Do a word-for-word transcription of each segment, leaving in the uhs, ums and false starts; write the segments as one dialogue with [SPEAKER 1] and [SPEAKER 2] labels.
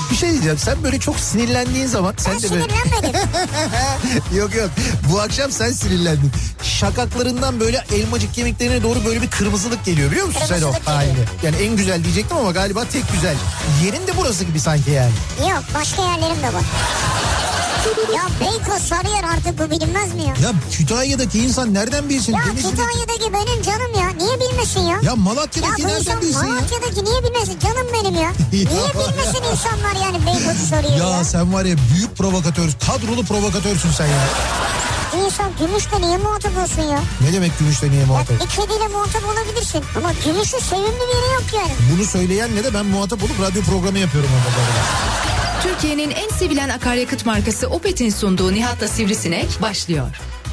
[SPEAKER 1] Bir şey diyeceğim, sen böyle çok sinirlendiğin zaman sen
[SPEAKER 2] ben
[SPEAKER 1] de böyle...
[SPEAKER 2] sinirlenmedim.
[SPEAKER 1] Yok yok, bu akşam sen sinirlendin. Şakaklarından böyle elmacık kemiklerine doğru böyle bir kırmızılık geliyor, biliyor musun sen o halini? Yani en güzel diyecektim ama galiba tek güzel. Yerin de burası gibi sanki yani.
[SPEAKER 2] Yok, başka yerlerim de var. Ya Beykoz, Sarıyer, artık bu bilinmez mi ya?
[SPEAKER 1] Ya Kütahya'daki insan nereden bilsin?
[SPEAKER 2] Ya
[SPEAKER 1] Denizli'deki...
[SPEAKER 2] Kütahya'daki benim canım ya. Niye bilmesin ya?
[SPEAKER 1] Ya Malatya'daki
[SPEAKER 2] ya
[SPEAKER 1] nereden
[SPEAKER 2] insan,
[SPEAKER 1] bilsin ya?
[SPEAKER 2] Malatya'daki niye bilmesin? Canım benim ya. Niye bilmesin insanlar yani Beykoz'u Sarıyer'i ya?
[SPEAKER 1] Ya sen var ya, büyük provokatör, kadrolu provokatörsün sen ya.
[SPEAKER 2] İnsan Gümüş'te niye muhatap olsun ya?
[SPEAKER 1] Ne demek Gümüş'te niye muhatap?
[SPEAKER 2] Ya bir kediyle muhatap olabilirsin. Ama Gümüş'ün sevimli bir yeri yok yani.
[SPEAKER 1] Bunu söyleyenle de ben muhatap olup radyo programı yapıyorum orada.
[SPEAKER 3] Türkiye'nin en sevilen akaryakıt markası Opet'in sunduğu Nihat'la Sivrisinek başlıyor.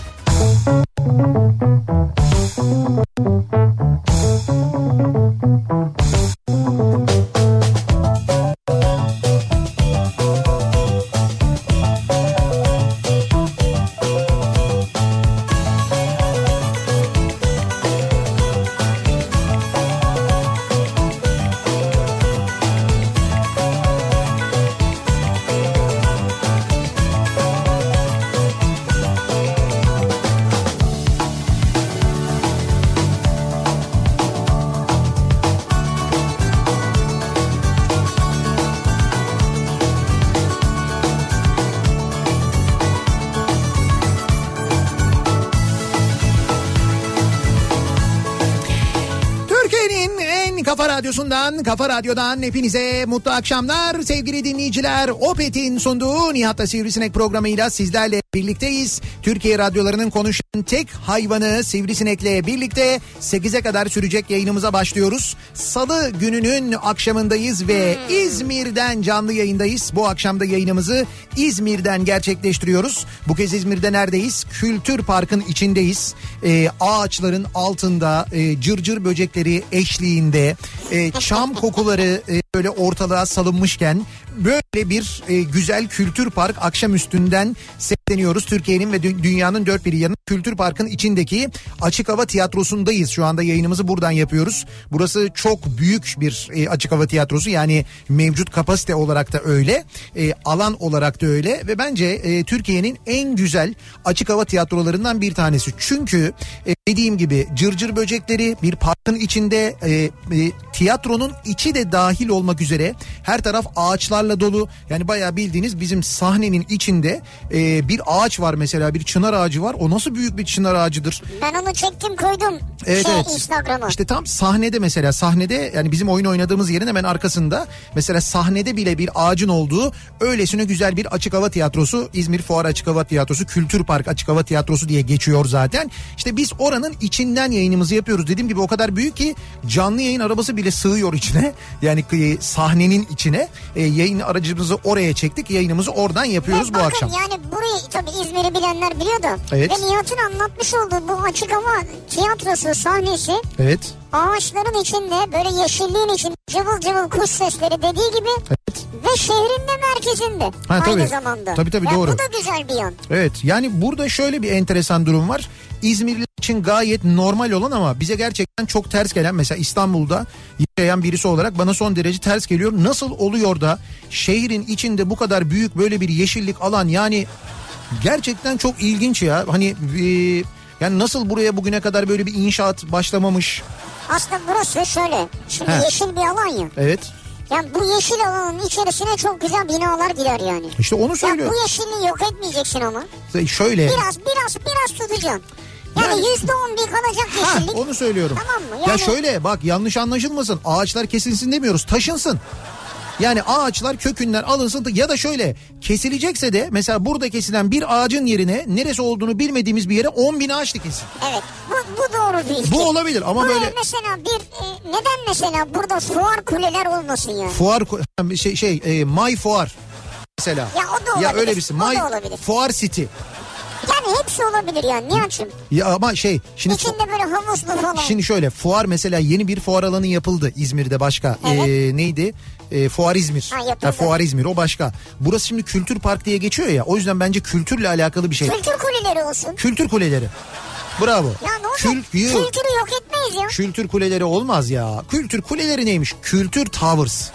[SPEAKER 1] Radyosu'ndan, Kafa Radyo'dan hepinize mutlu akşamlar sevgili dinleyiciler. Opet'in sunduğu Nihat'la Sivrisinek programıyla sizlerle birlikteyiz. Türkiye radyolarının konuşan tek hayvanı Sivrisinek'le birlikte sekize kadar sürecek yayınımıza başlıyoruz. Salı gününün akşamındayız ve İzmir'den canlı yayındayız. Bu akşamda yayınımızı İzmir'den gerçekleştiriyoruz. Bu kez İzmir'de neredeyiz? Kültür Park'ın içindeyiz. Ee, ağaçların altında, e, cırcır böcekleri eşliğinde, e, çam kokuları e, böyle ortalığa salınmışken böyle bir e, güzel kültür park akşamüstünden sesleniyoruz. Türkiye'nin ve dü- dünyanın dört bir yanı Kültür Park'ın içindeki açık hava tiyatrosundayız. Şu anda yayınımızı buradan yapıyoruz. Burası çok büyük bir e, açık hava tiyatrosu, yani mevcut kapasite olarak da öyle, e, alan olarak da öyle ve bence e, Türkiye'nin en güzel açık hava tiyatrolarından bir tanesi. Çünkü e, dediğim gibi cırcır böcekleri, bir parkın içinde, e, e, tiyatronun içi de dahil olmak üzere her taraf ağaçlarla dolu. Yani bayağı bildiğiniz bizim sahnenin içinde e, bir ağaç var mesela, bir çınar ağacı var. O nasıl büyük bir çınar ağacıdır?
[SPEAKER 2] Ben onu çektim, koydum
[SPEAKER 1] evet,
[SPEAKER 2] şey,
[SPEAKER 1] evet.
[SPEAKER 2] Instagram'a.
[SPEAKER 1] İşte tam sahnede mesela, sahnede yani bizim oyun oynadığımız yerin hemen arkasında mesela sahnede bile bir ağacın olduğu öylesine güzel bir açık hava tiyatrosu. İzmir Fuar Açık Hava Tiyatrosu, Kültür Park Açık Hava Tiyatrosu diye geçiyor zaten. İşte biz oranın içinden yayınımızı yapıyoruz. Dediğim gibi o kadar büyük ki canlı yayın arabası bile sığıyor içine. Yani e, sahnenin içine. E, yayın aracımızı oraya çektik. Yayınımızı oradan yapıyoruz
[SPEAKER 2] ve
[SPEAKER 1] bu
[SPEAKER 2] bakın,
[SPEAKER 1] akşam.
[SPEAKER 2] Yani burayı tabii İzmir'i bilenler biliyor da.
[SPEAKER 1] Evet.
[SPEAKER 2] Ve Nihat'ın anlatmış olduğu bu açık hava tiyatrosu sahnesi.
[SPEAKER 1] Evet.
[SPEAKER 2] Ağaçların içinde, böyle yeşilliğin içinde cıvıl cıvıl kuş sesleri dediği gibi.
[SPEAKER 1] Evet.
[SPEAKER 2] Ve şehrin de merkezinde.
[SPEAKER 1] Ha,
[SPEAKER 2] aynı
[SPEAKER 1] tabii.
[SPEAKER 2] zamanda.
[SPEAKER 1] Tabii tabii,
[SPEAKER 2] yani
[SPEAKER 1] doğru.
[SPEAKER 2] Bu da güzel bir yan.
[SPEAKER 1] Evet, yani burada şöyle bir enteresan durum var. İzmirliler için gayet normal olan ama bize gerçekten çok ters gelen, mesela İstanbul'da yaşayan birisi olarak bana son derece ters geliyor. Nasıl oluyor da şehrin içinde bu kadar büyük böyle bir yeşillik alan, yani gerçekten çok ilginç ya. Hani e, yani nasıl buraya bugüne kadar böyle bir inşaat başlamamış?
[SPEAKER 2] Aslında burası şöyle. Şimdi
[SPEAKER 1] He.
[SPEAKER 2] yeşil bir alan ya.
[SPEAKER 1] Evet.
[SPEAKER 2] Yani bu yeşil alanın içerisine çok güzel binalar girer yani.
[SPEAKER 1] İşte onu söylüyor.
[SPEAKER 2] Ya bu yeşilliği yok etmeyeceksin ama.
[SPEAKER 1] Şöyle.
[SPEAKER 2] Biraz biraz biraz tutacaksın. Yani yüzde on bir kalacak yeşillik.
[SPEAKER 1] Ha, onu söylüyorum.
[SPEAKER 2] Tamam mı? Yani...
[SPEAKER 1] Ya şöyle bak, yanlış anlaşılmasın. Ağaçlar kesilsin demiyoruz. Taşınsın. Yani ağaçlar kökünden alınsın ya da şöyle kesilecekse de mesela burada kesilen bir ağacın yerine neresi olduğunu bilmediğimiz bir yere on bin ağaç dikilsin.
[SPEAKER 2] Evet, bu, bu doğru değil.
[SPEAKER 1] Bu olabilir ama
[SPEAKER 2] Buraya
[SPEAKER 1] böyle.
[SPEAKER 2] Mesela bir e, neden mesela burada fuar kuleler olmasın yani?
[SPEAKER 1] Fuar şey şey e, My Fuar mesela.
[SPEAKER 2] Ya o da olabilir.
[SPEAKER 1] Ya öyle bir şey. My Fuar City.
[SPEAKER 2] Yani hepsi olabilir yani, niye açayım?
[SPEAKER 1] Ya ama şey şimdi
[SPEAKER 2] İçinde böyle havuzlu falan.
[SPEAKER 1] Şimdi şöyle, fuar mesela, yeni bir fuar alanı yapıldı İzmir'de başka.
[SPEAKER 2] Evet.
[SPEAKER 1] Ee, neydi? Ee, Fuar İzmir.
[SPEAKER 2] Ha,
[SPEAKER 1] ha, Fuar İzmir o başka. Burası şimdi Kültür Park diye geçiyor ya. O yüzden bence kültürle alakalı bir şey.
[SPEAKER 2] Kültür kuleleri olsun.
[SPEAKER 1] Kültür kuleleri. Bravo.
[SPEAKER 2] Ya ne olacak?
[SPEAKER 1] Kül,
[SPEAKER 2] Kültürü yok etmeyiz ya.
[SPEAKER 1] Kültür kuleleri olmaz ya. Kültür kuleleri neymiş? Kültür Towers.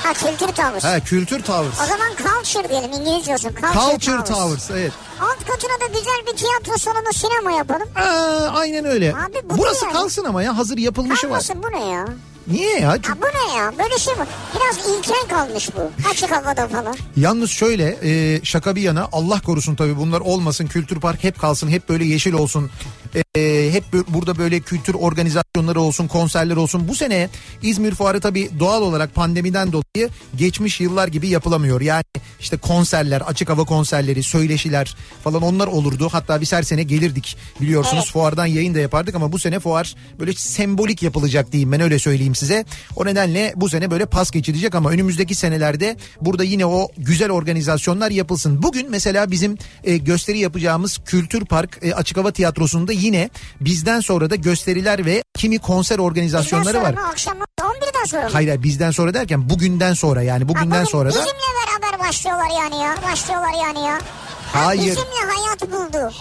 [SPEAKER 2] Ha Kültür Towers.
[SPEAKER 1] Ha Kültür Towers.
[SPEAKER 2] O zaman Culture diyelim, İngilizce olsun. Culture,
[SPEAKER 1] Culture
[SPEAKER 2] Towers.
[SPEAKER 1] Towers, evet.
[SPEAKER 2] Alt katına da güzel bir tiyatro salonu, sinema yapalım.
[SPEAKER 1] Aa, aynen öyle.
[SPEAKER 2] Abi, bu
[SPEAKER 1] burası
[SPEAKER 2] yani.
[SPEAKER 1] Kalsın ama ya, hazır yapılmışı
[SPEAKER 2] Kalmasın,
[SPEAKER 1] var.
[SPEAKER 2] bu ne ya?
[SPEAKER 1] Niye ya?
[SPEAKER 2] Ha, bu ne ya? Böyle şey mi? Biraz ilkel kalmış bu. Açık havada falan.
[SPEAKER 1] Yalnız şöyle e, şaka bir yana, Allah korusun tabii bunlar olmasın, Kültür Park hep kalsın, hep böyle yeşil olsun. E, hep bö- burada böyle kültür organizasyonları olsun, konserler olsun. Bu sene İzmir Fuarı tabii doğal olarak pandemiden dolayı geçmiş yıllar gibi yapılamıyor. Yani işte konserler, açık hava konserleri, söyleşiler falan onlar olurdu. Hatta biz her sene gelirdik biliyorsunuz, evet. Fuardan yayın da yapardık ama bu sene fuar böyle sembolik yapılacak diyeyim, ben öyle söyleyeyim size. O nedenle bu sene böyle pas geçilecek ama önümüzdeki senelerde burada yine o güzel organizasyonlar yapılsın. Bugün mesela bizim e, gösteri yapacağımız Kültür Park e, Açık Hava Tiyatrosu'nda yine bizden sonra da gösteriler ve kimi konser organizasyonları
[SPEAKER 2] bizden
[SPEAKER 1] var.
[SPEAKER 2] Bizden sonra mı, akşam on birden sonra mı?
[SPEAKER 1] Hayır, bizden sonra derken bugünden sonra, yani bugünden
[SPEAKER 2] ha, bugün
[SPEAKER 1] sonra da.
[SPEAKER 2] Bizimle beraber başlıyorlar yani ya. Başlıyorlar yani ya.
[SPEAKER 1] Hayır.
[SPEAKER 2] Ha, bizimle hayat buldu.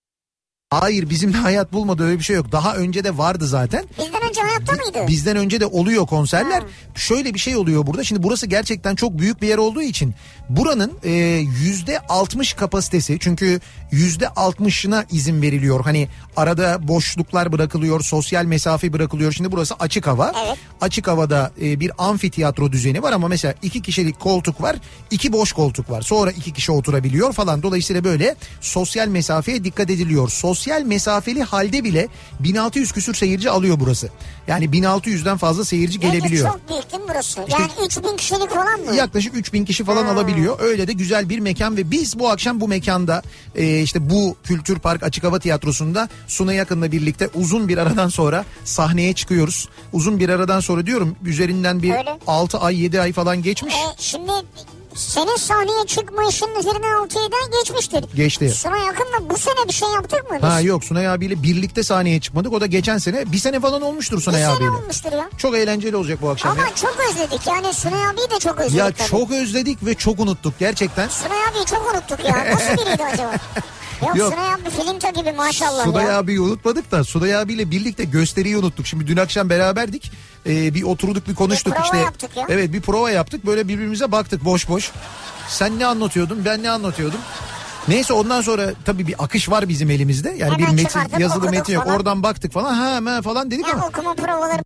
[SPEAKER 1] Hayır, bizimle hayat bulmadı, öyle bir şey yok. Daha önce de vardı zaten.
[SPEAKER 2] Bizden önce hayatta mıydı?
[SPEAKER 1] Bizden önce de oluyor konserler.
[SPEAKER 2] Ha.
[SPEAKER 1] Şöyle bir şey oluyor burada. Şimdi burası gerçekten çok büyük bir yer olduğu için buranın e, yüzde altmış kapasitesi, çünkü yüzde altmışına izin veriliyor. Hani arada boşluklar bırakılıyor, sosyal mesafe bırakılıyor. Şimdi burası açık hava.
[SPEAKER 2] Evet.
[SPEAKER 1] Açık havada e, bir amfiteyatro düzeni var ama mesela iki kişilik koltuk var, iki boş koltuk var. Sonra iki kişi oturabiliyor falan. Dolayısıyla böyle sosyal mesafeye dikkat ediliyor. Sosyal mesafeli halde bile bin altı yüz küsür seyirci alıyor burası. Yani bin altı yüzden fazla seyirci gelebiliyor.
[SPEAKER 2] Evet, çok büyük değil mi burası?
[SPEAKER 1] İşte,
[SPEAKER 2] yani üç bin kişilik falan mı?
[SPEAKER 1] Yaklaşık üç bin kişi falan hmm. alabiliyor. Öyle de güzel bir mekan ve biz bu akşam bu mekanda e, işte bu Kültür Park Açık Hava Tiyatrosu'nda Sunay Akın'la birlikte uzun bir aradan sonra sahneye çıkıyoruz. Uzun bir aradan sonra diyorum, üzerinden bir Öyle. altı ay yedi ay falan geçmiş.
[SPEAKER 2] E, şimdi senin sahneye çıkma işinin üzerinden altı aydan geçmiştir.
[SPEAKER 1] Geçti.
[SPEAKER 2] Sunay Akın'la bu sene bir şey yaptık mı biz?
[SPEAKER 1] Ha yok, Sunay abiyle birlikte sahneye çıkmadık. O da geçen sene, bir sene falan olmuştur Sunay abiyle. Bir sene
[SPEAKER 2] olmuştur ya.
[SPEAKER 1] Çok eğlenceli olacak bu akşam.
[SPEAKER 2] Ama
[SPEAKER 1] ya.
[SPEAKER 2] çok özledik yani, Sunay abiyi de çok özledik.
[SPEAKER 1] Ya
[SPEAKER 2] tabii.
[SPEAKER 1] Çok özledik ve çok unuttuk gerçekten.
[SPEAKER 2] Sunay abiyi çok unuttuk ya. Nasıl biriydi acaba? Yok, Yok. Sunay abi film gibi maşallah
[SPEAKER 1] Sunay
[SPEAKER 2] ya.
[SPEAKER 1] abiyi unutmadık da Sunay abiyle birlikte gösteriyi unuttuk. Şimdi dün akşam beraberdik. Ee, bir oturduk, bir konuştuk
[SPEAKER 2] bir
[SPEAKER 1] işte.
[SPEAKER 2] Yaptık ya.
[SPEAKER 1] Evet, bir prova yaptık. Böyle birbirimize baktık boş boş. Sen ne anlatıyordun, ben ne anlatıyordum. Neyse, ondan sonra tabii bir akış var bizim elimizde. Yani
[SPEAKER 2] hemen
[SPEAKER 1] bir metin, yazılı metin yok.
[SPEAKER 2] Falan.
[SPEAKER 1] Oradan baktık falan. Ha hemen falan dedik
[SPEAKER 2] ya
[SPEAKER 1] ama.
[SPEAKER 2] Okuma provaları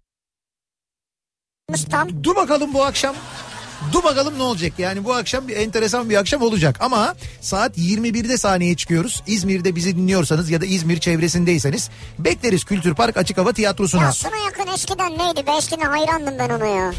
[SPEAKER 2] tam.
[SPEAKER 1] Dur bakalım bu akşam. Dur bakalım ne olacak. Yani bu akşam bir enteresan bir akşam olacak. Ama saat yirmi birde sahneye çıkıyoruz. İzmir'de bizi dinliyorsanız ya da İzmir çevresindeyseniz bekleriz Kültür Park Açık Hava Tiyatrosu'na.
[SPEAKER 2] Ya Sunay Akın eskiden neydi? Ben eskiden hayrandım ben ona ya.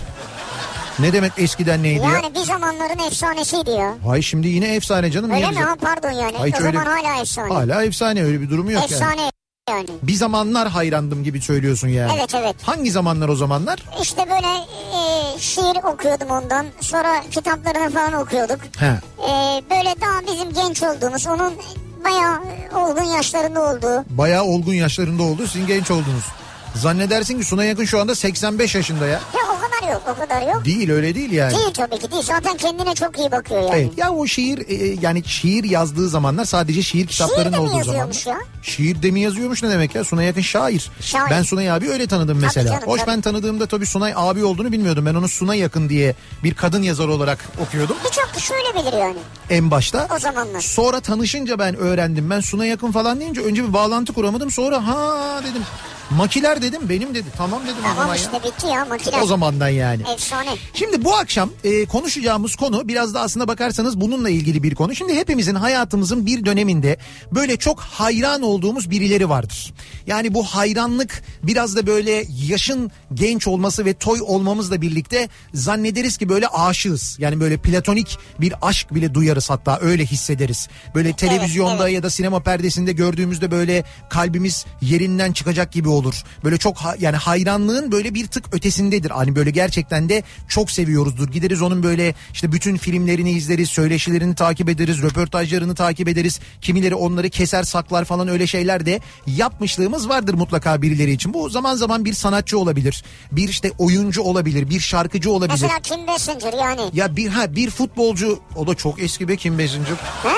[SPEAKER 1] Ne demek eskiden neydi
[SPEAKER 2] yani
[SPEAKER 1] ya?
[SPEAKER 2] Yani bir zamanların efsanesiydi ya.
[SPEAKER 1] Hay şimdi yine efsane canım.
[SPEAKER 2] Öyle mi? Ha pardon yani. Hayır, o öyle, zaman hala efsane.
[SPEAKER 1] Hala efsane, öyle bir durumu yok
[SPEAKER 2] efsane
[SPEAKER 1] yani.
[SPEAKER 2] Efsane yani.
[SPEAKER 1] Bir zamanlar hayrandım gibi söylüyorsun yani.
[SPEAKER 2] Evet evet.
[SPEAKER 1] Hangi zamanlar o zamanlar?
[SPEAKER 2] İşte böyle e, şiir okuyordum ondan. Sonra kitaplarını falan okuyorduk.
[SPEAKER 1] He.
[SPEAKER 2] E, böyle daha bizim genç olduğumuz, onun bayağı olgun yaşlarında olduğu.
[SPEAKER 1] Bayağı olgun yaşlarında oldu, sizin genç oldunuz. Zannedersin ki Sunay Akın şu anda seksen beş yaşında ya.
[SPEAKER 2] Ya o kadar yok, o kadar yok.
[SPEAKER 1] Değil, öyle değil yani.
[SPEAKER 2] Değil tabii ki değil. Zaten kendine çok iyi bakıyor yani.
[SPEAKER 1] Evet, ya o şiir e, yani şiir yazdığı zamanlar, sadece şiir kitaplarının olduğu zamanlar. Şiir de mi yazıyormuş
[SPEAKER 2] ya?
[SPEAKER 1] Şiir de mi yazıyormuş ne demek ya? Sunay Akın şair.
[SPEAKER 2] Şair.
[SPEAKER 1] Ben Sunay abi öyle tanıdım mesela.
[SPEAKER 2] Tabii canım,
[SPEAKER 1] Hoş
[SPEAKER 2] tabii.
[SPEAKER 1] Ben tanıdığımda tabii Sunay abi olduğunu bilmiyordum. Ben onu Sunay Akın diye bir kadın yazar olarak okuyordum.
[SPEAKER 2] Birçok kişi öyle bilir yani.
[SPEAKER 1] En başta.
[SPEAKER 2] O zamanlar.
[SPEAKER 1] Sonra tanışınca ben öğrendim. Ben Sunay Akın falan deyince önce bir bağlantı kuramadım. Sonra ha dedim. Makiler dedim, benim dedi. Tamam dedim
[SPEAKER 2] tamam
[SPEAKER 1] o zaman
[SPEAKER 2] işte
[SPEAKER 1] ya.
[SPEAKER 2] bitti ya Makiler.
[SPEAKER 1] O zamandan yani.
[SPEAKER 2] Efsane.
[SPEAKER 1] Şimdi bu akşam e, konuşacağımız konu biraz da aslında bakarsanız bununla ilgili bir konu. Şimdi hepimizin hayatımızın bir döneminde böyle çok hayran olduğumuz birileri vardır. Yani bu hayranlık biraz da böyle yaşın genç olması ve toy olmamızla birlikte zannederiz ki böyle aşığız. Yani böyle platonik bir aşk bile duyarız, hatta öyle hissederiz. Böyle televizyonda evet, evet. ya da sinema perdesinde gördüğümüzde böyle kalbimiz yerinden çıkacak gibi olur. Böyle çok ha, yani hayranlığın böyle bir tık ötesindedir. Hani böyle gerçekten de çok seviyoruzdur. Gideriz onun böyle işte bütün filmlerini izleriz, söyleşilerini takip ederiz, röportajlarını takip ederiz. Kimileri onları keser saklar falan, öyle şeyler de yapmışlığımız vardır mutlaka birileri için. Bu zaman zaman bir sanatçı olabilir, bir işte oyuncu olabilir, bir şarkıcı olabilir.
[SPEAKER 2] Mesela Kim Basinger yani.
[SPEAKER 1] Ya bir ha bir futbolcu, o da çok eski be Kim Basinger.
[SPEAKER 2] He?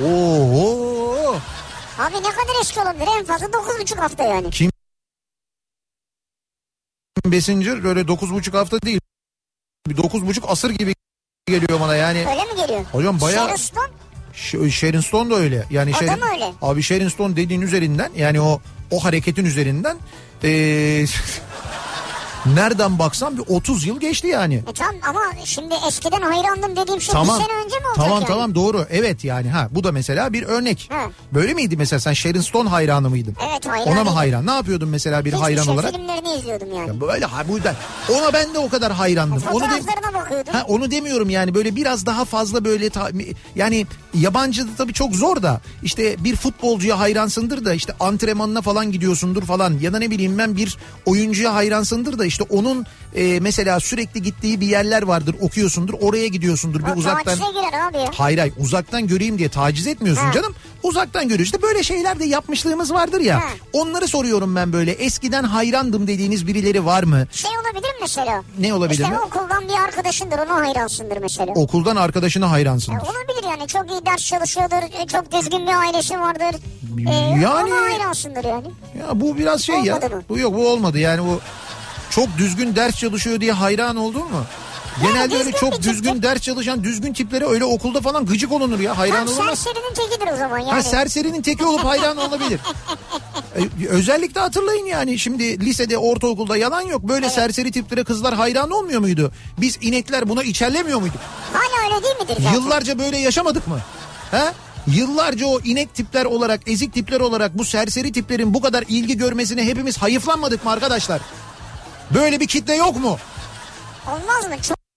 [SPEAKER 1] Oo.
[SPEAKER 2] Abi ne kadar eski olabilir? En fazla dokuz buçuk hafta yani.
[SPEAKER 1] Kim Basinger böyle dokuz buçuk hafta değil. dokuz buçuk asır gibi geliyor bana yani.
[SPEAKER 2] Öyle mi geliyor?
[SPEAKER 1] Hocam bayağı...
[SPEAKER 2] Sharon Stone?
[SPEAKER 1] Ş- Sharon Stone da öyle. Yani
[SPEAKER 2] O da
[SPEAKER 1] Sharon,
[SPEAKER 2] mı öyle?
[SPEAKER 1] Abi Sharon Stone dediğin üzerinden yani o o hareketin üzerinden ee, nereden baksan bir otuz yıl geçti yani.
[SPEAKER 2] E tamam ama şimdi eskiden hayrandım dediğim şey
[SPEAKER 1] tamam.
[SPEAKER 2] bir sene önce mi olacak
[SPEAKER 1] Tamam
[SPEAKER 2] yani?
[SPEAKER 1] tamam doğru evet yani ha bu da mesela bir örnek.
[SPEAKER 2] Ha.
[SPEAKER 1] Böyle miydi mesela sen Sharon Stone hayranı mıydın?
[SPEAKER 2] Evet hayranıydım.
[SPEAKER 1] Ona mı hayran? Ne yapıyordun mesela bir
[SPEAKER 2] Hiçbir
[SPEAKER 1] hayran
[SPEAKER 2] şey,
[SPEAKER 1] olarak?
[SPEAKER 2] filmlerini izliyordum yani.
[SPEAKER 1] Ya böyle ha bu yüzden ona ben de o kadar hayrandım.
[SPEAKER 2] Ya,
[SPEAKER 1] onu de,
[SPEAKER 2] fotoğraflarına bakıyordum.
[SPEAKER 1] ha, onu demiyorum yani böyle biraz daha fazla böyle ta, yani yabancıda tabii çok zor da işte bir futbolcuya hayransındır da işte antrenmanına falan gidiyorsundur falan ya da ne bileyim ben bir oyuncuya hayransındır da işte onun e, mesela sürekli gittiği bir yerler vardır okuyorsundur oraya gidiyorsundur bir
[SPEAKER 2] o
[SPEAKER 1] uzaktan.
[SPEAKER 2] tacize girer abi ya.
[SPEAKER 1] Hayır hayır uzaktan göreyim diye taciz etmiyorsun
[SPEAKER 2] Ha.
[SPEAKER 1] canım. Uzaktan görüyorsun. İşte böyle şeyler de yapmışlığımız vardır ya.
[SPEAKER 2] Ha.
[SPEAKER 1] Onları soruyorum ben böyle. Eskiden hayrandım dediğiniz birileri var mı?
[SPEAKER 2] Şey olabilir mi mesela?
[SPEAKER 1] Ne olabilir
[SPEAKER 2] işte
[SPEAKER 1] mi?
[SPEAKER 2] okuldan bir arkadaşındır ona hayransındır mesela.
[SPEAKER 1] Okuldan arkadaşına hayransındır.
[SPEAKER 2] Ya olabilir yani çok iyi ders çalışıyordur, çok düzgün bir ailesi vardır. Ee,
[SPEAKER 1] Yani-
[SPEAKER 2] Ona hayransındır yani.
[SPEAKER 1] Ya bu biraz şey ya.
[SPEAKER 2] Olmadı mı?
[SPEAKER 1] Bu yok bu olmadı yani bu çok düzgün ders çalışıyor diye hayran oldun mu? Genelde öyle
[SPEAKER 2] düzgün
[SPEAKER 1] çok
[SPEAKER 2] bir
[SPEAKER 1] düzgün
[SPEAKER 2] tip.
[SPEAKER 1] ders çalışan düzgün tiplere öyle okulda falan gıcık olunur ya hayran
[SPEAKER 2] Tam
[SPEAKER 1] olunmaz.
[SPEAKER 2] serserinin tekidir o zaman yani.
[SPEAKER 1] Ha serserinin teki olup hayran olabilir. Ee, özellikle hatırlayın yani şimdi lisede ortaokulda yalan yok. Böyle
[SPEAKER 2] Evet.
[SPEAKER 1] serseri tiplere kızlar hayran olmuyor muydu? Biz inekler buna içerlemiyor muyduk?
[SPEAKER 2] Hala öyle değil midir zaten?
[SPEAKER 1] Yıllarca böyle yaşamadık mı? Ha? Yıllarca o inek tipler olarak, ezik tipler olarak bu serseri tiplerin bu kadar ilgi görmesine hepimiz hayıflanmadık mı arkadaşlar? Böyle bir kitle yok mu?
[SPEAKER 2] Olmaz mı? Çok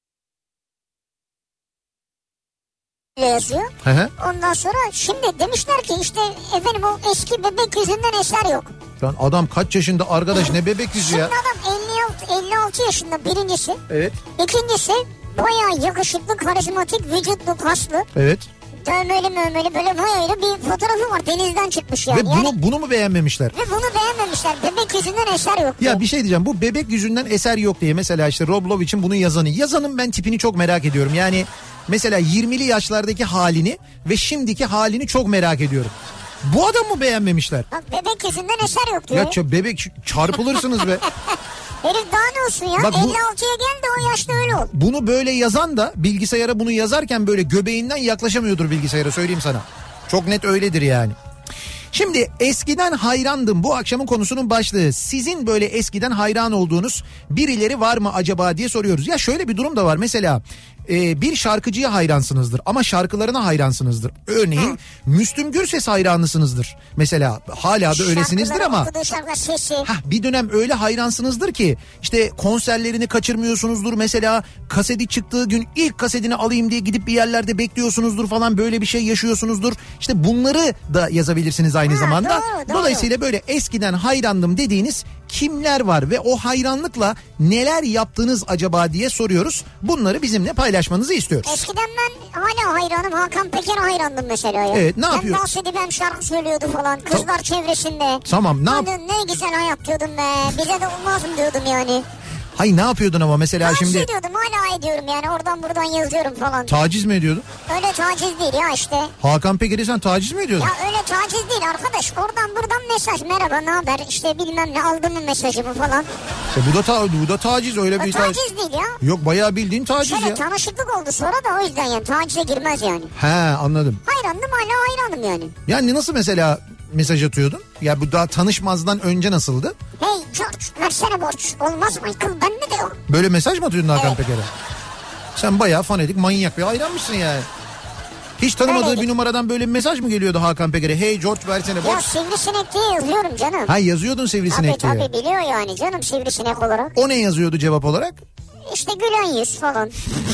[SPEAKER 2] yazıyor.
[SPEAKER 1] Hı hı.
[SPEAKER 2] Ondan sonra şimdi demişler ki işte efendim o eski bebek yüzünden eser yok.
[SPEAKER 1] Lan adam kaç yaşında arkadaş ne bebek yüzü
[SPEAKER 2] Şimdi
[SPEAKER 1] ya.
[SPEAKER 2] adam elli altı, elli altı yaşında birincisi.
[SPEAKER 1] Evet.
[SPEAKER 2] İkincisi bayağı yakışıklı, karizmatik, vücutlu, kaslı.
[SPEAKER 1] Evet.
[SPEAKER 2] Dövmeli mövmeli böyle boyayla bir fotoğrafı var. Denizden çıkmış yani.
[SPEAKER 1] Ve bunu
[SPEAKER 2] yani,
[SPEAKER 1] bunu mu beğenmemişler?
[SPEAKER 2] ve bunu beğenmemişler. Bebek yüzünden eser yok diye.
[SPEAKER 1] Ya bir şey diyeceğim bu bebek yüzünden eser yok diye mesela işte Rob için bunu yazanı. Yazanın ben tipini çok merak ediyorum. Yani mesela yirmili yaşlardaki halini ve şimdiki halini çok merak ediyorum. Bu adam mı beğenmemişler?
[SPEAKER 2] Bak bebek yüzünden eser yok diyor.
[SPEAKER 1] Ya ç- bebek çarpılırsınız be.
[SPEAKER 2] Herif daha ne olsun ya?
[SPEAKER 1] Bak bu-
[SPEAKER 2] elli altıya gel de o yaşta öyle ol.
[SPEAKER 1] Bunu böyle yazan da bilgisayara bunu yazarken böyle göbeğinden yaklaşamıyordur bilgisayara söyleyeyim sana. Çok net öyledir yani. Şimdi eskiden hayrandım bu akşamın konusunun başlığı. Sizin böyle eskiden hayran olduğunuz birileri var mı acaba diye soruyoruz. Ya şöyle bir durum da var mesela e, bir şarkıcıya hayransınızdır ama şarkılarına hayransınızdır. Örneğin Müslüm Gürses hayranısınızdır. Mesela hala da öylesinizdir
[SPEAKER 2] Şarkıları,
[SPEAKER 1] ama.
[SPEAKER 2] okuduğu şarkı, sesi.
[SPEAKER 1] Hah, bir dönem öyle hayransınızdır ki işte konserlerini kaçırmıyorsunuzdur. Mesela kaseti çıktığı gün ilk kasetini alayım diye gidip bir yerlerde bekliyorsunuzdur falan böyle bir şey yaşıyorsunuzdur. İşte bunları da yazabilirsiniz aynı
[SPEAKER 2] Ha,
[SPEAKER 1] zamanda.
[SPEAKER 2] doğru, doğru.
[SPEAKER 1] Dolayısıyla böyle eskiden hayrandım dediğiniz kimler var ve o hayranlıkla neler yaptınız acaba diye soruyoruz. Bunları bizimle paylaşmanızı istiyoruz.
[SPEAKER 2] Eskiden ben hala hayranım. Hakan Peker'e hayrandım mesela ya.
[SPEAKER 1] Evet, ne yapıyor?
[SPEAKER 2] Hem dans edip hem şarkı söylüyordu falan. Kızlar çevresinde.
[SPEAKER 1] Tamam, ne yap-
[SPEAKER 2] Hadi ne güzel hayat diyordum be. Bize de olmaz mı diyordum yani.
[SPEAKER 1] Hayır ne yapıyordun ama mesela
[SPEAKER 2] Dans
[SPEAKER 1] şimdi
[SPEAKER 2] ediyordum hala ediyorum yani. Oradan buradan yazıyorum falan.
[SPEAKER 1] taciz mi ediyordun?
[SPEAKER 2] Öyle taciz değil ya işte.
[SPEAKER 1] Hakan Peker'i sen taciz mi ediyordun?
[SPEAKER 2] Ya öyle taciz değil arkadaş. Oradan buradan mesaj. Merhaba ne haber? İşte bilmem ne aldın mı mesajımı falan.
[SPEAKER 1] E bu da ta- bu da taciz öyle
[SPEAKER 2] O
[SPEAKER 1] bir taciz.
[SPEAKER 2] taciz değil ya.
[SPEAKER 1] Yok bayağı bildiğin taciz
[SPEAKER 2] Şöyle
[SPEAKER 1] ya.
[SPEAKER 2] tanışıklık oldu sonra da o yüzden yani tacize girmez yani.
[SPEAKER 1] He anladım.
[SPEAKER 2] Hayrandım hala hayranım yani.
[SPEAKER 1] Yani nasıl mesela mesaj atıyordun? Ya bu daha tanışmazdan önce nasıldı?
[SPEAKER 2] Hey George versene borç. Olmaz Michael bende de yok.
[SPEAKER 1] Böyle mesaj mı atıyordun Hakan
[SPEAKER 2] Evet.
[SPEAKER 1] Peker'e? Sen bayağı fanatik manyak bir hayranmışsın yani. Hiç tanımadığı
[SPEAKER 2] Öyleydi.
[SPEAKER 1] bir numaradan böyle bir mesaj mı geliyordu Hakan Peker'e? Hey George versene
[SPEAKER 2] Ya
[SPEAKER 1] borç.
[SPEAKER 2] sivrisinek diye yazıyorum canım.
[SPEAKER 1] Ha yazıyordun
[SPEAKER 2] Tabii
[SPEAKER 1] sivrisinek diye.
[SPEAKER 2] tabii biliyor yani canım sivrisinek olarak.
[SPEAKER 1] O ne yazıyordu cevap olarak?
[SPEAKER 2] İşte gülen yüz falan.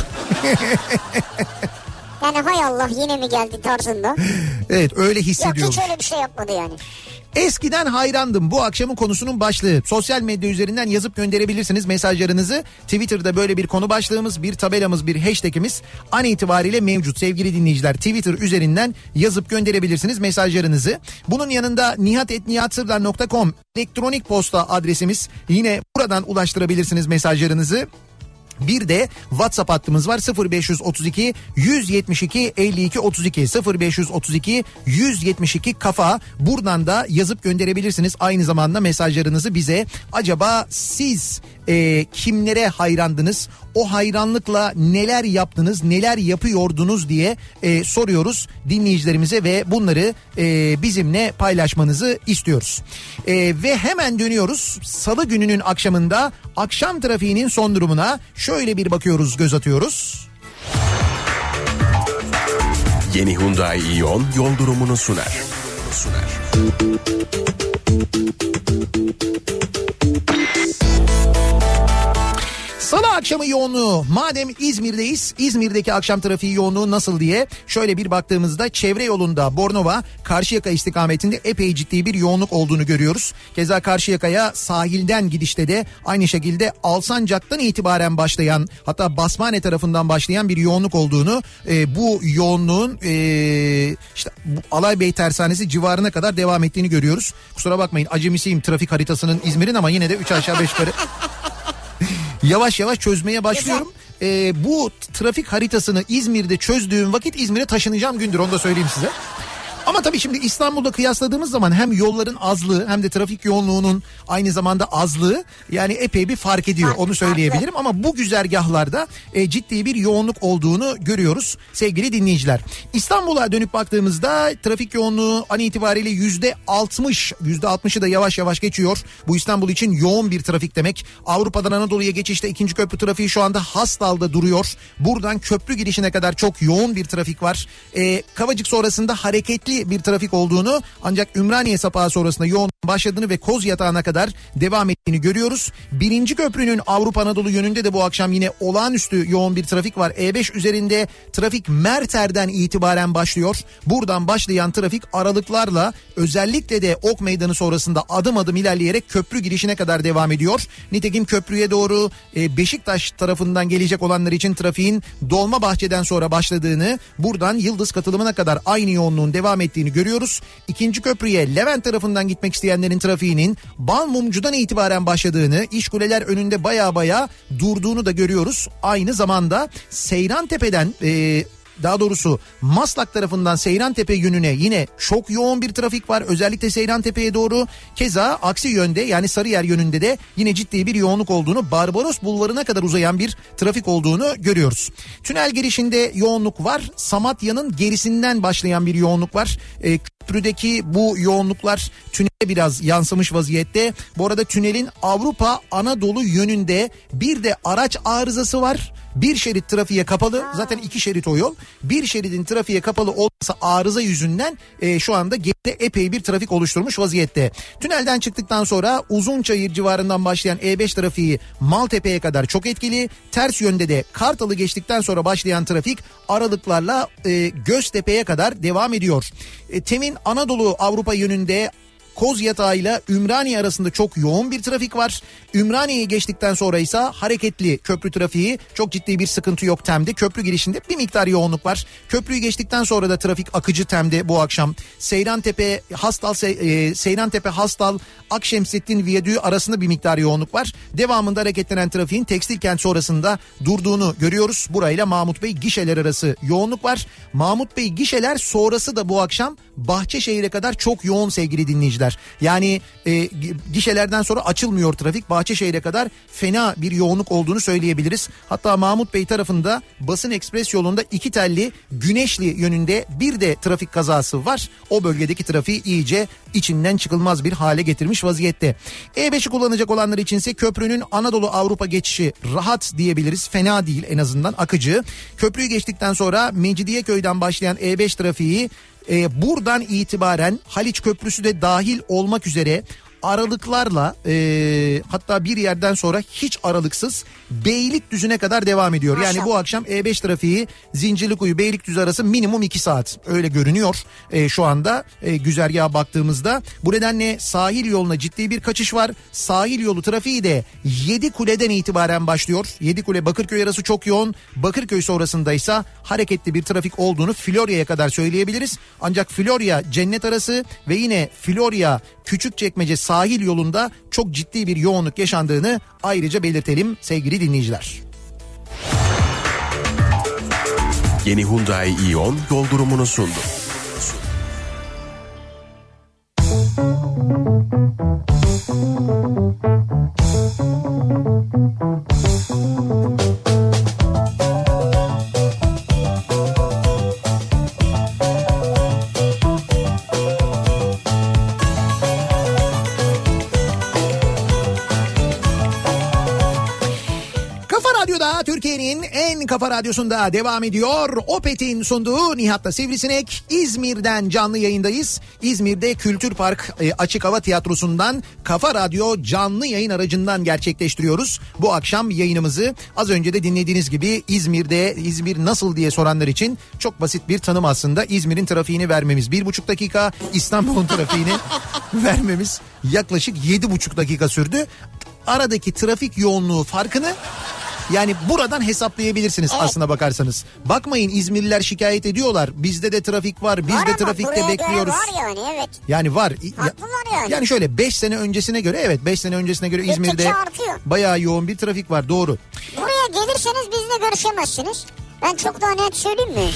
[SPEAKER 2] Yani hay Allah yine mi geldi tarzında.
[SPEAKER 1] Evet öyle
[SPEAKER 2] Yok
[SPEAKER 1] hissediyormuş.
[SPEAKER 2] hiç öyle bir şey yapmadı yani.
[SPEAKER 1] Eskiden hayrandım bu akşamın konusunun başlığı. Sosyal medya üzerinden yazıp gönderebilirsiniz mesajlarınızı. Twitter'da böyle bir konu başlığımız, bir tabelamız, bir hashtagimiz an itibariyle mevcut sevgili dinleyiciler. Twitter üzerinden yazıp gönderebilirsiniz mesajlarınızı. Bunun yanında nihat et nihat sırdar nokta com elektronik posta adresimiz. Yine buradan ulaştırabilirsiniz mesajlarınızı. Bir de WhatsApp hattımız var sıfır beş otuz iki yüz yetmiş iki elli iki otuz iki sıfır beş otuz iki yüz yetmiş iki kafa buradan da yazıp gönderebilirsiniz. Aynı zamanda mesajlarınızı bize acaba siz e, kimlere hayrandınız o hayranlıkla neler yaptınız, neler yapıyordunuz diye e, soruyoruz dinleyicilerimize ve bunları e, bizimle paylaşmanızı istiyoruz. E, ve hemen dönüyoruz. Salı gününün akşamında akşam trafiğinin son durumuna şöyle bir bakıyoruz, göz atıyoruz.
[SPEAKER 4] Yeni Hyundai Ion yol durumunu sunar. Sunar.
[SPEAKER 1] Salı akşamı yoğunluğu, madem İzmir'deyiz, İzmir'deki akşam trafiği yoğunluğu nasıl diye şöyle bir baktığımızda çevre yolunda Bornova Karşıyaka istikametinde epey ciddi bir yoğunluk olduğunu görüyoruz. Keza Karşıyaka'ya sahilden gidişte de aynı şekilde Alsancak'tan itibaren başlayan, hatta Basmane tarafından başlayan bir yoğunluk olduğunu, e, bu yoğunluğun e, işte bu Alaybey Tersanesi civarına kadar devam ettiğini görüyoruz. Kusura bakmayın, acemisiyim trafik haritasının İzmir'in ama yine de üç aşağı beş yukarı yavaş yavaş çözmeye başlıyorum. Ee, bu trafik haritasını İzmir'de çözdüğüm vakit İzmir'e taşınacağım gündür, onu da söyleyeyim size. Ama tabii şimdi İstanbul'da kıyasladığımız zaman hem yolların azlığı hem de trafik yoğunluğunun aynı zamanda azlığı yani epey bir fark ediyor, onu söyleyebilirim. Ama bu güzergahlarda e, ciddi bir yoğunluk olduğunu görüyoruz sevgili dinleyiciler. İstanbul'a dönüp baktığımızda trafik yoğunluğu an itibariyle yüzde altmış, yüzde altmışı da yavaş yavaş geçiyor. Bu İstanbul için yoğun bir trafik demek. Avrupa'dan Anadolu'ya geçişte ikinci köprü trafiği şu anda Hastal'da duruyor. Buradan köprü girişine kadar çok yoğun bir trafik var. E, Kavacık sonrasında hareketli bir trafik olduğunu, ancak Ümraniye sapağı sonrasında yoğun başladığını ve Kozyatağı'na kadar devam ettiğini görüyoruz. Birinci köprünün Avrupa Anadolu yönünde de bu akşam yine olağanüstü yoğun bir trafik var. E beş üzerinde trafik Merter'den itibaren başlıyor. Buradan başlayan trafik aralıklarla özellikle de Ok Meydanı sonrasında adım adım ilerleyerek köprü girişine kadar devam ediyor. Nitekim köprüye doğru e, Beşiktaş tarafından gelecek olanlar için trafiğin Dolmabahçe'den sonra başladığını, buradan Yıldız katılımına kadar aynı yoğunluğun devam ettiğini görüyoruz. İkinci köprüye Levent tarafından gitmek isteyenlerin trafiğinin Balmumcu'dan itibaren başladığını, İşkuleler önünde baya baya durduğunu da görüyoruz. Aynı zamanda Seyrantepe'den e, daha doğrusu Maslak tarafından Seyrantepe yönüne yine çok yoğun bir trafik var. Özellikle Seyrantepe'ye doğru. Keza aksi yönde yani Sarıyer yönünde de yine ciddi bir yoğunluk olduğunu, Barbaros Bulvarı'na kadar uzayan bir trafik olduğunu görüyoruz. Tünel girişinde yoğunluk var. Samatya'nın gerisinden başlayan bir yoğunluk var. E, köprüdeki bu yoğunluklar tünele biraz yansımış vaziyette. Bu arada tünelin Avrupa Anadolu yönünde bir de araç arızası var. Bir şerit trafiğe kapalı, zaten iki şerit o yol. Bir şeridin trafiğe kapalı olmasa arıza yüzünden e, şu anda geride epey bir trafik oluşturmuş vaziyette. Tünelden çıktıktan sonra Uzunçayır civarından başlayan E beş trafiği Maltepe'ye kadar çok etkili. Ters yönde de Kartal'ı geçtikten sonra başlayan trafik aralıklarla e, Göztepe'ye kadar devam ediyor. E, Temin Anadolu Avrupa yönünde Kozyatağı ile Ümraniye arasında çok yoğun bir trafik var. Ümraniye'yi geçtikten sonra ise hareketli köprü trafiği, çok ciddi bir sıkıntı yok Tem'de. Köprü girişinde bir miktar yoğunluk var. Köprüyü geçtikten sonra da trafik akıcı Tem'de bu akşam. Seyrantepe Hastal Seyrantepe Hastal Akşemsettin Viyadüğü arasında bir miktar yoğunluk var. Devamında hareketlenen trafiğin Tekstilkent sonrasında durduğunu görüyoruz. Burayla Mahmut Bey gişeler arası yoğunluk var. Mahmut Bey gişeler sonrası da bu akşam Bahçeşehir'e kadar çok yoğun sevgili dinleyiciler. Yani e, gişelerden sonra açılmıyor trafik. Bahçeşehir'e kadar fena bir yoğunluk olduğunu söyleyebiliriz. Hatta Mahmut Bey tarafında Basın Ekspres yolunda iki telli Güneşli yönünde bir de trafik kazası var. O bölgedeki trafiği iyice içinden çıkılmaz bir hale getirmiş vaziyette. E beşi kullanacak olanlar içinse köprünün Anadolu Avrupa geçişi rahat diyebiliriz. Fena değil, en azından akıcı. Köprüyü geçtikten sonra Mecidiyeköy'den başlayan E beş trafiği Ee, buradan itibaren Haliç Köprüsü de dahil olmak üzere aralıklarla e, hatta bir yerden sonra hiç aralıksız Beylikdüzü'ne kadar devam ediyor. Yani bu akşam E beş trafiği Zincirlikuyu Beylikdüzü arası minimum iki saat öyle görünüyor e, şu anda e, güzergaha baktığımızda. Bu nedenle sahil yoluna ciddi bir kaçış var. Sahil yolu trafiği de Yedikule'den itibaren başlıyor. Yedikule Bakırköy arası çok yoğun. Bakırköy sonrasındaysa hareketli bir trafik olduğunu Florya'ya kadar söyleyebiliriz. Ancak Florya Cennet arası ve yine Florya Küçükçekmece sahil yolunda çok ciddi bir yoğunluk yaşandığını ayrıca belirtelim sevgili dinleyiciler.
[SPEAKER 4] Yeni Hyundai Ion yol durumunu sundu.
[SPEAKER 1] Kafa Radyosu'nda devam ediyor. Opet'in sunduğu Nihat'la Sivrisinek. İzmir'den canlı yayındayız. İzmir'de Kültür Park e, Açık Hava Tiyatrosu'ndan Kafa Radyo canlı yayın aracından gerçekleştiriyoruz. Bu akşam yayınımızı az önce de dinlediğiniz gibi İzmir'de, İzmir nasıl diye soranlar için çok basit bir tanım aslında. İzmir'in trafiğini vermemiz bir buçuk dakika, İstanbul'un trafiğini vermemiz yaklaşık yedi buçuk dakika sürdü. Aradaki trafik yoğunluğu farkını yani buradan hesaplayabilirsiniz evet. Aslına bakarsanız. Bakmayın İzmirliler şikayet ediyorlar. Bizde de trafik var. Biz
[SPEAKER 2] var
[SPEAKER 1] de trafikte bekliyoruz.
[SPEAKER 2] Var yani evet.
[SPEAKER 1] Yani var.
[SPEAKER 2] Haklılar yani.
[SPEAKER 1] Yani şöyle beş sene öncesine göre evet beş sene öncesine göre İzmir'de bayağı yoğun bir trafik var, doğru.
[SPEAKER 2] Buraya gelirseniz bizle görüşemezsiniz. Ben çok daha net söyleyeyim mi?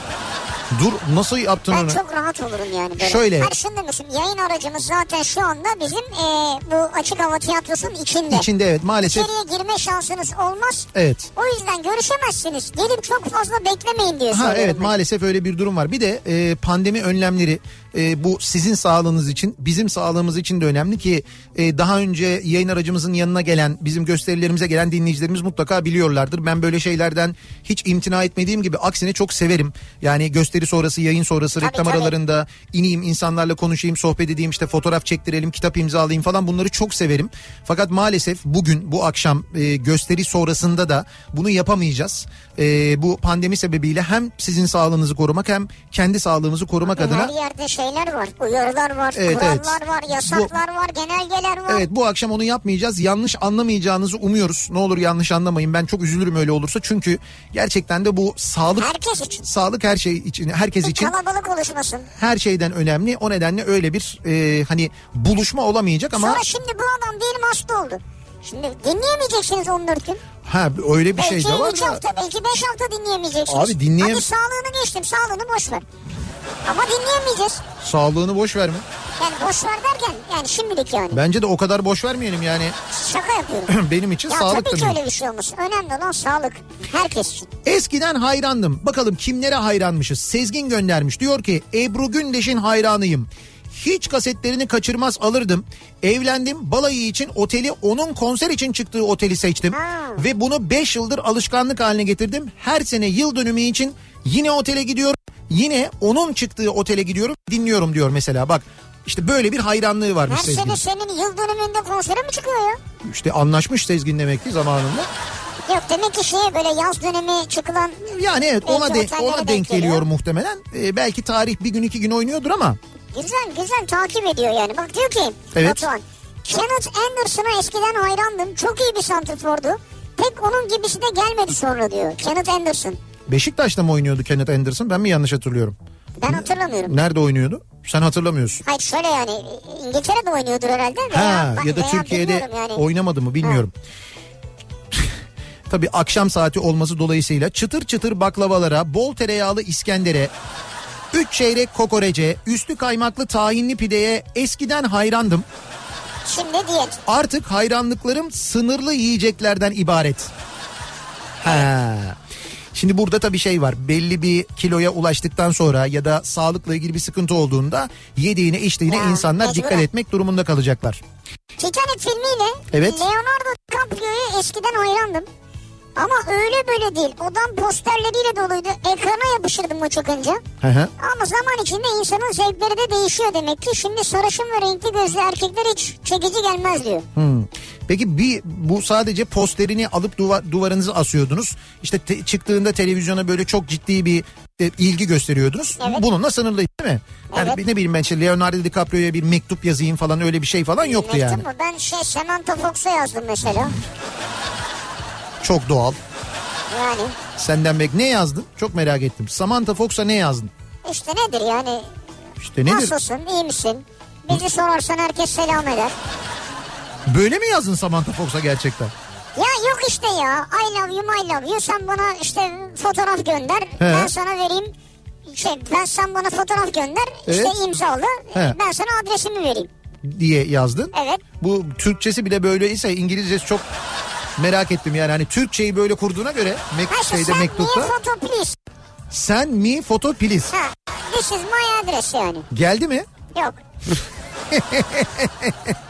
[SPEAKER 1] Dur, nasıl yaptın
[SPEAKER 2] ben
[SPEAKER 1] onu?
[SPEAKER 2] Ben çok rahat olurum yani böyle.
[SPEAKER 1] Şöyle.
[SPEAKER 2] Her şimdi mesela yayın aracımız zaten şu anda bizim e, bu açık hava tiyatrosunun içinde.
[SPEAKER 1] İçinde evet maalesef.
[SPEAKER 2] İçeriye girme şansınız olmaz.
[SPEAKER 1] Evet.
[SPEAKER 2] O yüzden görüşemezsiniz. Gelip çok fazla beklemeyin diye
[SPEAKER 1] ha, evet
[SPEAKER 2] ben.
[SPEAKER 1] Maalesef öyle bir durum var. Bir de e, pandemi önlemleri e, bu sizin sağlığınız için, bizim sağlığımız için de önemli ki e, daha önce yayın aracımızın yanına gelen, bizim gösterilerimize gelen dinleyicilerimiz mutlaka biliyorlardır. Ben böyle şeylerden hiç imtina etmediğim gibi aksine çok severim. Yani gösteri sonrası, yayın sonrası, tabii, reklam tabii. aralarında ineyim, insanlarla konuşayım, sohbet edeyim, işte fotoğraf çektirelim, kitap imzalayayım falan, bunları çok severim. Fakat maalesef bugün bu akşam e, gösteri sonrasında da bunu yapamayacağız. E, bu pandemi sebebiyle hem sizin sağlığınızı korumak hem kendi sağlığımızı korumak
[SPEAKER 2] Abi
[SPEAKER 1] adına.
[SPEAKER 2] Her yerde şeyler var, uyarılar var, evet, kurallar evet. var, yasaklar bu, var, genelgeler var.
[SPEAKER 1] Evet, bu akşam onu yapmayacağız. Yanlış anlamayacağınızı umuyoruz. Ne olur yanlış anlamayın. Ben çok üzülürüm öyle olursa. Çünkü gerçekten de bu sağlık.
[SPEAKER 2] Herkes için.
[SPEAKER 1] Sağlık her şey için, herkes
[SPEAKER 2] bir
[SPEAKER 1] için.
[SPEAKER 2] Kalabalık oluşmasın.
[SPEAKER 1] Her şeyden önemli. O nedenle öyle bir e, hani buluşma olamayacak ama.
[SPEAKER 2] Sonra şimdi bu adam diyelim hasta oldu. Şimdi dinleyemeyeceksiniz on dört gün.
[SPEAKER 1] Ha öyle bir
[SPEAKER 2] belki
[SPEAKER 1] şey de var
[SPEAKER 2] üç
[SPEAKER 1] da.
[SPEAKER 2] hafta, belki beş hafta dinleyemeyeceksiniz.
[SPEAKER 1] Abi dinleyem...
[SPEAKER 2] Hadi sağlığını geçtim, sağlığını boş ver. Ama dinleyemeyeceğiz.
[SPEAKER 1] Sağlığını boş verme.
[SPEAKER 2] Yani boş ver derken yani şimdilik yani.
[SPEAKER 1] Bence de o kadar boş vermeyelim yani.
[SPEAKER 2] Şaka yapıyorum.
[SPEAKER 1] Benim için
[SPEAKER 2] ya
[SPEAKER 1] sağlık
[SPEAKER 2] tabii ki
[SPEAKER 1] tabii.
[SPEAKER 2] öyle bir şey olmuş. Önemli olan sağlık. Herkes için.
[SPEAKER 1] Eskiden hayrandım. Bakalım kimlere hayranmışız. Sezgin göndermiş. Diyor ki Ebru Gündeş'in hayranıyım. Hiç kasetlerini kaçırmaz alırdım. Evlendim, balayı için oteli, onun konser için çıktığı oteli seçtim.
[SPEAKER 2] Ha.
[SPEAKER 1] Ve bunu beş yıldır alışkanlık haline getirdim. Her sene yıl dönümü için yine otele gidiyorum. Yine onun çıktığı otele gidiyorum, dinliyorum diyor mesela. Bak işte böyle bir hayranlığı varmış
[SPEAKER 2] Her
[SPEAKER 1] Sezgin.
[SPEAKER 2] Her sene senin yıl dönümünde konsere mi çıkıyor ya?
[SPEAKER 1] İşte anlaşmış Sezgin demek ki zamanında.
[SPEAKER 2] Yok demek ki şeye böyle yaz dönemi çıkılan...
[SPEAKER 1] Yani evet ona, de, ona denk, denk geliyor,
[SPEAKER 2] geliyor
[SPEAKER 1] muhtemelen. Ee, belki tarih bir gün iki gün oynuyordur ama...
[SPEAKER 2] Güzel güzel takip ediyor yani. Bak diyor ki
[SPEAKER 1] evet.
[SPEAKER 2] Batuhan, Kenneth Anderson'a eskiden hayrandım. Çok iyi bir santrfordu. Pek onun gibisi de gelmedi sonra diyor. Kenneth Anderson.
[SPEAKER 1] Beşiktaş'ta mı oynuyordu Kenneth Anderson? Ben mi yanlış hatırlıyorum?
[SPEAKER 2] Ben hatırlamıyorum.
[SPEAKER 1] Nerede oynuyordu? Sen hatırlamıyorsun.
[SPEAKER 2] Hayır şöyle yani İngiltere'de oynuyordur herhalde.
[SPEAKER 1] Ha,
[SPEAKER 2] veya,
[SPEAKER 1] ya da
[SPEAKER 2] veya
[SPEAKER 1] Türkiye'de
[SPEAKER 2] yani.
[SPEAKER 1] oynamadı mı bilmiyorum. Tabii akşam saati olması dolayısıyla çıtır çıtır baklavalara, bol tereyağlı İskender'e, üç çeyrek kokorece, üstü kaymaklı tahinli pideye eskiden hayrandım.
[SPEAKER 2] Şimdi diyet.
[SPEAKER 1] Artık hayranlıklarım sınırlı yiyeceklerden ibaret. Ha. Şimdi burada tabii şey var, belli bir kiloya ulaştıktan sonra ya da sağlıkla ilgili bir sıkıntı olduğunda yediğine içtiğine ya, insanlar mecburen dikkat etmek durumunda kalacaklar.
[SPEAKER 2] Titanic filmiyle evet. Leonardo DiCaprio'ya eskiden hayrandım. Ama öyle böyle değil. Odam posterleriyle doluydu. Ekrana yapışırdım o çıkınca.
[SPEAKER 1] Hı hı.
[SPEAKER 2] Ama zaman içinde insanın zevkleri de değişiyor demek ki. Şimdi sarışın ve renkli gözlü erkekler hiç çekici gelmez diyor.
[SPEAKER 1] Hmm. Peki bir bu sadece posterini alıp duvar, duvarınızı asıyordunuz. İşte te, çıktığında televizyona böyle çok ciddi bir e, ilgi gösteriyordunuz. Evet. Bununla sınırlıydı değil mi? Yani evet. Ne bileyim ben işte Leonardo DiCaprio'ya bir mektup yazayım falan öyle bir şey falan yoktu
[SPEAKER 2] mektup
[SPEAKER 1] yani.
[SPEAKER 2] Mu? Ben şey Samantha Fox'a yazdım mesela.
[SPEAKER 1] Çok doğal.
[SPEAKER 2] Yani.
[SPEAKER 1] Senden bek ne yazdın? Çok merak ettim. Samantha Fox'a ne yazdın?
[SPEAKER 2] İşte nedir yani?
[SPEAKER 1] İşte nedir?
[SPEAKER 2] Nasılsın? İyi misin? Bizi sorarsan herkes selam eder.
[SPEAKER 1] Böyle mi yazdın Samantha Fox'a gerçekten?
[SPEAKER 2] Ya yok işte ya. I love you, my love you. Sen bana işte fotoğraf gönder. He. Ben sana vereyim. Şey, ben sen bana fotoğraf gönder. Evet. İşte imzalı. He. Ben sana adresimi vereyim.
[SPEAKER 1] Diye yazdın.
[SPEAKER 2] Evet.
[SPEAKER 1] Bu Türkçesi bile böyleyse İngilizcesi çok merak ettim yani. Hani Türkçeyi böyle kurduğuna göre mek- şeyde
[SPEAKER 2] sen
[SPEAKER 1] mektupta.
[SPEAKER 2] Sen me photo please.
[SPEAKER 1] Sen me photo please.
[SPEAKER 2] Ha, this is my address yani.
[SPEAKER 1] Geldi mi?
[SPEAKER 2] Yok.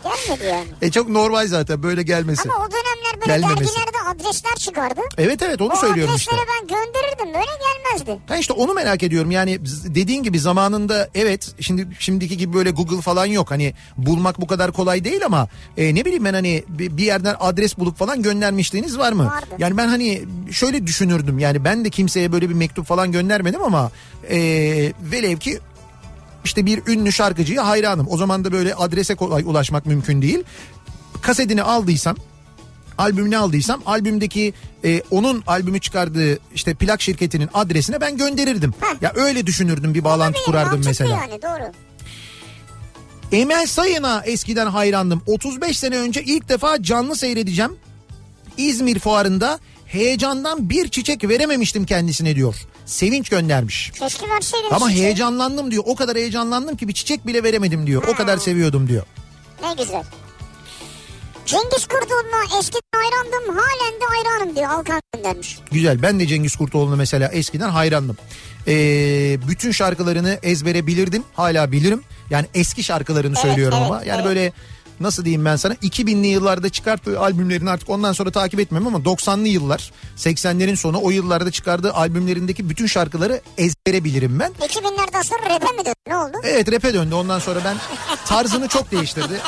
[SPEAKER 2] Gelmedi yani.
[SPEAKER 1] E çok normal zaten böyle gelmesi.
[SPEAKER 2] Ama o dönemler böyle
[SPEAKER 1] Gelmemesi.
[SPEAKER 2] dergilerde adresler çıkardı.
[SPEAKER 1] Evet evet onu
[SPEAKER 2] o
[SPEAKER 1] söylüyorum işte.
[SPEAKER 2] O adreslere ben gönderirdim, böyle gelmezdi.
[SPEAKER 1] Ben işte onu merak ediyorum yani dediğin gibi zamanında evet şimdi şimdiki gibi böyle Google falan yok. Hani bulmak bu kadar kolay değil ama e, ne bileyim ben hani bir yerden adres bulup falan göndermişliğiniz var mı?
[SPEAKER 2] Vardı.
[SPEAKER 1] Yani ben hani şöyle düşünürdüm yani ben de kimseye böyle bir mektup falan göndermedim ama e, velev ki işte bir ünlü şarkıcıya hayranım. O zaman da böyle adrese kolay ulaşmak mümkün değil. Kasetini aldıysam, albümünü aldıysam albümdeki e, onun albümü çıkardığı işte plak şirketinin adresine ben gönderirdim. Heh. Ya öyle düşünürdüm, bir bağlantı olabilir, kurardım mesela.
[SPEAKER 2] Yani, doğru.
[SPEAKER 1] Emel Sayın'a eskiden hayrandım. otuz beş sene önce ilk defa canlı seyredeceğim. İzmir fuarında heyecandan bir çiçek verememiştim kendisine diyor. Sevinç göndermiş.
[SPEAKER 2] Keşke verseydin.
[SPEAKER 1] Ama
[SPEAKER 2] çiçek.
[SPEAKER 1] heyecanlandım diyor. O kadar heyecanlandım ki bir çiçek bile veremedim diyor. Ha. O kadar seviyordum diyor.
[SPEAKER 2] Ne güzel. Cengiz Kurtoğlu'na eskiden hayrandım, halen de hayranım diyor. Alkan göndermiş.
[SPEAKER 1] Güzel, ben de Cengiz Kurtoğlu'na mesela eskiden hayrandım. Ee, bütün şarkılarını ezbere bilirdim. Hala bilirim. Yani eski şarkılarını evet, söylüyorum evet, ama. Yani evet. Böyle nasıl diyeyim ben sana, iki binli yıllarda çıkarttığı albümlerini artık ondan sonra takip etmem ama doksanlı yıllar, seksenlerin sonu o yıllarda çıkardığı albümlerindeki bütün şarkıları ezbere bilirim ben.
[SPEAKER 2] iki binlerden sonra rap'e mi döndü? Ne oldu?
[SPEAKER 1] Evet, rap'e döndü. Ondan sonra ben tarzını çok değiştirdi.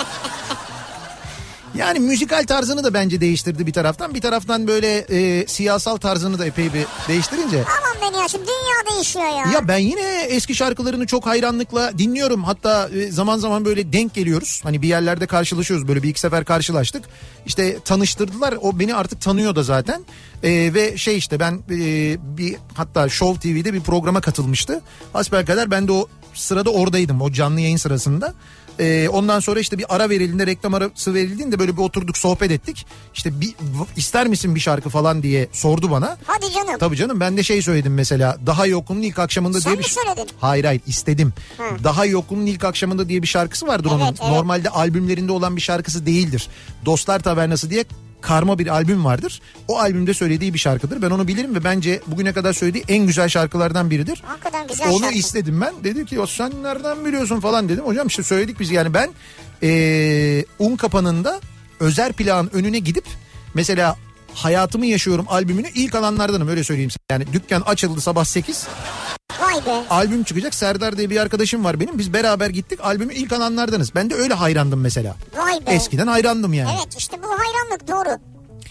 [SPEAKER 1] Yani müzikal tarzını da bence değiştirdi bir taraftan. Bir taraftan böyle e, siyasal tarzını da epey bir değiştirince.
[SPEAKER 2] Aman beni ya, şimdi dünya değişiyor ya.
[SPEAKER 1] Ya ben yine eski şarkılarını çok hayranlıkla dinliyorum. Hatta e, zaman zaman böyle denk geliyoruz. Hani bir yerlerde karşılaşıyoruz, böyle bir iki sefer karşılaştık. İşte tanıştırdılar, o beni artık tanıyor da zaten. E, ve şey işte ben e, bir hatta Show T V'de bir programa katılmıştı. Hasbelkader ben de o sırada oradaydım, o canlı yayın sırasında. Ee, ondan sonra işte bir ara verildiğinde, reklam arası verildiğinde böyle bir oturduk, sohbet ettik. İşte bir, ister misin bir şarkı falan diye sordu bana.
[SPEAKER 2] Hadi canım.
[SPEAKER 1] Tabii canım, ben de şey söyledim mesela, Daha İyi Okul'un ilk akşamında
[SPEAKER 2] Sen
[SPEAKER 1] diye bir...
[SPEAKER 2] Sen mi söyledin?
[SPEAKER 1] Hayır hayır, istedim.
[SPEAKER 2] Hı.
[SPEAKER 1] Daha İyi Okul'un ilk akşamında diye bir şarkısı vardır
[SPEAKER 2] evet,
[SPEAKER 1] onun.
[SPEAKER 2] Evet.
[SPEAKER 1] Normalde albümlerinde olan bir şarkısı değildir. Dostlar Tavernası diye karma bir albüm vardır. O albümde söylediği bir şarkıdır. Ben onu bilirim ve bence bugüne kadar söylediği en güzel şarkılardan biridir.
[SPEAKER 2] Hakikaten güzel
[SPEAKER 1] onu
[SPEAKER 2] şarkı.
[SPEAKER 1] istedim ben. Dedi ki sen nereden biliyorsun falan dedim. Hocam işte söyledik biz, yani ben ee, Un Kapanı'nda Özer Plak'ın önüne gidip mesela Hayatımı Yaşıyorum albümünü ilk alanlardanım, öyle söyleyeyim size. Yani dükkan açıldı sabah sekiz.
[SPEAKER 2] Vay be.
[SPEAKER 1] Albüm çıkacak. Serdar diye bir arkadaşım var benim. Biz beraber gittik, albümü ilk alanlardanız. Ben de öyle hayrandım mesela.
[SPEAKER 2] Vay be.
[SPEAKER 1] Eskiden hayrandım yani.
[SPEAKER 2] Evet, işte bu hayranlık, doğru.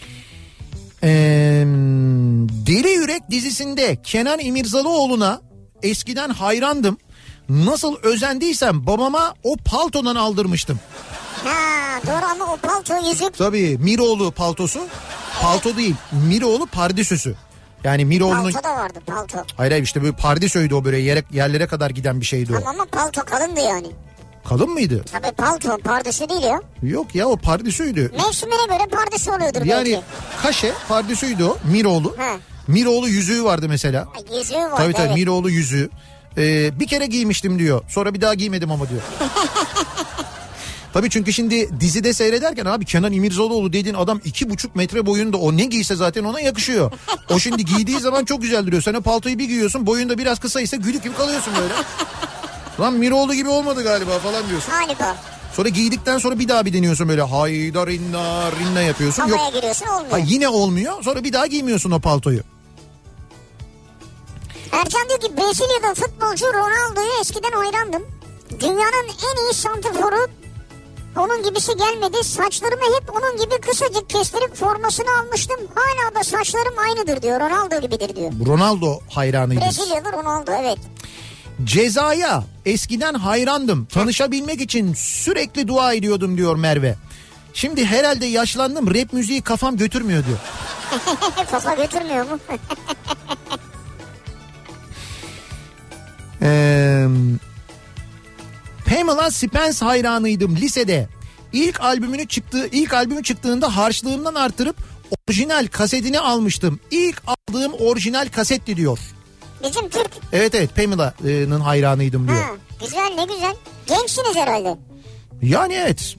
[SPEAKER 1] Ee, Deli Yürek dizisinde Kenan İmirzalıoğlu'na eskiden hayrandım. Nasıl özendiysem babama o paltodan aldırmıştım.
[SPEAKER 2] Ha doğru, ama o palto yüzük.
[SPEAKER 1] Tabii Miroğlu paltosu. Palto değil, Miroğlu pardesüsü. Yani Miroğlu'nun...
[SPEAKER 2] Palto da vardı, palto.
[SPEAKER 1] Hayır hayır, işte böyle pardesöydü o, böyle yere, yerlere kadar giden bir şeydi o.
[SPEAKER 2] Ama, ama palto kalındı yani.
[SPEAKER 1] Kalın mıydı?
[SPEAKER 2] Tabii palto, pardesü değil ya.
[SPEAKER 1] Yok ya, o pardesüydü.
[SPEAKER 2] Mevsimine göre pardesü oluyordur
[SPEAKER 1] yani, belki. Yani kaşe pardesüydü o, Miroğlu. He. Miroğlu yüzüğü vardı mesela.
[SPEAKER 2] Ay, yüzüğü vardı,
[SPEAKER 1] tabii tabii
[SPEAKER 2] evet.
[SPEAKER 1] Miroğlu yüzüğü. Ee, bir kere giymiştim diyor. Sonra bir daha giymedim ama diyor. Tabii çünkü şimdi dizide seyrederken abi Kenan İmirzalıoğlu dediğin adam iki buçuk metre boyunda, o ne giyse zaten ona yakışıyor. O şimdi giydiği zaman çok güzel duruyor. Sen o paltoyu bir giyiyorsun, boyunda biraz kısaysa gülük gibi kalıyorsun böyle. Lan Miroğlu gibi olmadı galiba falan diyorsun.
[SPEAKER 2] Galiba.
[SPEAKER 1] Sonra giydikten sonra bir daha bir deniyorsun böyle, haydar inna rinna yapıyorsun.
[SPEAKER 2] Havaya
[SPEAKER 1] Yok.
[SPEAKER 2] giriyorsun, olmuyor.
[SPEAKER 1] Ha, yine olmuyor, sonra bir daha giymiyorsun o paltoyu.
[SPEAKER 2] Ercan diyor ki Brezilya'da futbolcu Ronaldo'ya eskiden hayrandım. Dünyanın en iyi santrforu, onun gibisi gelmedi. Saçlarımı hep onun gibi kısacık kestirip formasını almıştım. Hala da saçlarım aynıdır diyor. Ronaldo gibidir diyor.
[SPEAKER 1] Ronaldo hayranıydı.
[SPEAKER 2] Brezilyalı Ronaldo, evet.
[SPEAKER 1] Ceza'ya eskiden hayrandım. Tanışabilmek için sürekli dua ediyordum diyor Merve. Şimdi herhalde yaşlandım, rap müziği kafam götürmüyor diyor.
[SPEAKER 2] Kafa götürmüyor mu?
[SPEAKER 1] Eee... Pamela Spence hayranıydım lisede. İlk albümünü çıktığı, ilk albümü çıktığında harçlığımdan artırıp orijinal kasetini almıştım. İlk aldığım orijinal kasetti diyor.
[SPEAKER 2] Bizim Türk.
[SPEAKER 1] Evet evet, Pamela'nın hayranıydım diyor.
[SPEAKER 2] Ha, güzel, ne güzel. Gençsiniz herhalde.
[SPEAKER 1] Yani evet.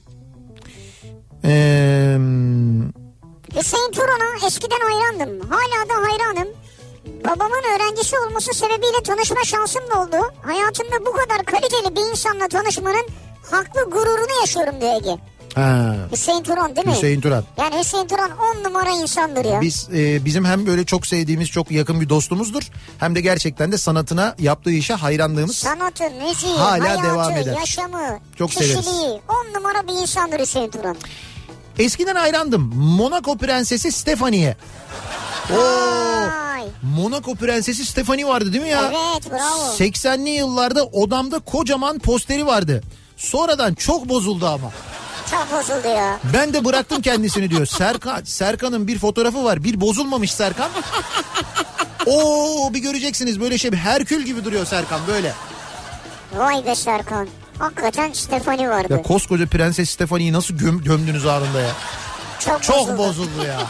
[SPEAKER 1] Ee...
[SPEAKER 2] Hüseyin Turan'a eskiden hayrandım. Hala da hayranım. Babamın öğrencisi olması sebebiyle tanışma şansım da oldu. Hayatımda bu kadar kaliteli bir insanla tanışmanın haklı gururunu yaşıyorum diyor Ege.
[SPEAKER 1] Ha.
[SPEAKER 2] Hüseyin Turan değil mi?
[SPEAKER 1] Hüseyin Turan.
[SPEAKER 2] Yani Hüseyin Turan on numara insandır ya.
[SPEAKER 1] Biz e, bizim hem böyle çok sevdiğimiz, çok yakın bir dostumuzdur, hem de gerçekten de sanatına, yaptığı işe hayranlığımız
[SPEAKER 2] Sanatı, müziği,
[SPEAKER 1] hala
[SPEAKER 2] hayatı,
[SPEAKER 1] devam eder.
[SPEAKER 2] yaşamı,
[SPEAKER 1] Çok
[SPEAKER 2] kişiliği
[SPEAKER 1] severiz.
[SPEAKER 2] on numara bir insandır Hüseyin Turan.
[SPEAKER 1] Eskiden hayrandım Monaco Prensesi Stephanie'ye. Oo,
[SPEAKER 2] Vay.
[SPEAKER 1] Monaco Prensesi Stephanie vardı değil mi ya?
[SPEAKER 2] Evet, bravo.
[SPEAKER 1] seksenli yıllarda odamda kocaman posteri vardı. Sonradan çok bozuldu ama.
[SPEAKER 2] Çok bozuldu ya.
[SPEAKER 1] Ben de bıraktım kendisini diyor. Serkan, Serkan'ın bir fotoğrafı var. Bir bozulmamış Serkan. Oo, bir göreceksiniz böyle şey. Herkül gibi duruyor Serkan böyle.
[SPEAKER 2] Vay be Serkan. Hakikaten Stefani vardı.
[SPEAKER 1] Ya koskoca Prenses Stephanie'yi nasıl göm, gömdünüz ağrında ya?
[SPEAKER 2] Çok,
[SPEAKER 1] Çok
[SPEAKER 2] bozuldu.
[SPEAKER 1] bozuldu ya.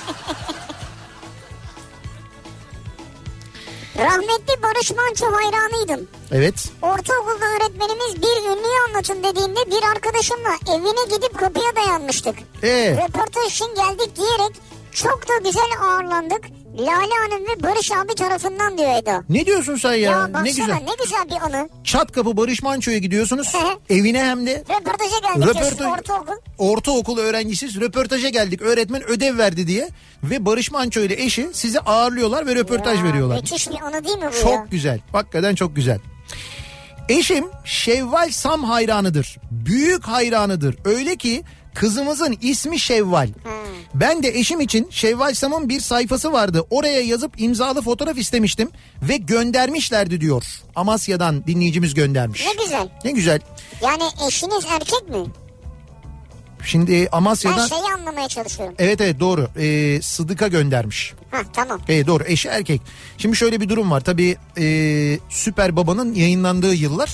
[SPEAKER 2] Rahmetli Barış Manço hayranıydım.
[SPEAKER 1] Evet.
[SPEAKER 2] Ortaokulda öğretmenimiz bir ünlüyü anlatın dediğinde bir arkadaşımla evine gidip kapıya dayanmıştık.
[SPEAKER 1] Ee?
[SPEAKER 2] Röportaj için geldik diyerek çok da güzel ağırlandık. Lale Hanım ve Barış abi tarafından diyor Eda.
[SPEAKER 1] Ne diyorsun sen ya?
[SPEAKER 2] Ya baksana
[SPEAKER 1] ne güzel.
[SPEAKER 2] ne güzel bir anı.
[SPEAKER 1] Çat kapı Barış Manço'ya gidiyorsunuz. evine hem de.
[SPEAKER 2] Röportaja geldik.
[SPEAKER 1] Röportaj,
[SPEAKER 2] ortaokul.
[SPEAKER 1] Ortaokul öğrencisiz röportaja geldik. Öğretmen ödev verdi diye. Ve Barış Manço ile eşi sizi ağırlıyorlar ve röportaj
[SPEAKER 2] Ya,
[SPEAKER 1] veriyorlar.
[SPEAKER 2] Müthiş bir anı değil mi bu
[SPEAKER 1] Çok
[SPEAKER 2] ya?
[SPEAKER 1] güzel. Hakikaten çok güzel. Eşim Şevval Sam hayranıdır. Büyük hayranıdır. Öyle ki kızımızın ismi Şevval. Hmm. Ben de eşim için Şevval Sam'ın bir sayfası vardı. Oraya yazıp imzalı fotoğraf istemiştim ve göndermişlerdi diyor. Amasya'dan dinleyicimiz göndermiş.
[SPEAKER 2] Ne güzel.
[SPEAKER 1] Ne güzel.
[SPEAKER 2] Yani eşiniz erkek mi?
[SPEAKER 1] Şimdi Amasya'dan...
[SPEAKER 2] Ben şeyi anlamaya çalışıyorum.
[SPEAKER 1] Evet evet doğru. Ee, Sıdık'a göndermiş.
[SPEAKER 2] Hah tamam.
[SPEAKER 1] Evet doğru, eşi erkek. Şimdi şöyle bir durum var. Tabii ee, Süper Baba'nın yayınlandığı yıllar.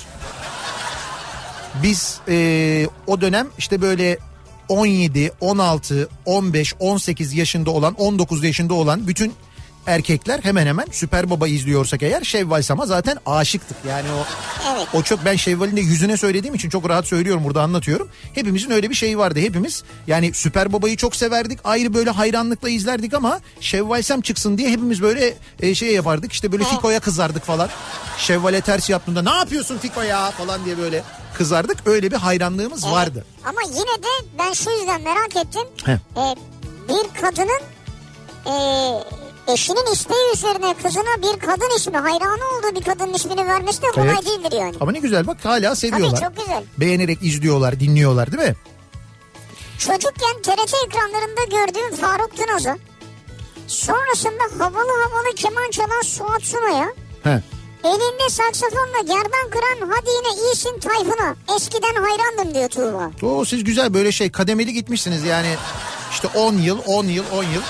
[SPEAKER 1] Biz ee, o dönem işte böyle on yedi, on altı, on beş, on sekiz yaşında olan, on dokuz yaşında olan bütün erkekler hemen hemen Süper Baba izliyorsak eğer Şevval Sam'a zaten aşıktık. Yani o
[SPEAKER 2] evet.
[SPEAKER 1] o çok, ben Şevval'in de yüzüne söylediğim için çok rahat söylüyorum, burada anlatıyorum. Hepimizin öyle bir şeyi vardı. Hepimiz yani Süper Baba'yı çok severdik. Ayrı böyle hayranlıkla izlerdik ama Şevval Sam çıksın diye hepimiz böyle e, şey yapardık. İşte böyle Fiko'ya kızardık falan. Şevval'e ters yaptığında ne yapıyorsun Fiko ya falan diye böyle kızardık. Öyle bir hayranlığımız
[SPEAKER 2] evet.
[SPEAKER 1] vardı.
[SPEAKER 2] Ama yine de ben şu yüzden merak ettim. Ee, bir kadının e, eşinin isteği üzerine kızına bir kadın ismi, hayranı olduğu bir kadının ismini vermesi de kolay
[SPEAKER 1] Evet.
[SPEAKER 2] değildir yani.
[SPEAKER 1] Ama ne güzel bak, hala seviyorlar.
[SPEAKER 2] Tabii çok güzel.
[SPEAKER 1] Beğenerek izliyorlar, dinliyorlar değil mi?
[SPEAKER 2] Çocukken T R T ekranlarında gördüğüm Faruk Tınaz'ı, sonrasında havalı havalı keman çalan Suat Sunay'a,
[SPEAKER 1] He.
[SPEAKER 2] elinde saksafonla gerdan kıran hadi yine iyisin Tayfun'a eskiden hayrandım diyor Tuğba.
[SPEAKER 1] Oo, siz güzel böyle şey kademeli gitmişsiniz yani işte on yıl on yıl on yıl.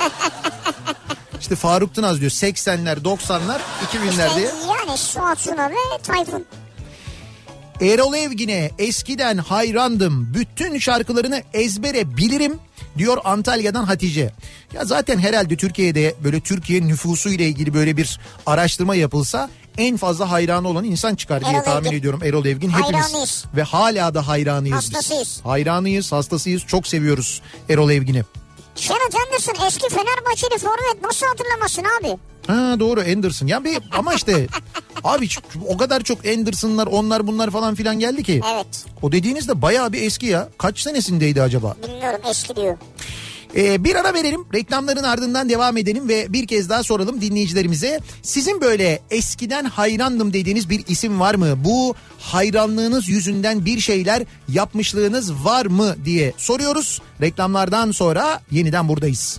[SPEAKER 1] İşte Faruk Tınaz diyor seksenler doksanlar iki binler
[SPEAKER 2] İşte
[SPEAKER 1] diye.
[SPEAKER 2] yani Suat Suna ve Tayfun.
[SPEAKER 1] Erol Evgin'e eskiden hayrandım, bütün şarkılarını ezbere bilirim diyor Antalya'dan Hatice. Ya zaten herhalde Türkiye'de böyle Türkiye nüfusu ile ilgili böyle bir araştırma yapılsa en fazla hayranı olan insan çıkar diye
[SPEAKER 2] Erol
[SPEAKER 1] tahmin
[SPEAKER 2] Evgin.
[SPEAKER 1] ediyorum. Erol Evgin hepimiz.
[SPEAKER 2] Hayranıyız.
[SPEAKER 1] Ve hala da hayranıyız
[SPEAKER 2] Hastasıyız.
[SPEAKER 1] biz. Hayranıyız, hastasıyız, çok seviyoruz Erol Evgin'i.
[SPEAKER 2] Shannon Anderson eski Fenerbahçeli forvet, nasıl hatırlamasın abi?
[SPEAKER 1] Ha doğru, Anderson. Ya bir ama işte abi o kadar çok Anderson'lar onlar bunlar falan filan geldi ki.
[SPEAKER 2] Evet.
[SPEAKER 1] O dediğiniz de bayağı bir eski ya. Kaç senesindeydi acaba?
[SPEAKER 2] Bilmiyorum, eski diyor.
[SPEAKER 1] Ee, bir ara verelim, reklamların ardından devam edelim ve bir kez daha soralım dinleyicilerimize. Sizin böyle eskiden hayrandım dediğiniz bir isim var mı? Bu hayranlığınız yüzünden bir şeyler yapmışlığınız var mı diye soruyoruz. Reklamlardan sonra yeniden buradayız.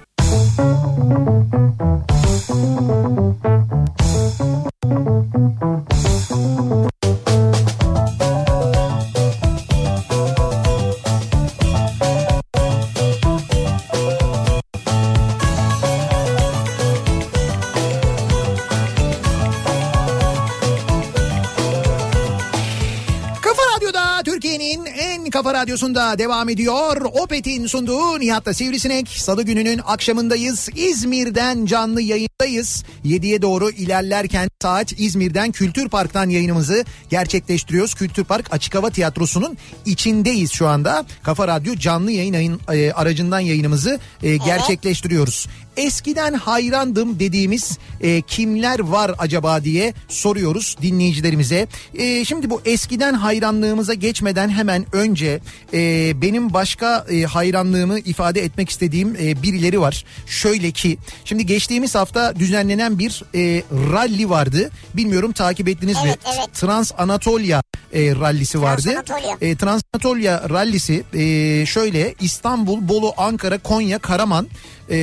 [SPEAKER 1] Kafa Radyosu'nda devam ediyor. Opet'in sunduğu Nihat'la Sivrisinek. Salı gününün akşamındayız. İzmir'den canlı yayındayız. altıdayız. yediye doğru ilerlerken saat İzmir'den Kültür Park'tan yayınımızı gerçekleştiriyoruz. Kültür Park Açık Hava Tiyatrosu'nun içindeyiz şu anda. Kafa Radyo canlı yayın, yayın e, aracından yayınımızı e, gerçekleştiriyoruz. Eskiden hayrandım dediğimiz e, kimler var acaba diye soruyoruz dinleyicilerimize. E, şimdi bu eskiden hayranlığımıza geçmeden hemen önce e, benim başka e, hayranlığımı ifade etmek istediğim e, birileri var. Şöyle ki şimdi geçtiğimiz hafta düzenlenen bir e, rally vardı. Bilmiyorum takip ettiniz
[SPEAKER 2] evet,
[SPEAKER 1] mi?
[SPEAKER 2] Evet.
[SPEAKER 1] Trans Anatolia e, rallisi vardı.
[SPEAKER 2] Transanatolia.
[SPEAKER 1] E, Transanatolia rallisi e, şöyle İstanbul, Bolu, Ankara, Konya, Karaman e,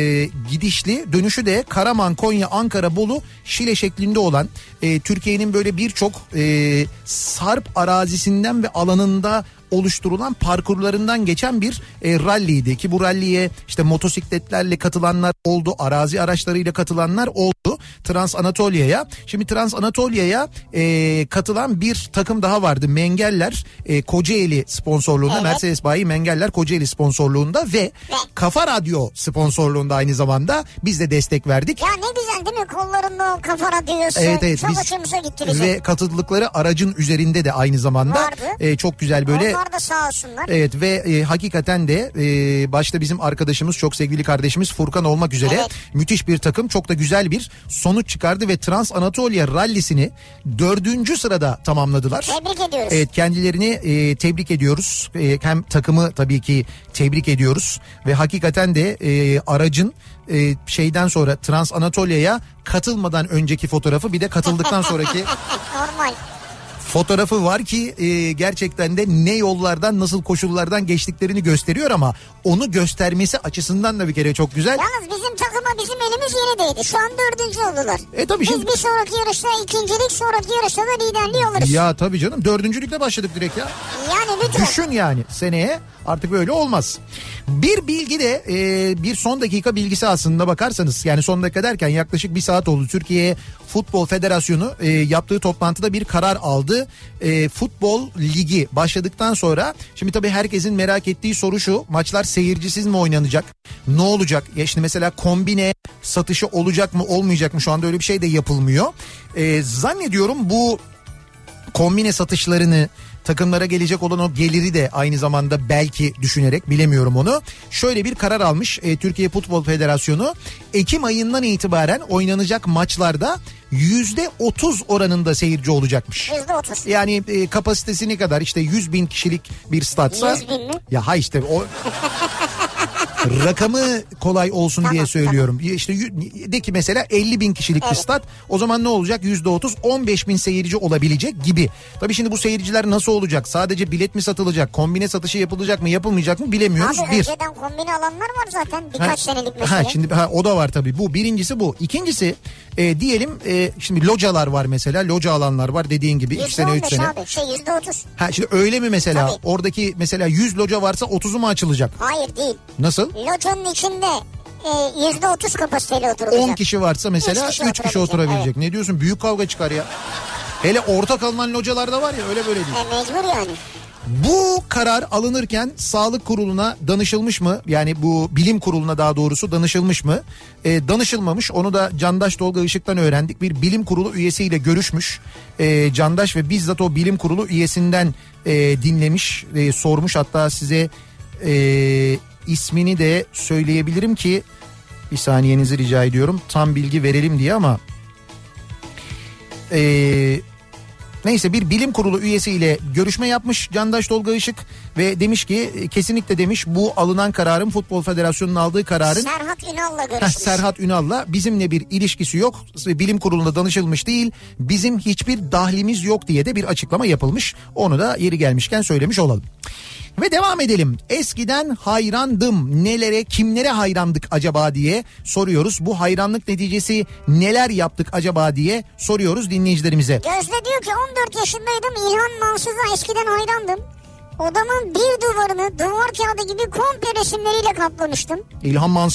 [SPEAKER 1] gidişli, dönüşü de Karaman, Konya, Ankara, Bolu, Şile şeklinde olan e, Türkiye'nin böyle birçok e, sarp arazisinden ve alanında oluşturulan parkurlarından geçen bir e, ralliydi ki bu ralliye işte motosikletlerle katılanlar oldu, arazi araçlarıyla katılanlar oldu Trans Anatolia'ya. Şimdi Trans Anatolia'ya e, katılan bir takım daha vardı. Mengeller e, Kocaeli sponsorluğunda, evet. Mercedes bayi Mengeller Kocaeli sponsorluğunda ve Kafa Radyo sponsorluğunda aynı zamanda biz de destek verdik.
[SPEAKER 2] Ya ne güzel değil mi? Kollarında o Kafa Radyosu.
[SPEAKER 1] Evet, evet,
[SPEAKER 2] çok
[SPEAKER 1] biz,
[SPEAKER 2] hoşumuza gitti bizim.
[SPEAKER 1] Ve katıldıkları aracın üzerinde de aynı zamanda e, çok güzel böyle.
[SPEAKER 2] Onlar da sağ olsunlar.
[SPEAKER 1] Evet ve e, hakikaten de e, başta bizim arkadaşımız, çok sevgili kardeşimiz Furkan olmak üzere evet. müthiş bir takım, çok da güzel bir sonuç çıkardı ve Trans Anatolia rallisini dördüncü sırada tamamladılar.
[SPEAKER 2] Tebrik ediyoruz.
[SPEAKER 1] Evet, kendilerini e, tebrik ediyoruz. E, hem takımı tabii ki tebrik ediyoruz ve hakikaten de e, aracın e, şeyden sonra Trans Anatolia'ya katılmadan önceki fotoğrafı, bir de katıldıktan sonraki
[SPEAKER 2] normal
[SPEAKER 1] fotoğrafı var ki e, gerçekten de ne yollardan, nasıl koşullardan geçtiklerini gösteriyor ama onu göstermesi açısından da bir kere çok güzel.
[SPEAKER 2] Yalnız bizim takıma bizim elimiz yeni değdi. Şu an dördüncü oldular.
[SPEAKER 1] E tabii
[SPEAKER 2] Biz
[SPEAKER 1] şimdi...
[SPEAKER 2] bir sonraki yarışta ikincilik, sonraki yarışta da liderliği alırız.
[SPEAKER 1] Ya tabii canım, dördüncülükle başladık direkt ya.
[SPEAKER 2] Yani lütfen.
[SPEAKER 1] Düşün yani seneye artık böyle olmaz. Bir bilgi de e, bir son dakika bilgisi aslında bakarsanız, yani son dakika derken yaklaşık bir saat oldu. Türkiye Futbol Federasyonu e, yaptığı toplantıda bir karar aldı. E, futbol ligi başladıktan sonra şimdi tabii herkesin merak ettiği soru şu: maçlar seyircisiz mi oynanacak? Ne olacak? Ya şimdi mesela kombine satışı olacak mı, olmayacak mı? Şu anda öyle bir şey de yapılmıyor. E, zannediyorum bu kombine satışlarını, takımlara gelecek olan o geliri de aynı zamanda belki düşünerek, bilemiyorum onu, şöyle bir karar almış e, Türkiye Futbol Federasyonu. Ekim ayından itibaren oynanacak maçlarda yüzde otuz oranında seyirci olacakmış.
[SPEAKER 2] Yüzde otuz.
[SPEAKER 1] Yani e, kapasitesi ne kadar, işte yüz bin kişilik bir statsa.
[SPEAKER 2] Yüz bin mi?
[SPEAKER 1] Ya ha işte o... rakamı kolay olsun tamam, diye söylüyorum. Tamam. İşte de ki mesela elli bin kişilik evet. bir stat, o zaman ne olacak? yüzde otuz, on beş bin seyirci olabilecek gibi. Tabii şimdi bu seyirciler nasıl olacak? Sadece bilet mi satılacak? Kombine satışı yapılacak mı, yapılmayacak mı bilemiyoruz.
[SPEAKER 2] Abi
[SPEAKER 1] bir.
[SPEAKER 2] önceden kombine alanlar var zaten birkaç ha, senelik mesela.
[SPEAKER 1] Ha, şimdi ha, o da var tabii. Bu birincisi bu. İkincisi e, diyelim e, şimdi localar var mesela. Loca alanlar var dediğin gibi. iki sene üç sene.
[SPEAKER 2] Abi şey yüzde otuz.
[SPEAKER 1] Ha şimdi öyle mi mesela?
[SPEAKER 2] Tabii.
[SPEAKER 1] Oradaki mesela yüz loca varsa otuzu mu açılacak?
[SPEAKER 2] Hayır değil.
[SPEAKER 1] Nasıl?
[SPEAKER 2] Locanın içinde yüzde otuz kapasiteyle oturacak.
[SPEAKER 1] on kişi varsa mesela üç kişi, üç kişi oturabilecek. Evet. Ne diyorsun? Büyük kavga çıkar ya. Hele ortak alınan localarda var ya, öyle böyle değil.
[SPEAKER 2] E mecbur yani.
[SPEAKER 1] Bu karar alınırken Sağlık Kurulu'na danışılmış mı? Yani bu bilim kuruluna daha doğrusu danışılmış mı? E, danışılmamış. Onu da Candaş Tolga Işık'tan öğrendik. Bir bilim kurulu üyesiyle görüşmüş. E, Candaş ve bizzat o bilim kurulu üyesinden e, dinlemiş, e, sormuş. Hatta size e, ismini de söyleyebilirim ki bir saniyenizi rica ediyorum. Tam bilgi verelim diye ama... Eee... Neyse, bir bilim kurulu üyesiyle görüşme yapmış Candaş Tolga Işık ve demiş ki kesinlikle demiş bu alınan kararın, Futbol Federasyonu'nun aldığı kararın
[SPEAKER 2] Serhat Ünal'la görüşmüş.
[SPEAKER 1] Heh, Serhat Ünal'la bizimle bir ilişkisi yok, bilim kuruluna danışılmış değil, bizim hiçbir dahlimiz yok diye de bir açıklama yapılmış. Onu da yeri gelmişken söylemiş olalım. Ve devam edelim. Eskiden hayrandım. Nelere, kimlere hayrandık acaba diye soruyoruz. Bu hayranlık neticesi neler yaptık acaba diye soruyoruz dinleyicilerimize.
[SPEAKER 2] Gözde diyor ki on dört yaşındaydım. İlhan Mansız'a eskiden hayrandım. Odamın bir duvarını duvar kağıdı gibi komple resimleriyle kaplamıştım.
[SPEAKER 1] İlhan Mansız.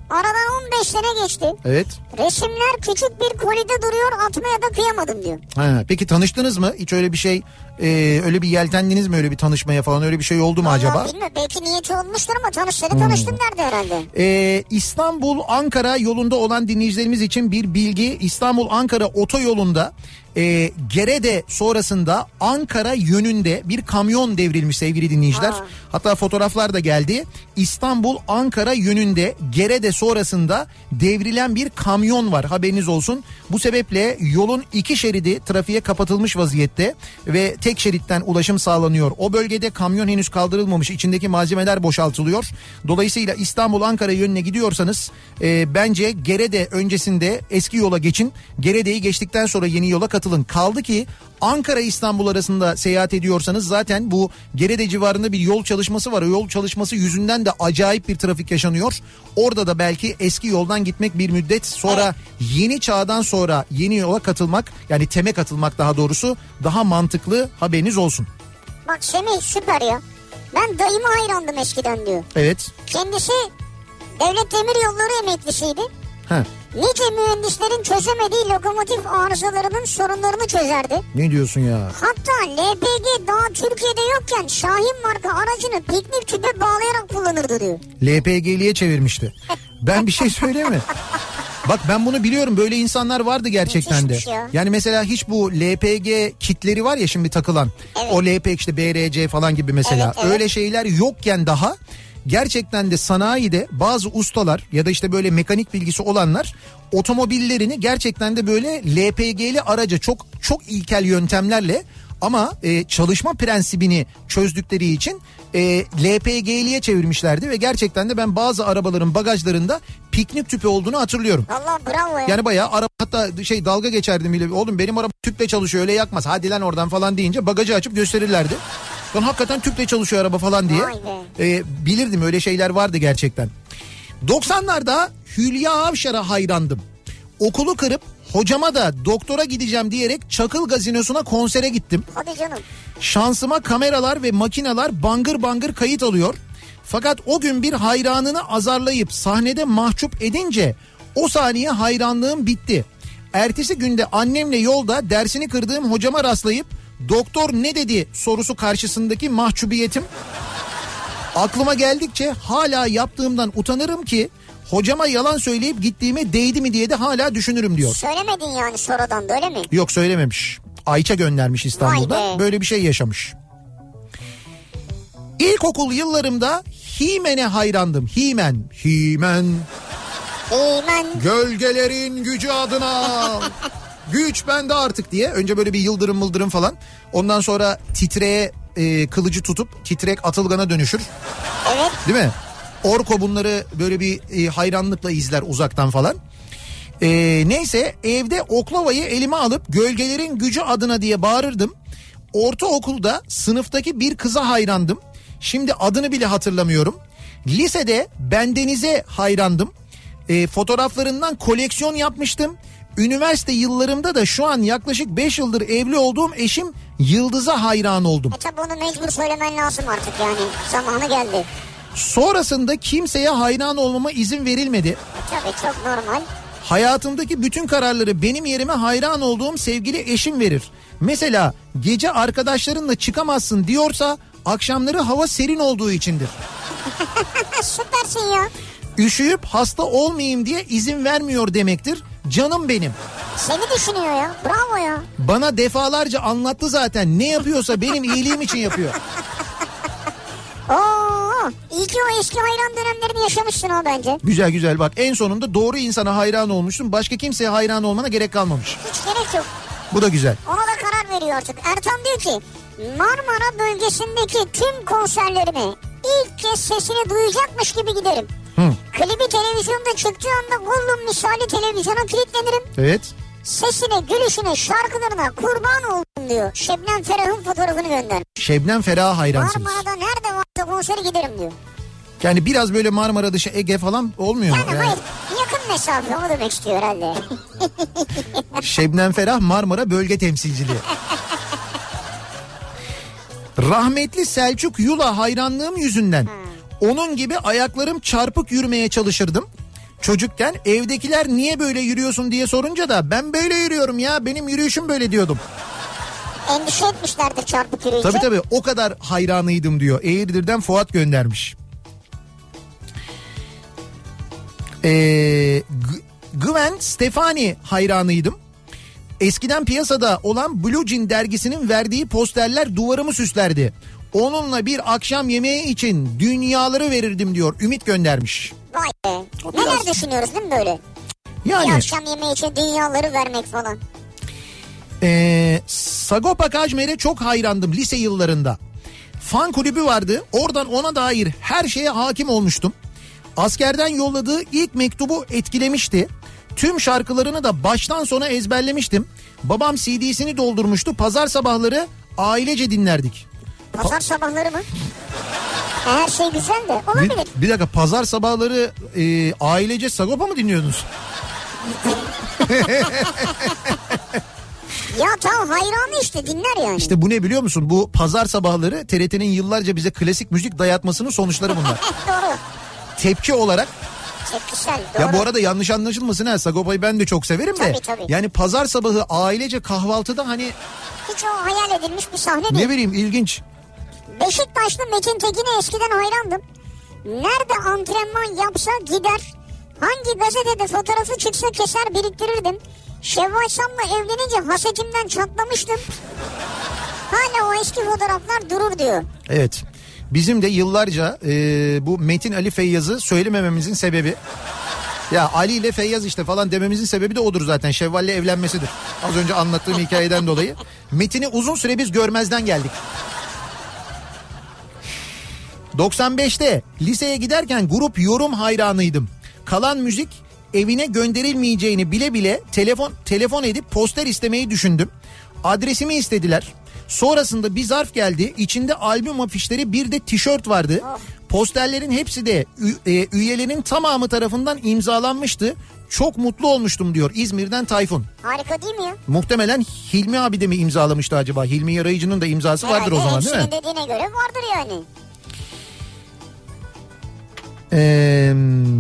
[SPEAKER 2] Aradan on beş sene geçti.
[SPEAKER 1] Evet.
[SPEAKER 2] Resimler küçük bir kolide duruyor, atmaya da kıyamadım diyor.
[SPEAKER 1] Ha, peki tanıştınız mı? Hiç öyle bir şey, e, öyle bir yeltendiniz mi öyle bir tanışmaya falan, öyle bir şey oldu mu
[SPEAKER 2] Vallahi
[SPEAKER 1] acaba?
[SPEAKER 2] Bilmiyorum, belki niyeti olmuştur ama tanışsaydı hmm. tanıştım derdi herhalde.
[SPEAKER 1] Ee, İstanbul-Ankara yolunda olan dinleyicilerimiz için bir bilgi. İstanbul-Ankara otoyolunda e, Gerede sonrasında Ankara yönünde bir kamyon devrilmiş sevgili dinleyiciler. Ha. Hatta fotoğraflar da geldi. İstanbul-Ankara yönünde Gerede sonrasında devrilen bir kamyon var, haberiniz olsun. Bu sebeple yolun iki şeridi trafiğe kapatılmış vaziyette ve tek şeritten ulaşım sağlanıyor. O bölgede kamyon henüz kaldırılmamış, içindeki malzemeler boşaltılıyor. Dolayısıyla İstanbul-Ankara yönüne gidiyorsanız e, bence Gerede öncesinde eski yola geçin. Gerede'yi geçtikten sonra yeni yola katılın. Kaldı ki Ankara-İstanbul arasında seyahat ediyorsanız zaten bu Gerede civarında bir yol çalışması var. O yol çalışması yüzünden de acayip bir trafik yaşanıyor. Orada da belki eski yoldan gitmek bir müddet, sonra yeni çağdan sonra yeni yola katılmak, yani TEM'e katılmak daha doğrusu, daha mantıklı, haberiniz olsun.
[SPEAKER 2] Bak Semih süper ya. Ben dayıma hayrandım eskiden diyor.
[SPEAKER 1] Evet.
[SPEAKER 2] Kendisi Devlet Demiryolları emeklisiydi.
[SPEAKER 1] Heh.
[SPEAKER 2] Nice mühendislerin çözemediği lokomotif arızalarının sorunlarını çözerdi.
[SPEAKER 1] Ne diyorsun ya?
[SPEAKER 2] Hatta L P G daha Türkiye'de yokken Şahin marka aracını piknik tüpe bağlayarak kullanırdı diyor.
[SPEAKER 1] L P G'liye çevirmişti. Ben bir şey söyleyeyim mi? Bak ben bunu biliyorum, böyle insanlar vardı gerçekten de.
[SPEAKER 2] Ya.
[SPEAKER 1] Yani mesela hiç bu L P G kitleri var ya şimdi takılan. Evet. O L P G işte B R C falan gibi mesela. Evet, evet. Öyle şeyler yokken daha gerçekten de sanayide bazı ustalar ya da işte böyle mekanik bilgisi olanlar otomobillerini gerçekten de böyle L P G'li araca çok çok ilkel yöntemlerle ama e, çalışma prensibini çözdükleri için e, L P G'liye çevirmişlerdi ve gerçekten de ben bazı arabaların bagajlarında piknik tüpü olduğunu hatırlıyorum.
[SPEAKER 2] Allah bravo ya.
[SPEAKER 1] Yani bayağı araba, hatta şey dalga geçerdim bile, oğlum benim araba tüple çalışıyor öyle yakmaz, hadi lan oradan falan deyince bagajı açıp gösterirlerdi. Ben hakikaten tüple çalışıyor araba falan diye e, bilirdim, öyle şeyler vardı gerçekten. doksanlarda Hülya Avşar'a hayrandım. Okulu kırıp hocama da doktora gideceğim diyerek Çakıl Gazinosu'na konsere gittim.
[SPEAKER 2] Hadi canım.
[SPEAKER 1] Şansıma kameralar ve makineler bangır bangır kayıt alıyor. Fakat o gün bir hayranını azarlayıp sahnede mahcup edince o saniye hayranlığım bitti. Ertesi günde annemle yolda dersini kırdığım hocama rastlayıp doktor ne dedi sorusu karşısındaki mahcubiyetim aklıma geldikçe hala yaptığımdan utanırım ki hocama yalan söyleyip gittiğime değdi mi diye de hala düşünürüm diyor.
[SPEAKER 2] Söylemedin yani sonradan da, öyle mi?
[SPEAKER 1] Yok söylememiş. Ayça göndermiş İstanbul'da. Böyle bir şey yaşamış. İlkokul yıllarımda He-Man'e hayrandım. He-Man. He-Man.
[SPEAKER 2] He-Man.
[SPEAKER 1] Gölgelerin gücü adına. Güç bende artık diye. Önce böyle bir yıldırım mıldırım falan. Ondan sonra titreye e, kılıcı tutup titrek Atılgan'a dönüşür.
[SPEAKER 2] Evet.
[SPEAKER 1] Değil mi? Orko bunları böyle bir e, hayranlıkla izler uzaktan falan. E, neyse evde oklavayı elime alıp gölgelerin gücü adına diye bağırırdım. Ortaokulda sınıftaki bir kıza hayrandım. Şimdi adını bile hatırlamıyorum. Lisede Bendenize hayrandım. E, fotoğraflarından koleksiyon yapmıştım. Üniversite yıllarımda da şu an yaklaşık beş yıldır evli olduğum eşim Yıldız'a hayran oldum.
[SPEAKER 2] E tabi onu mecbur söylemen lazım artık, yani zamanı geldi.
[SPEAKER 1] Sonrasında kimseye hayran olmama izin verilmedi.
[SPEAKER 2] E tabii çok normal.
[SPEAKER 1] Hayatımdaki bütün kararları benim yerime hayran olduğum sevgili eşim verir. Mesela gece arkadaşlarınla çıkamazsın diyorsa akşamları hava serin olduğu içindir.
[SPEAKER 2] Süpersin ya.
[SPEAKER 1] Üşüyüp hasta olmayayım diye izin vermiyor demektir. Canım benim.
[SPEAKER 2] Seni düşünüyor ya. Bravo ya.
[SPEAKER 1] Bana defalarca anlattı zaten. Ne yapıyorsa benim iyiliğim için yapıyor.
[SPEAKER 2] Oo, iyi ki o eski hayran dönemlerini yaşamışsın o bence.
[SPEAKER 1] Güzel güzel, bak en sonunda doğru insana hayran olmuşsun. Başka kimseye hayran olmana gerek kalmamış.
[SPEAKER 2] Hiç gerek yok.
[SPEAKER 1] Bu da güzel.
[SPEAKER 2] Ona da karar veriyor artık. Ertan diyor ki Marmara bölgesindeki tüm konserlerime ilk kez sesini duyacakmış gibi giderim.
[SPEAKER 1] Hı.
[SPEAKER 2] Klibi televizyonda çıktığı anda Gollum misali televizyona kilitlenirim.
[SPEAKER 1] Evet.
[SPEAKER 2] Sesine, gülüşüne, şarkılarına kurban oldum diyor. Şebnem Ferah'ın fotoğrafını gönder.
[SPEAKER 1] Şebnem Ferah'a hayransınız.
[SPEAKER 2] Marmara'da nerede varsa konsere giderim diyor.
[SPEAKER 1] Yani biraz böyle Marmara dışı Ege falan olmuyor mu?
[SPEAKER 2] Yani, yani hayır, yakın mesafe, onu demek istiyor herhalde.
[SPEAKER 1] Şebnem Ferah Marmara bölge temsilciliği. Rahmetli Selçuk Yula hayranlığım yüzünden hmm. onun gibi ayaklarım çarpık yürümeye çalışırdım. Çocukken evdekiler niye böyle yürüyorsun diye sorunca da ben böyle yürüyorum ya, benim yürüyüşüm böyle diyordum.
[SPEAKER 2] Endişe etmişlerdir çarpık yürüyünce.
[SPEAKER 1] Tabii tabii, o kadar hayranıydım diyor. Eğirdir'den Fuat göndermiş. Ee, Gwen Stefani hayranıydım. Eskiden piyasada olan Blue Jean dergisinin verdiği posterler duvarımı süslerdi. Onunla bir akşam yemeği için dünyaları verirdim diyor. Ümit göndermiş.
[SPEAKER 2] Vay be.
[SPEAKER 1] O
[SPEAKER 2] Neler
[SPEAKER 1] biraz...
[SPEAKER 2] düşünüyoruz değil mi böyle?
[SPEAKER 1] Yani.
[SPEAKER 2] Bir akşam yemeği için dünyaları vermek falan.
[SPEAKER 1] Ee, Sagopa Kajmer'e çok hayrandım lise yıllarında. Fan kulübü vardı. Oradan ona dair her şeye hakim olmuştum. Askerden yolladığı ilk mektubu etkilemişti. Tüm şarkılarını da baştan sona ezberlemiştim. Babam C D'sini doldurmuştu. Pazar sabahları ailece dinlerdik.
[SPEAKER 2] Pazar sabahları mı? Her şey güzel de olabilir.
[SPEAKER 1] Bir, bir dakika, pazar sabahları e, ailece Sagopa mı dinliyordunuz?
[SPEAKER 2] Ya tamam, hayranı işte, dinler yani.
[SPEAKER 1] İşte bu ne biliyor musun? Bu pazar sabahları T R T'nin yıllarca bize klasik müzik dayatmasının sonuçları bunlar.
[SPEAKER 2] Doğru.
[SPEAKER 1] Tepki olarak.
[SPEAKER 2] Tepkisel, doğru.
[SPEAKER 1] Ya bu arada yanlış anlaşılmasın ha, Sagopa'yı ben de çok severim de.
[SPEAKER 2] Tabii, tabii.
[SPEAKER 1] Yani pazar sabahı ailece kahvaltıda hani.
[SPEAKER 2] Hiç o hayal edilmiş bir sahne değil.
[SPEAKER 1] Ne bileyim, ilginç.
[SPEAKER 2] Beşiktaşlı Metin Tekin'e eskiden hayrandım. Nerede antrenman yapsa gider. Hangi gazetede fotoğrafı çıksa keser biriktirirdim. Şevval Sam'la evlenince hasetimden çatlamıştım. Hala o eski fotoğraflar durur diyor.
[SPEAKER 1] Evet. Bizim de yıllarca e, bu Metin Ali Feyyaz'ı söylemememizin sebebi, ya Ali ile Feyyaz işte falan dememizin sebebi de odur zaten. Şevval'le evlenmesidir. Az önce anlattığım hikayeden dolayı. Metin'i uzun süre biz görmezden geldik. doksan beşte liseye giderken grup Yorum hayranıydım. Kalan müzik evine gönderilmeyeceğini bile bile telefon telefon edip poster istemeyi düşündüm. Adresimi istediler. Sonrasında bir zarf geldi. İçinde albüm afişleri, bir de tişört vardı. Posterlerin hepsi de ü- üyelerin tamamı tarafından imzalanmıştı. Çok mutlu olmuştum diyor İzmir'den Tayfun.
[SPEAKER 2] Harika değil mi ya?
[SPEAKER 1] Muhtemelen Hilmi abi de mi imzalamıştı acaba? Hilmi Yarayıcı'nın da imzası
[SPEAKER 2] Herhalde
[SPEAKER 1] vardır o zaman değil mi?
[SPEAKER 2] hepsinin dediğine göre vardır yani.
[SPEAKER 1] Ee,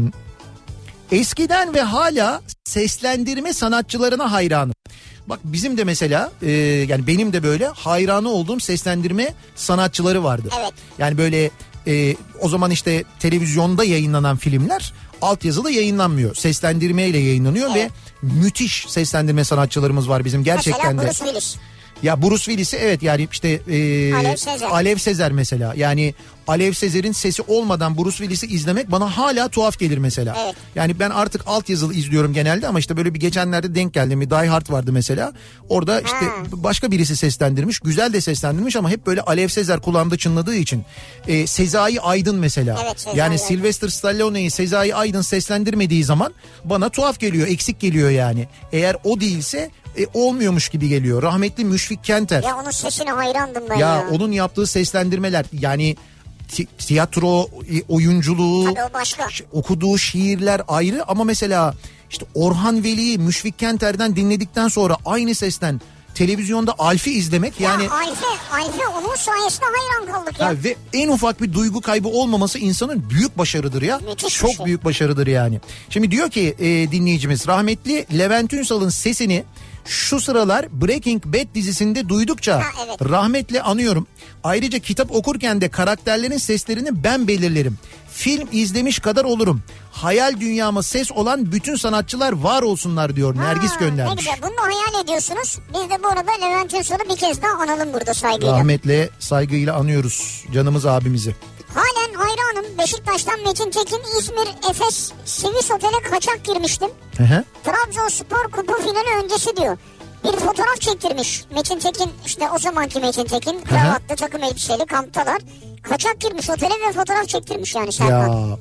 [SPEAKER 1] eskiden ve hala seslendirme sanatçılarına hayranım. Bak bizim de mesela e, yani benim de böyle hayranı olduğum seslendirme sanatçıları vardı.
[SPEAKER 2] Evet.
[SPEAKER 1] Yani böyle e, o zaman işte televizyonda yayınlanan filmler altyazılı yayınlanmıyor. Seslendirmeyle yayınlanıyor, evet. Ve müthiş seslendirme sanatçılarımız var bizim gerçekten.
[SPEAKER 2] Mesela
[SPEAKER 1] de.
[SPEAKER 2] Bruce Willis.
[SPEAKER 1] Ya Bruce Willis'i evet, yani işte e,
[SPEAKER 2] Alev Sezer.
[SPEAKER 1] Alev Sezer mesela, yani Alev Sezer'in sesi olmadan Bruce Willis'i izlemek bana hala tuhaf gelir mesela.
[SPEAKER 2] Evet.
[SPEAKER 1] Yani ben artık altyazılı izliyorum genelde ama işte böyle bir geçenlerde denk geldim. Bir Die Hard vardı mesela. Orada işte ha. başka birisi seslendirmiş. Güzel de seslendirmiş ama hep böyle Alev Sezer kulağımda çınladığı için. E, Sezai Aydın mesela.
[SPEAKER 2] Evet, Sezai
[SPEAKER 1] yani
[SPEAKER 2] Aydın.
[SPEAKER 1] Sylvester Stallone'yi Sezai Aydın seslendirmediği zaman bana tuhaf geliyor, eksik geliyor yani. Eğer o değilse E, olmuyormuş gibi geliyor. Rahmetli Müşfik Kenter.
[SPEAKER 2] Ya onun sesine hayrandım ben
[SPEAKER 1] ya.
[SPEAKER 2] Ya
[SPEAKER 1] onun yaptığı seslendirmeler, yani ti- tiyatro oyunculuğu,
[SPEAKER 2] tabii o başka.
[SPEAKER 1] Okuduğu şiirler ayrı ama mesela işte Orhan Veli'yi Müşfik Kenter'den dinledikten sonra aynı sesten televizyonda Alf'i izlemek, yani
[SPEAKER 2] ya Alf'e, Alf'e onun sayesinde hayran kaldık ya.
[SPEAKER 1] ya ve en ufak bir duygu kaybı olmaması insanın büyük başarıdır ya.
[SPEAKER 2] Müthiş
[SPEAKER 1] Çok
[SPEAKER 2] şey.
[SPEAKER 1] büyük başarıdır yani. Şimdi diyor ki e, dinleyicimiz, rahmetli Levent Ünsal'ın sesini şu sıralar Breaking Bad dizisinde duydukça
[SPEAKER 2] ha, evet.
[SPEAKER 1] rahmetle anıyorum. Ayrıca kitap okurken de karakterlerin seslerini ben belirlerim. Film izlemiş kadar olurum. Hayal dünyama ses olan bütün sanatçılar var olsunlar diyor. Ha, Nergis göndermiş.
[SPEAKER 2] Ne güzel, bunu da hayal ediyorsunuz. Biz de bu arada Levent Ünsal'ı bir kez daha analım burada saygıyla.
[SPEAKER 1] Rahmetle, saygıyla anıyoruz canımız abimizi.
[SPEAKER 2] Halen hayranım. Beşiktaş'tan Metin Tekin, İzmir, Efes, Sivis Otel'e kaçak girmiştim.
[SPEAKER 1] Hı hı.
[SPEAKER 2] Trabzonspor kupa finali öncesi diyor. Bir fotoğraf çektirmiş Metin Tekin, işte o zamanki Metin Tekin, kravatlı takım elbiseli, kamptalar. Kaçak girmiş otele ve fotoğraf çektirmiş yani Serkan.
[SPEAKER 1] Ya.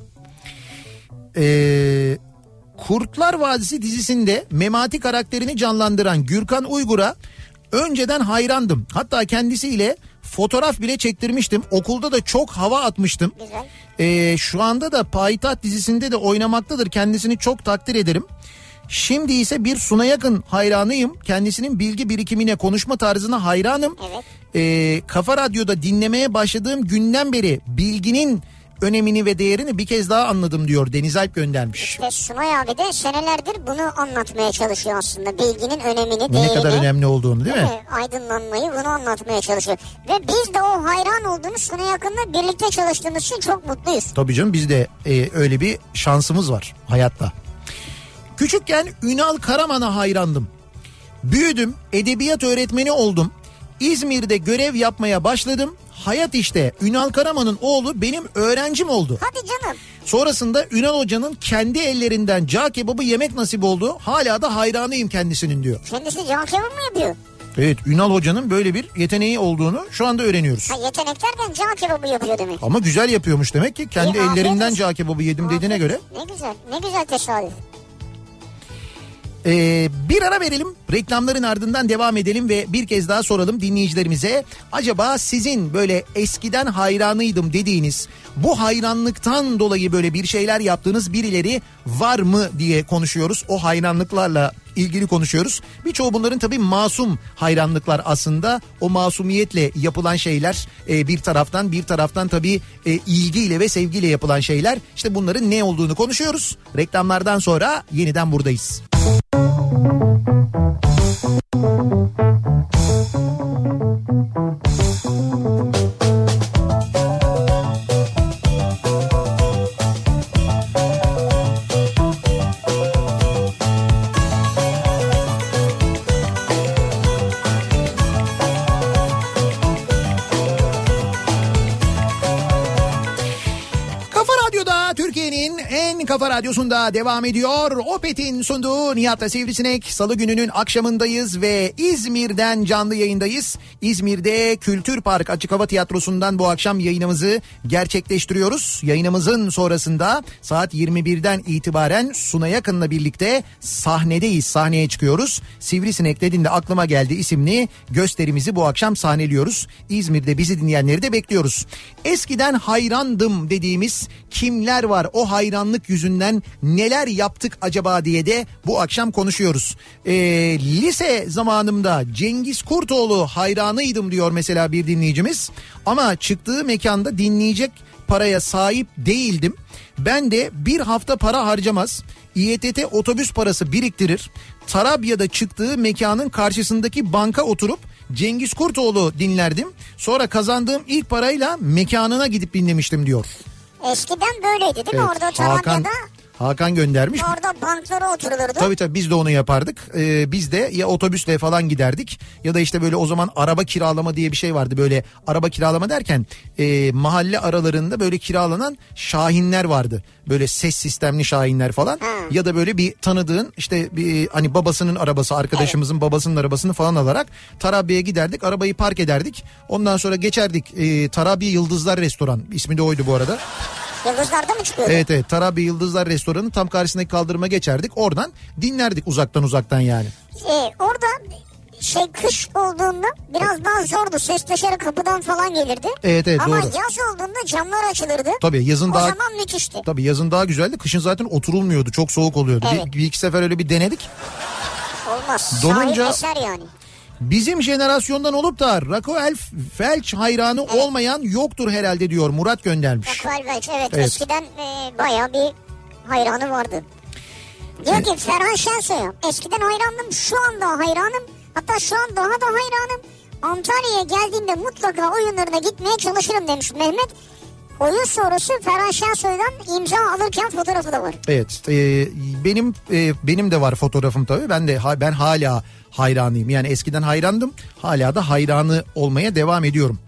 [SPEAKER 1] Ee, Kurtlar Vadisi dizisinde Memati karakterini canlandıran Gürkan Uygur'a önceden hayrandım. Hatta kendisiyle fotoğraf bile çektirmiştim. Okulda da çok hava atmıştım.
[SPEAKER 2] Güzel.
[SPEAKER 1] Ee, şu anda da Payitaht dizisinde de oynamaktadır. Kendisini çok takdir ederim. Şimdi ise bir Suna Yakın hayranıyım. Kendisinin bilgi birikimine, konuşma tarzına hayranım.
[SPEAKER 2] Evet.
[SPEAKER 1] Ee, Kafa Radyo'da dinlemeye başladığım günden beri Bilgi'nin önemini ve değerini bir kez daha anladım diyor. Deniz Alp göndermiş.
[SPEAKER 2] İşte Sunay abi de senelerdir bunu anlatmaya çalışıyor aslında. Bilginin önemini, değerini.
[SPEAKER 1] Ne kadar önemli olduğunu değil, değil mi? mi?
[SPEAKER 2] Aydınlanmayı bunu anlatmaya çalışıyor. Ve biz de o hayran olduğumuz Sunay Akın'la birlikte çalıştığımız için çok mutluyuz.
[SPEAKER 1] Tabii canım, biz de e, öyle bir şansımız var hayatta. Küçükken Ünal Karaman'a hayrandım. Büyüdüm, edebiyat öğretmeni oldum. İzmir'de görev yapmaya başladım. Hayat işte. Ünal Karaman'ın oğlu benim öğrencim oldu.
[SPEAKER 2] Hadi canım.
[SPEAKER 1] Sonrasında Ünal Hoca'nın kendi ellerinden cağ kebabı yemek nasip oldu. Hala da hayranıyım kendisinin diyor.
[SPEAKER 2] Kendisi cağ kebabı mı yapıyor?
[SPEAKER 1] Evet, Ünal Hoca'nın böyle bir yeteneği olduğunu şu anda öğreniyoruz.
[SPEAKER 2] Ha, yetenek derken cağ kebabı yapıyor demek.
[SPEAKER 1] Ama güzel yapıyormuş demek ki. Kendi
[SPEAKER 2] e,
[SPEAKER 1] ellerinden cağ kebabı yedim
[SPEAKER 2] afiyet
[SPEAKER 1] dediğine göre.
[SPEAKER 2] Ne güzel, ne güzel tesadüf.
[SPEAKER 1] Ee, bir ara verelim, reklamların ardından devam edelim ve bir kez daha soralım dinleyicilerimize. Acaba sizin böyle eskiden hayranıydım dediğiniz, bu hayranlıktan dolayı böyle bir şeyler yaptığınız birileri var mı diye konuşuyoruz. O hayranlıklarla ilgili konuşuyoruz. Birçoğu bunların tabii masum hayranlıklar aslında. O masumiyetle yapılan şeyler, e, bir taraftan bir taraftan tabii e, ilgiyle ve sevgiyle yapılan şeyler. İşte bunların ne olduğunu konuşuyoruz. Reklamlardan sonra yeniden buradayız. Kafa Radyosu'nda devam ediyor. Opet'in sunduğu Nihat'la Sivrisinek. Salı gününün akşamındayız ve İzmir'den canlı yayındayız. İzmir'de Kültür Park Açık Hava Tiyatrosu'ndan bu akşam yayınımızı gerçekleştiriyoruz. Yayınımızın sonrasında saat yirmi birden itibaren Sunay Akın'la birlikte sahnedeyiz. Sahneye çıkıyoruz. Sivrisinek dediğinde aklıma geldi isimli gösterimizi bu akşam sahneliyoruz. İzmir'de bizi dinleyenleri de bekliyoruz. Eskiden hayrandım dediğimiz kimler var? O hayranlık yüzünden neler yaptık acaba diye de bu akşam konuşuyoruz. Ee, lise zamanımda Cengiz Kurtoğlu hayranıydım diyor mesela bir dinleyicimiz. Ama çıktığı mekanda dinleyecek paraya sahip değildim. Ben de bir hafta para harcamaz, İ E T T otobüs parası biriktirir, Tarabya'da çıktığı mekanın karşısındaki banka oturup Cengiz Kurtoğlu dinlerdim. Sonra kazandığım ilk parayla mekanına gidip dinlemiştim diyor.
[SPEAKER 2] Eskiden böyleydi değil mi?
[SPEAKER 1] Evet,
[SPEAKER 2] Orada Tarabya'da.
[SPEAKER 1] Hakan göndermiş.
[SPEAKER 2] Orada banklara oturulurdu.
[SPEAKER 1] Tabii tabii biz de onu yapardık. Ee, biz de ya otobüsle falan giderdik ya da işte böyle o zaman araba kiralama diye bir şey vardı. Böyle araba kiralama derken e, mahalle aralarında böyle kiralanan şahinler vardı. Böyle ses sistemli şahinler falan. Hmm. Ya da böyle bir tanıdığın işte bir hani babasının arabası, arkadaşımızın evet. babasının arabasını falan alarak Tarabya'ya giderdik. Arabayı park ederdik. Ondan sonra geçerdik e, Tarabya Yıldızlar Restoran. İsmi de oydu bu arada.
[SPEAKER 2] Yıldızlar'da mı çıkıyordu?
[SPEAKER 1] Evet evet, Tarabya Yıldızlar Restoranı'nın tam karşısındaki kaldırıma geçerdik. Oradan dinlerdik uzaktan uzaktan yani.
[SPEAKER 2] Ee, orada şey kış olduğunda biraz daha zordu. Ses dışarı kapıdan falan gelirdi.
[SPEAKER 1] Evet evet
[SPEAKER 2] Ama
[SPEAKER 1] doğru.
[SPEAKER 2] Ama yaz olduğunda camlar açılırdı.
[SPEAKER 1] Tabii yazın
[SPEAKER 2] o
[SPEAKER 1] daha...
[SPEAKER 2] O zaman müthişti.
[SPEAKER 1] Tabii yazın daha güzeldi. Kışın zaten oturulmuyordu. Çok soğuk oluyordu. Evet. Bir, bir iki sefer öyle bir denedik.
[SPEAKER 2] Olmaz.
[SPEAKER 1] Donunca...
[SPEAKER 2] Şahin eser yani.
[SPEAKER 1] Bizim jenerasyondan olup da Raquel Welch hayranı evet. olmayan yoktur herhalde diyor. Murat göndermiş.
[SPEAKER 2] Raquel Welch evet, evet. Eskiden e, bayağı bir hayranı vardı. Diyor evet. ki Ferhan Şensoy'a eskiden hayrandım, şu anda hayranım. Hatta şu an daha da hayranım. Antalya'ya geldiğimde mutlaka oyunlarına gitmeye çalışırım demiş Mehmet. Oyun sonrası Ferhan Şensoy'dan imza alırken fotoğrafı da var. Evet
[SPEAKER 1] e, benim e, benim de var fotoğrafım tabii. Ben de ben hala hayranıyım. Yani eskiden hayrandım, hala da hayranı olmaya devam ediyorum.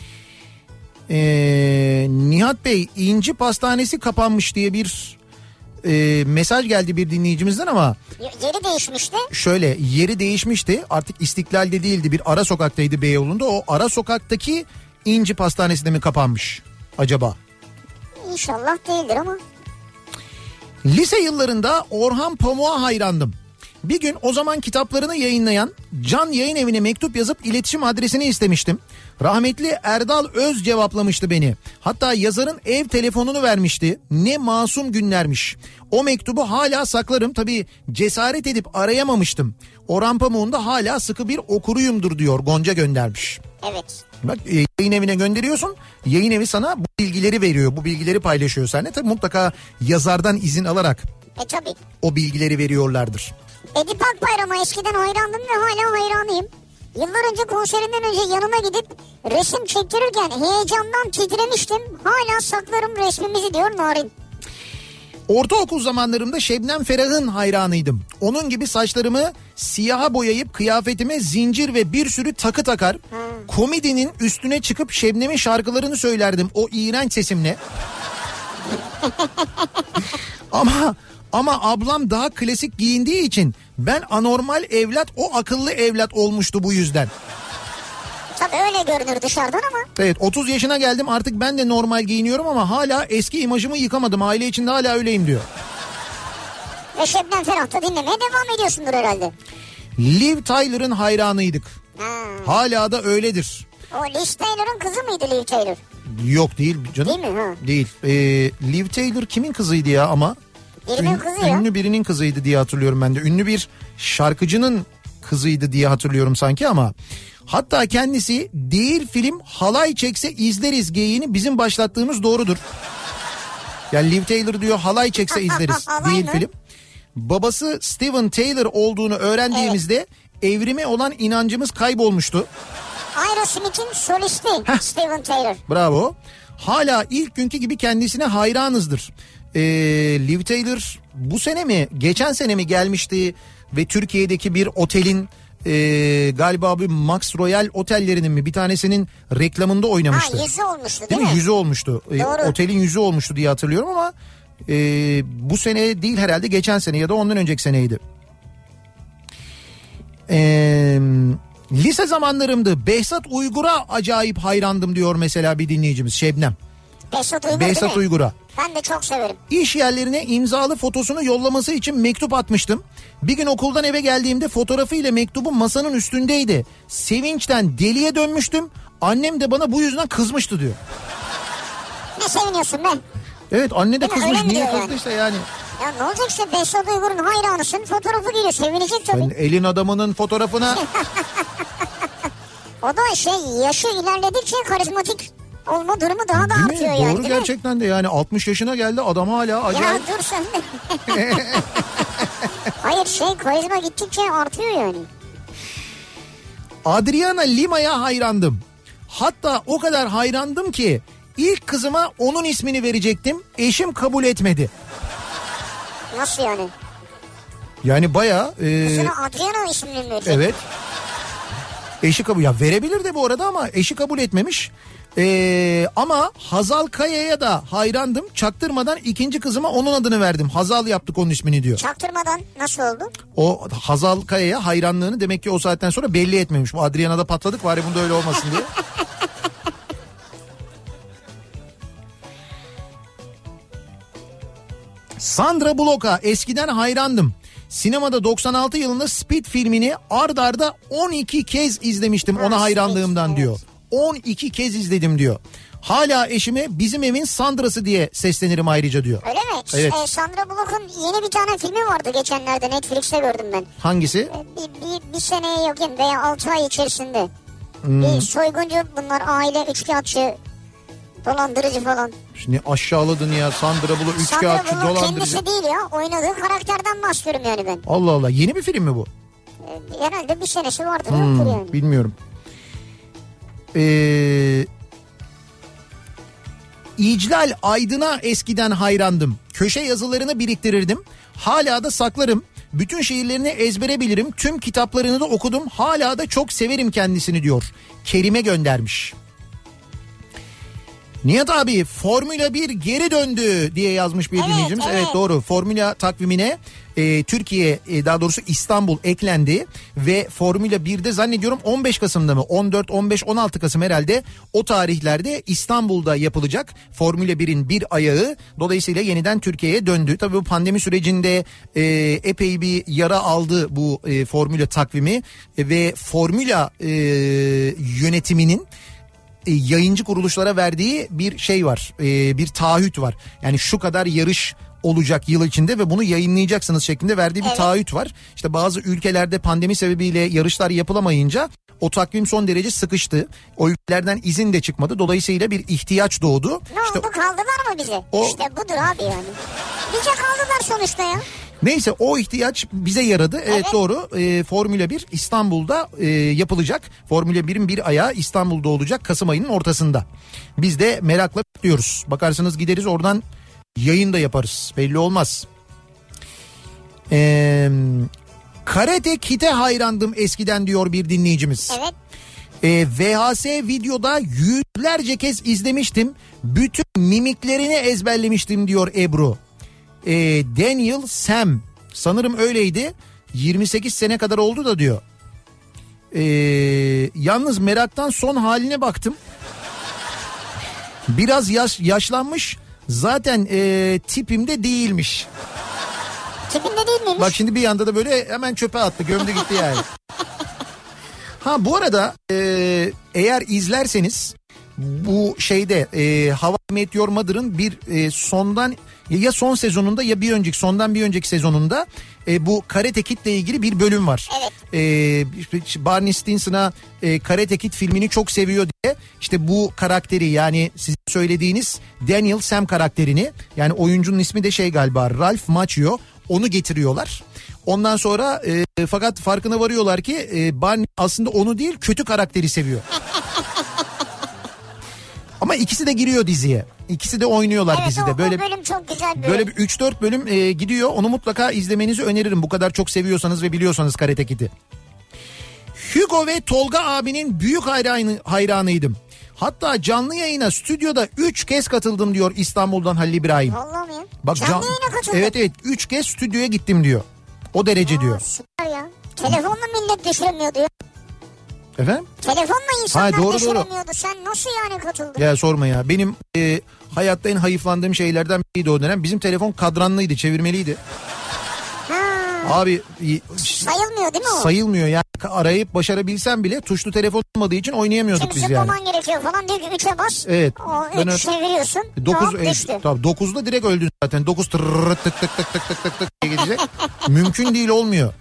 [SPEAKER 1] Ee, Nihat Bey, İnci Pastanesi kapanmış diye bir e, mesaj geldi bir dinleyicimizden ama
[SPEAKER 2] yeri değişmişti.
[SPEAKER 1] Şöyle yeri değişmişti. Artık İstiklal'de değildi, bir ara sokaktaydı Beyoğlu'nda. O ara sokaktaki İnci Pastanesi de mi kapanmış acaba?
[SPEAKER 2] İnşallah değildir ama.
[SPEAKER 1] Lise yıllarında Orhan Pamuk'a hayrandım. Bir gün o zaman kitaplarını yayınlayan Can Yayın Evi'ne mektup yazıp iletişim adresini istemiştim. Rahmetli Erdal Öz cevaplamıştı beni. Hatta yazarın ev telefonunu vermişti. Ne masum günlermiş. O mektubu hala saklarım. Tabii cesaret edip arayamamıştım. Orhan Pamuk'un da hala sıkı bir okuruyumdur diyor. Gonca göndermiş.
[SPEAKER 2] Evet.
[SPEAKER 1] Bak e, yayın evine gönderiyorsun. Yayın evi sana bu bilgileri veriyor. Bu bilgileri paylaşıyor seninle. Tabii mutlaka yazardan izin alarak
[SPEAKER 2] E tabii.
[SPEAKER 1] o bilgileri veriyorlardır.
[SPEAKER 2] Edip Akbayram'a eskiden hayrandım ve hala hayranıyım. Yıllar önce konserinden önce yanına gidip resim çektirirken heyecandan titremiştim. Hala saklarım resmimizi diyor Narin.
[SPEAKER 1] Ortaokul zamanlarımda Şebnem Ferah'ın hayranıydım. Onun gibi saçlarımı siyaha boyayıp kıyafetime zincir ve bir sürü takı takar. Hmm. Komedinin üstüne çıkıp Şebnem'in şarkılarını söylerdim o iğrenç sesimle. ama ama ablam daha klasik giyindiği için ben anormal evlat, o akıllı evlat olmuştu bu yüzden.
[SPEAKER 2] Tabii öyle görünür dışarıdan ama.
[SPEAKER 1] Evet, otuz yaşına geldim artık ben de normal giyiniyorum ama hala eski imajımı yıkamadım. Aile içinde hala öyleyim diyor.
[SPEAKER 2] Ve Şebnem Ferah'ta dinlemeye devam ediyorsundur herhalde.
[SPEAKER 1] Liv Tyler'ın hayranıydık.
[SPEAKER 2] Ha.
[SPEAKER 1] Hala da öyledir.
[SPEAKER 2] O Liv Taylor'ın kızı mıydı Liv Taylor?
[SPEAKER 1] Yok değil canım.
[SPEAKER 2] Değil mi? Ha.
[SPEAKER 1] Değil. Ee, Liv Taylor kimin kızıydı ya ama?
[SPEAKER 2] Birinin
[SPEAKER 1] Ün,
[SPEAKER 2] kızı ya.
[SPEAKER 1] Ünlü birinin kızıydı diye hatırlıyorum ben de. Ünlü bir şarkıcının kızıydı diye hatırlıyorum sanki ama... Hatta kendisi değil film halay çekse izleriz geyiğini bizim başlattığımız doğrudur. Yani Liv Taylor diyor halay çekse izleriz değil
[SPEAKER 2] mı?
[SPEAKER 1] film. Babası Steven Taylor olduğunu öğrendiğimizde evet. Evrime olan inancımız kaybolmuştu.
[SPEAKER 2] Aerosmith'in solisti Heh. Steven Taylor.
[SPEAKER 1] Bravo. Hala ilk günkü gibi kendisine hayranızdır. Ee, Liv Taylor bu sene mi geçen sene mi gelmişti ve Türkiye'deki bir otelin Ee, galiba bir Max Royal otellerinin mi bir tanesinin reklamında oynamıştı.
[SPEAKER 2] Ha, yüzü olmuştu değil,
[SPEAKER 1] değil mi?
[SPEAKER 2] mi?
[SPEAKER 1] Yüzü olmuştu. Ee,
[SPEAKER 2] Doğru.
[SPEAKER 1] Otelin yüzü olmuştu diye hatırlıyorum ama e, bu sene değil herhalde geçen sene ya da ondan önceki seneydi. Ee, lise zamanlarımdı. Behzat Uygur'a acayip hayrandım diyor mesela bir dinleyicimiz Şebnem.
[SPEAKER 2] Behzat Uygur
[SPEAKER 1] Behzat Uygur'a.
[SPEAKER 2] Ben de çok severim.
[SPEAKER 1] İş yerlerine imzalı fotosunu yollaması için mektup atmıştım. Bir gün okuldan eve geldiğimde fotoğrafı ile mektubun masanın üstündeydi. Sevinçten deliye dönmüştüm. Annem de bana bu yüzden kızmıştı diyor.
[SPEAKER 2] Ne seviniyorsun be?
[SPEAKER 1] Evet anne de
[SPEAKER 2] değil
[SPEAKER 1] kızmış. Niye kızdıysa yani.
[SPEAKER 2] Ya ne olacak işte Behzat Uygur'un hayranısın, fotoğrafı geliyor, sevinecek tabii.
[SPEAKER 1] Ben elin adamının fotoğrafına.
[SPEAKER 2] O da şey yaşı ilerledikçe karizmatik olma durumu daha da
[SPEAKER 1] değil
[SPEAKER 2] artıyor
[SPEAKER 1] mi?
[SPEAKER 2] yani.
[SPEAKER 1] Doğru
[SPEAKER 2] değil
[SPEAKER 1] gerçekten mi? De yani altmış yaşına geldi adam hala acayip.
[SPEAKER 2] Ya dur sen de. Hayır şey karizma gittikçe artıyor yani.
[SPEAKER 1] Adriana Lima'ya hayrandım. Hatta o kadar hayrandım ki ilk kızıma onun ismini verecektim. Eşim kabul etmedi.
[SPEAKER 2] Nasıl yani?
[SPEAKER 1] Yani bayağı... E...
[SPEAKER 2] Kızına Adriana ismini mi verecek?
[SPEAKER 1] Evet. Eşi kabul... Ya verebilir de bu arada ama eşi kabul etmemiş. Ee, ama Hazal Kaya'ya da hayrandım. Çaktırmadan ikinci kızıma onun adını verdim. Hazal yaptık onun ismini diyor.
[SPEAKER 2] Çaktırmadan nasıl oldu?
[SPEAKER 1] O Hazal Kaya'ya hayranlığını demek ki o saatten sonra belli etmemiş. Bu Adriana'da patladık bari bunda öyle olmasın diye. Sandra Bullock'a eskiden hayrandım. Sinemada doksan altı yılında Speed filmini ard arda on iki kez izlemiştim ha, ona hayranlığımdan Speed, diyor. Evet. on iki kez izledim diyor. Hala eşime bizim evin Sandra'sı diye seslenirim ayrıca diyor.
[SPEAKER 2] Öyle mi?
[SPEAKER 1] Evet.
[SPEAKER 2] Ee, Sandra Bullock'un yeni bir tane filmi vardı geçenlerde Netflix'te gördüm ben.
[SPEAKER 1] Hangisi?
[SPEAKER 2] Ee, bir, bir, bir seneye yakın veya altı ay içerisinde.
[SPEAKER 1] Hmm.
[SPEAKER 2] Bir soyguncu bunlar aile üçkağıtçı dolandırıcı falan.
[SPEAKER 1] Şimdi aşağıladın ya Sandra Bullock üçkağıtçı dolandırıcı.
[SPEAKER 2] Kendisi değil ya oynadığı karakterden bahsediyorum yani ben.
[SPEAKER 1] Allah Allah yeni bir film mi bu?
[SPEAKER 2] Ee, herhalde bir senesi vardır
[SPEAKER 1] Hmm,
[SPEAKER 2] yoktur yani.
[SPEAKER 1] Bilmiyorum. Eee... İclal Aydın'a eskiden hayrandım. Köşe yazılarını biriktirirdim. Hala da saklarım. Bütün şiirlerini ezbere bilirim. Tüm kitaplarını da okudum. Hala da çok severim kendisini diyor. Kerim'e göndermiş. Nihat abi Formula bir geri döndü diye yazmış bir
[SPEAKER 2] evet,
[SPEAKER 1] dinleyicimiz. Evet. evet doğru. Formula takvimine e, Türkiye e, daha doğrusu İstanbul eklendi ve Formula birde zannediyorum on beş Kasım'da mı on dört on beş on altı Kasım herhalde o tarihlerde İstanbul'da yapılacak Formula birin bir ayağı. Dolayısıyla yeniden Türkiye'ye döndü. Tabii bu pandemi sürecinde e, epey bir yara aldı bu e, Formula takvimi e, ve Formula e, yönetiminin yayıncı kuruluşlara verdiği bir şey var, bir taahhüt var. Yani şu kadar yarış olacak yıl içinde ve bunu yayınlayacaksınız şeklinde verdiği bir
[SPEAKER 2] Evet.
[SPEAKER 1] taahhüt var. İşte bazı ülkelerde pandemi sebebiyle yarışlar yapılamayınca o takvim son derece sıkıştı. O ülkelerden izin de çıkmadı. Dolayısıyla bir ihtiyaç doğdu.
[SPEAKER 2] Ne
[SPEAKER 1] İşte
[SPEAKER 2] oldu, kaldılar mı bize?
[SPEAKER 1] o-
[SPEAKER 2] İşte budur abi yani. Bize kaldılar sonuçta ya.
[SPEAKER 1] neyse o ihtiyaç bize yaradı. Evet,
[SPEAKER 2] Evet.
[SPEAKER 1] doğru. Ee, Formula bir İstanbul'da e, yapılacak. Formula birin bir ayağı İstanbul'da olacak Kasım ayının ortasında. Biz de merakla bekliyoruz. Bakarsanız gideriz oradan yayın da yaparız. Belli olmaz. Ee, Karate Kid'e hayrandım eskiden diyor bir dinleyicimiz.
[SPEAKER 2] Evet.
[SPEAKER 1] Ee, V H S videoda yüzlerce kez izlemiştim. Bütün mimiklerini ezberlemiştim diyor Ebru. Ee, Daniel Sam sanırım öyleydi. yirmi sekiz sene kadar oldu da diyor. Ee, yalnız meraktan son haline baktım. Biraz yaş, yaşlanmış. Zaten e, tipimde değilmiş.
[SPEAKER 2] Tipinde değil miymiş?
[SPEAKER 1] Bak şimdi bir yanda da böyle hemen çöpe attı. Gömdü gitti yani. Ha bu arada e, eğer izlerseniz bu şeyde e, How I Met Your Mother'ın bir e, sondan ya son sezonunda ya bir önceki sondan bir önceki sezonunda e, bu Karate Kid'le ilgili bir bölüm var.
[SPEAKER 2] Evet.
[SPEAKER 1] E, Barney Stinson'a e, Karate Kid filmini çok seviyor diye işte bu karakteri yani sizin söylediğiniz Daniel Sam karakterini yani oyuncunun ismi de şey galiba Ralph Macchio onu getiriyorlar. Ondan sonra e, fakat farkına varıyorlar ki e, Barney aslında onu değil kötü karakteri seviyor. Ama ikisi de giriyor diziye. İkisi de oynuyorlar
[SPEAKER 2] Evet,
[SPEAKER 1] dizide.
[SPEAKER 2] o,
[SPEAKER 1] Böyle
[SPEAKER 2] o bölüm çok güzel bir
[SPEAKER 1] böyle bir üç dört bölüm e, gidiyor. Onu mutlaka izlemenizi öneririm. Bu kadar çok seviyorsanız ve biliyorsanız Karate Kid'i. Hugo ve Tolga abinin büyük hayranı, hayranıydım. Hatta canlı yayına stüdyoda üç kez katıldım diyor İstanbul'dan Halil İbrahim.
[SPEAKER 2] Vallahi mi ya?
[SPEAKER 1] Bak
[SPEAKER 2] Canlı
[SPEAKER 1] can-
[SPEAKER 2] yayına katıldın.
[SPEAKER 1] Evet evet üç kez stüdyoya gittim diyor. O derece
[SPEAKER 2] Aa,
[SPEAKER 1] diyor.
[SPEAKER 2] süper ya. Telefonla millet düşüremiyor diyor.
[SPEAKER 1] Efendim?
[SPEAKER 2] Telefonla insanlar
[SPEAKER 1] Ha, doğru,
[SPEAKER 2] düşüremiyordu. Sen nasıl yani katıldın?
[SPEAKER 1] Ya sorma ya. Benim e, hayatta en hayıflandığım şeylerden biriydi o dönem. Bizim telefon kadranlıydı, çevirmeliydi.
[SPEAKER 2] Ha,
[SPEAKER 1] Abi
[SPEAKER 2] sayılmıyor değil mi o?
[SPEAKER 1] sayılmıyor yani. Arayıp başarabilsem bile tuşlu telefon olmadığı için oynayamıyorduk
[SPEAKER 2] Şimdi
[SPEAKER 1] biz yani.
[SPEAKER 2] zıplaman gerekiyor falan diyor ki üçe bas.
[SPEAKER 1] Evet.
[SPEAKER 2] O
[SPEAKER 1] Ben
[SPEAKER 2] üç
[SPEAKER 1] ö-
[SPEAKER 2] çeviriyorsun.
[SPEAKER 1] dokuz
[SPEAKER 2] Hop
[SPEAKER 1] e,
[SPEAKER 2] düştü.
[SPEAKER 1] tabii dokuzda direkt öldün zaten. dokuz tırrrrt tık tık tık tık tık tık tık diye gidecek. Mümkün değil, olmuyor.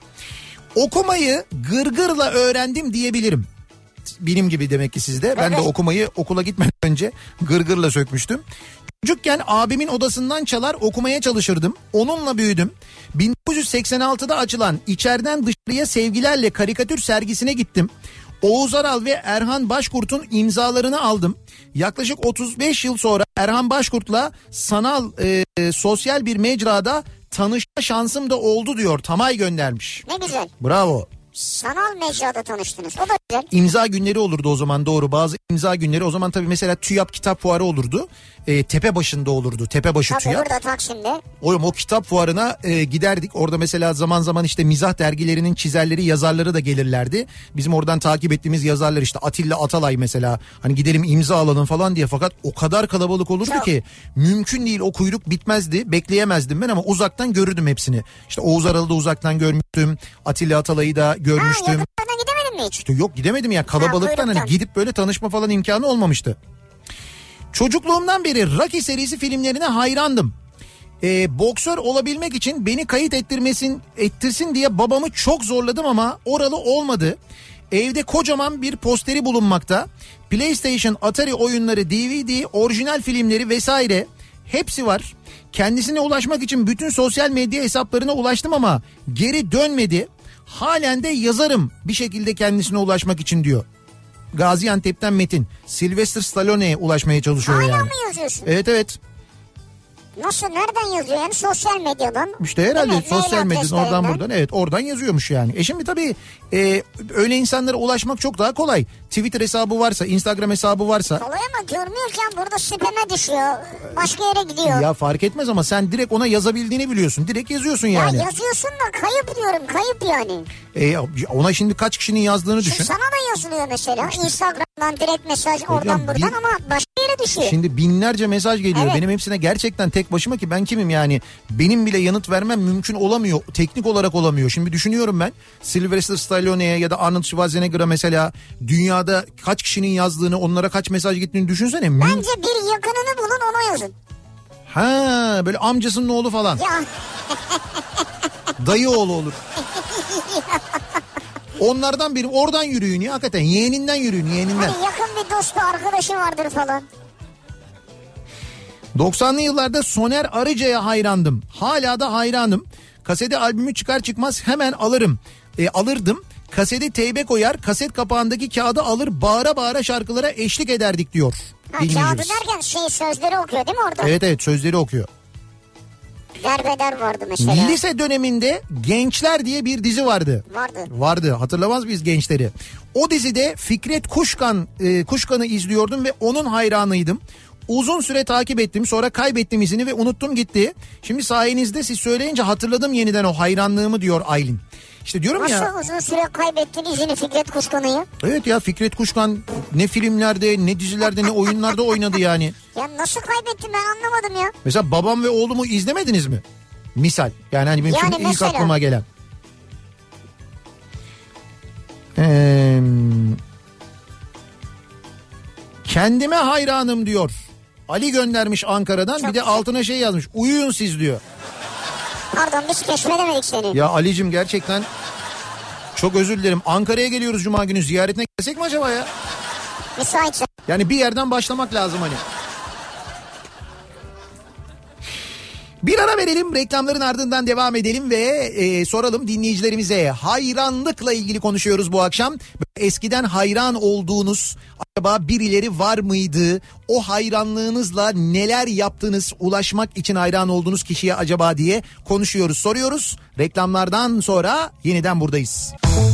[SPEAKER 1] Okumayı gırgırla öğrendim diyebilirim. Benim gibi demek ki sizde. Ben de
[SPEAKER 2] Evet.
[SPEAKER 1] okumayı okula gitmeden önce gırgırla sökmüştüm. Çocukken abimin odasından çalar okumaya çalışırdım. Onunla büyüdüm. bin dokuz yüz seksen altıda açılan İçeriden Dışarıya Sevgilerle karikatür sergisine gittim. Oğuz Aral ve Erhan Başkurt'un imzalarını aldım. Yaklaşık otuz beş yıl sonra Erhan Başkurt'la sanal e, sosyal bir mecrada tanışma şansım da oldu diyor. Tamay göndermiş.
[SPEAKER 2] Ne güzel.
[SPEAKER 1] Bravo.
[SPEAKER 2] Sanal mecrada tanıştınız. O da güzel.
[SPEAKER 1] İmza günleri olurdu o zaman, doğru. Bazı imza günleri o zaman tabii mesela TÜYAP kitap fuarı olurdu. E, tepe başında olurdu. Tepebaşı
[SPEAKER 2] Tabii
[SPEAKER 1] TÜYAP.
[SPEAKER 2] burada Taksim'de.
[SPEAKER 1] Oğlum o kitap fuarına e, giderdik. Orada mesela zaman zaman işte mizah dergilerinin çizerleri, yazarları da gelirlerdi. Bizim oradan takip ettiğimiz yazarlar işte Atilla Atalay mesela. Hani gidelim imza alalım falan diye. Fakat o kadar kalabalık olurdu
[SPEAKER 2] Çok.
[SPEAKER 1] ki mümkün değil, o kuyruk bitmezdi. Bekleyemezdim ben ama uzaktan görürdüm hepsini. İşte Oğuz Aral'ı da uzaktan görmüştüm. Atilla Atalay'ı da
[SPEAKER 2] Ha,
[SPEAKER 1] görmüştüm.
[SPEAKER 2] yakınlarına gidemedin mi hiç?
[SPEAKER 1] İşte yok, gidemedim ya kalabalıktan,
[SPEAKER 2] kuyruktan.
[SPEAKER 1] hani gidip böyle tanışma falan imkanı olmamıştı. Çocukluğumdan beri Rocky serisi filmlerine hayrandım. Ee, boksör olabilmek için beni kayıt ettirmesin ettirsin diye babamı çok zorladım ama oralı olmadı. Evde kocaman bir posteri bulunmakta. PlayStation, Atari oyunları, D V D, orijinal filmleri vesaire hepsi var. Kendisine ulaşmak için bütün sosyal medya hesaplarına ulaştım ama geri dönmedi. Halen de yazarım bir şekilde kendisine ulaşmak için diyor. Gaziantep'ten Metin. Sylvester Stallone'ye ulaşmaya çalışıyor
[SPEAKER 2] Hala
[SPEAKER 1] yani.
[SPEAKER 2] mı yazıyorsun?
[SPEAKER 1] Evet evet.
[SPEAKER 2] Nasıl, nereden yazıyor yani? Sosyal medyadan.
[SPEAKER 1] İşte herhalde
[SPEAKER 2] Değil mi?
[SPEAKER 1] sosyal
[SPEAKER 2] Mail
[SPEAKER 1] medyadan oradan
[SPEAKER 2] adreslerinden.
[SPEAKER 1] buradan, evet oradan yazıyormuş yani. E şimdi tabii e, öyle insanlara ulaşmak çok daha kolay. Twitter hesabı varsa, Instagram hesabı varsa.
[SPEAKER 2] Kolay ama görmüyorken burada spam'e düşüyor. Başka yere gidiyor.
[SPEAKER 1] Ya fark etmez ama sen direkt ona yazabildiğini biliyorsun. Direkt yazıyorsun
[SPEAKER 2] Ya
[SPEAKER 1] yani.
[SPEAKER 2] yazıyorsun da kayıp diyorum, kayıp yani.
[SPEAKER 1] E, ona şimdi kaç kişinin yazdığını
[SPEAKER 2] Şu
[SPEAKER 1] düşün.
[SPEAKER 2] sana da yazılıyor mesela. Instagram'dan direkt mesaj oradan
[SPEAKER 1] bir-
[SPEAKER 2] buradan ama başka yere düşüyor.
[SPEAKER 1] Şimdi binlerce mesaj geliyor.
[SPEAKER 2] Evet.
[SPEAKER 1] Benim hepsine gerçekten tek başıma, ki ben kimim yani? Benim bile yanıt vermem mümkün olamıyor. Teknik olarak olamıyor. Şimdi düşünüyorum ben. Sylvester Stallone'ye ya da Arnold Schwarzenegger'a mesela dünyada kaç kişinin yazdığını, onlara kaç mesaj gittiğini düşünsene. Müm-
[SPEAKER 2] Bence bir yakınını bulun, ona yazın.
[SPEAKER 1] Ha, böyle amcasının oğlu falan.
[SPEAKER 2] Ya.
[SPEAKER 1] Dayı oğlu olur. Onlardan biri, oradan yürüyün ya hakikaten. Yeğeninden yürüyün, yeğeninden.
[SPEAKER 2] Hani yakın bir dostu, arkadaşı vardır falan.
[SPEAKER 1] doksanlı yıllarda Soner Arıca'ya hayrandım. Hala da hayranım. Kasete albümü çıkar çıkmaz hemen alırım. E, alırdım. Kaseti teybe koyar, kaset kapağındaki kağıdı alır, bağıra bağıra şarkılara eşlik ederdik diyor.
[SPEAKER 2] Ha, kağıdı derken şey, sözleri okuyor değil mi orada?
[SPEAKER 1] Evet evet, sözleri okuyor.
[SPEAKER 2] Derbeder vardı mesela.
[SPEAKER 1] Lise döneminde Gençler diye bir dizi vardı.
[SPEAKER 2] Vardı.
[SPEAKER 1] Vardı. Hatırlamaz mıyız Gençleri? O dizide Fikret Kuşkan, e, Kuşkan'ı izliyordum ve onun hayranıydım. Uzun süre takip ettim, sonra kaybettim izini ve unuttum gitti. Şimdi sayenizde siz söyleyince hatırladım yeniden o hayranlığımı diyor Aylin. İşte diyorum
[SPEAKER 2] Nasıl
[SPEAKER 1] ya.
[SPEAKER 2] Nasıl uzun süre kaybettin izini Fikret Kuşkan'ı?
[SPEAKER 1] Evet ya, Fikret Kuşkan ne filmlerde, ne dizilerde, ne oyunlarda oynadı yani.
[SPEAKER 2] Ya nasıl kaybettin, ben anlamadım ya.
[SPEAKER 1] Mesela Babam ve Oğlum'u izlemediniz mi? Misal. Yani hani benim
[SPEAKER 2] yani
[SPEAKER 1] şimdi ilk
[SPEAKER 2] mesela...
[SPEAKER 1] aklıma gelen. Ee, kendime hayranım diyor. Ali göndermiş Ankara'dan. Çok bir de güzel. Altına şey yazmış. Uyuyun siz diyor.
[SPEAKER 2] Pardon, biz keşfedemedik seni.
[SPEAKER 1] Ya Ali'cim gerçekten çok özür dilerim. Ankara'ya geliyoruz Cuma günü, ziyaretine gelsek mi acaba ya?
[SPEAKER 2] Müsaitse.
[SPEAKER 1] Yani bir yerden başlamak lazım hani. Bir ara verelim, reklamların ardından devam edelim ve e, soralım dinleyicilerimize. Hayranlıkla ilgili konuşuyoruz bu akşam. Eskiden hayran olduğunuz acaba birileri var mıydı? O hayranlığınızla neler yaptınız, ulaşmak için hayran olduğunuz kişiye acaba diye konuşuyoruz, soruyoruz. Reklamlardan sonra yeniden buradayız.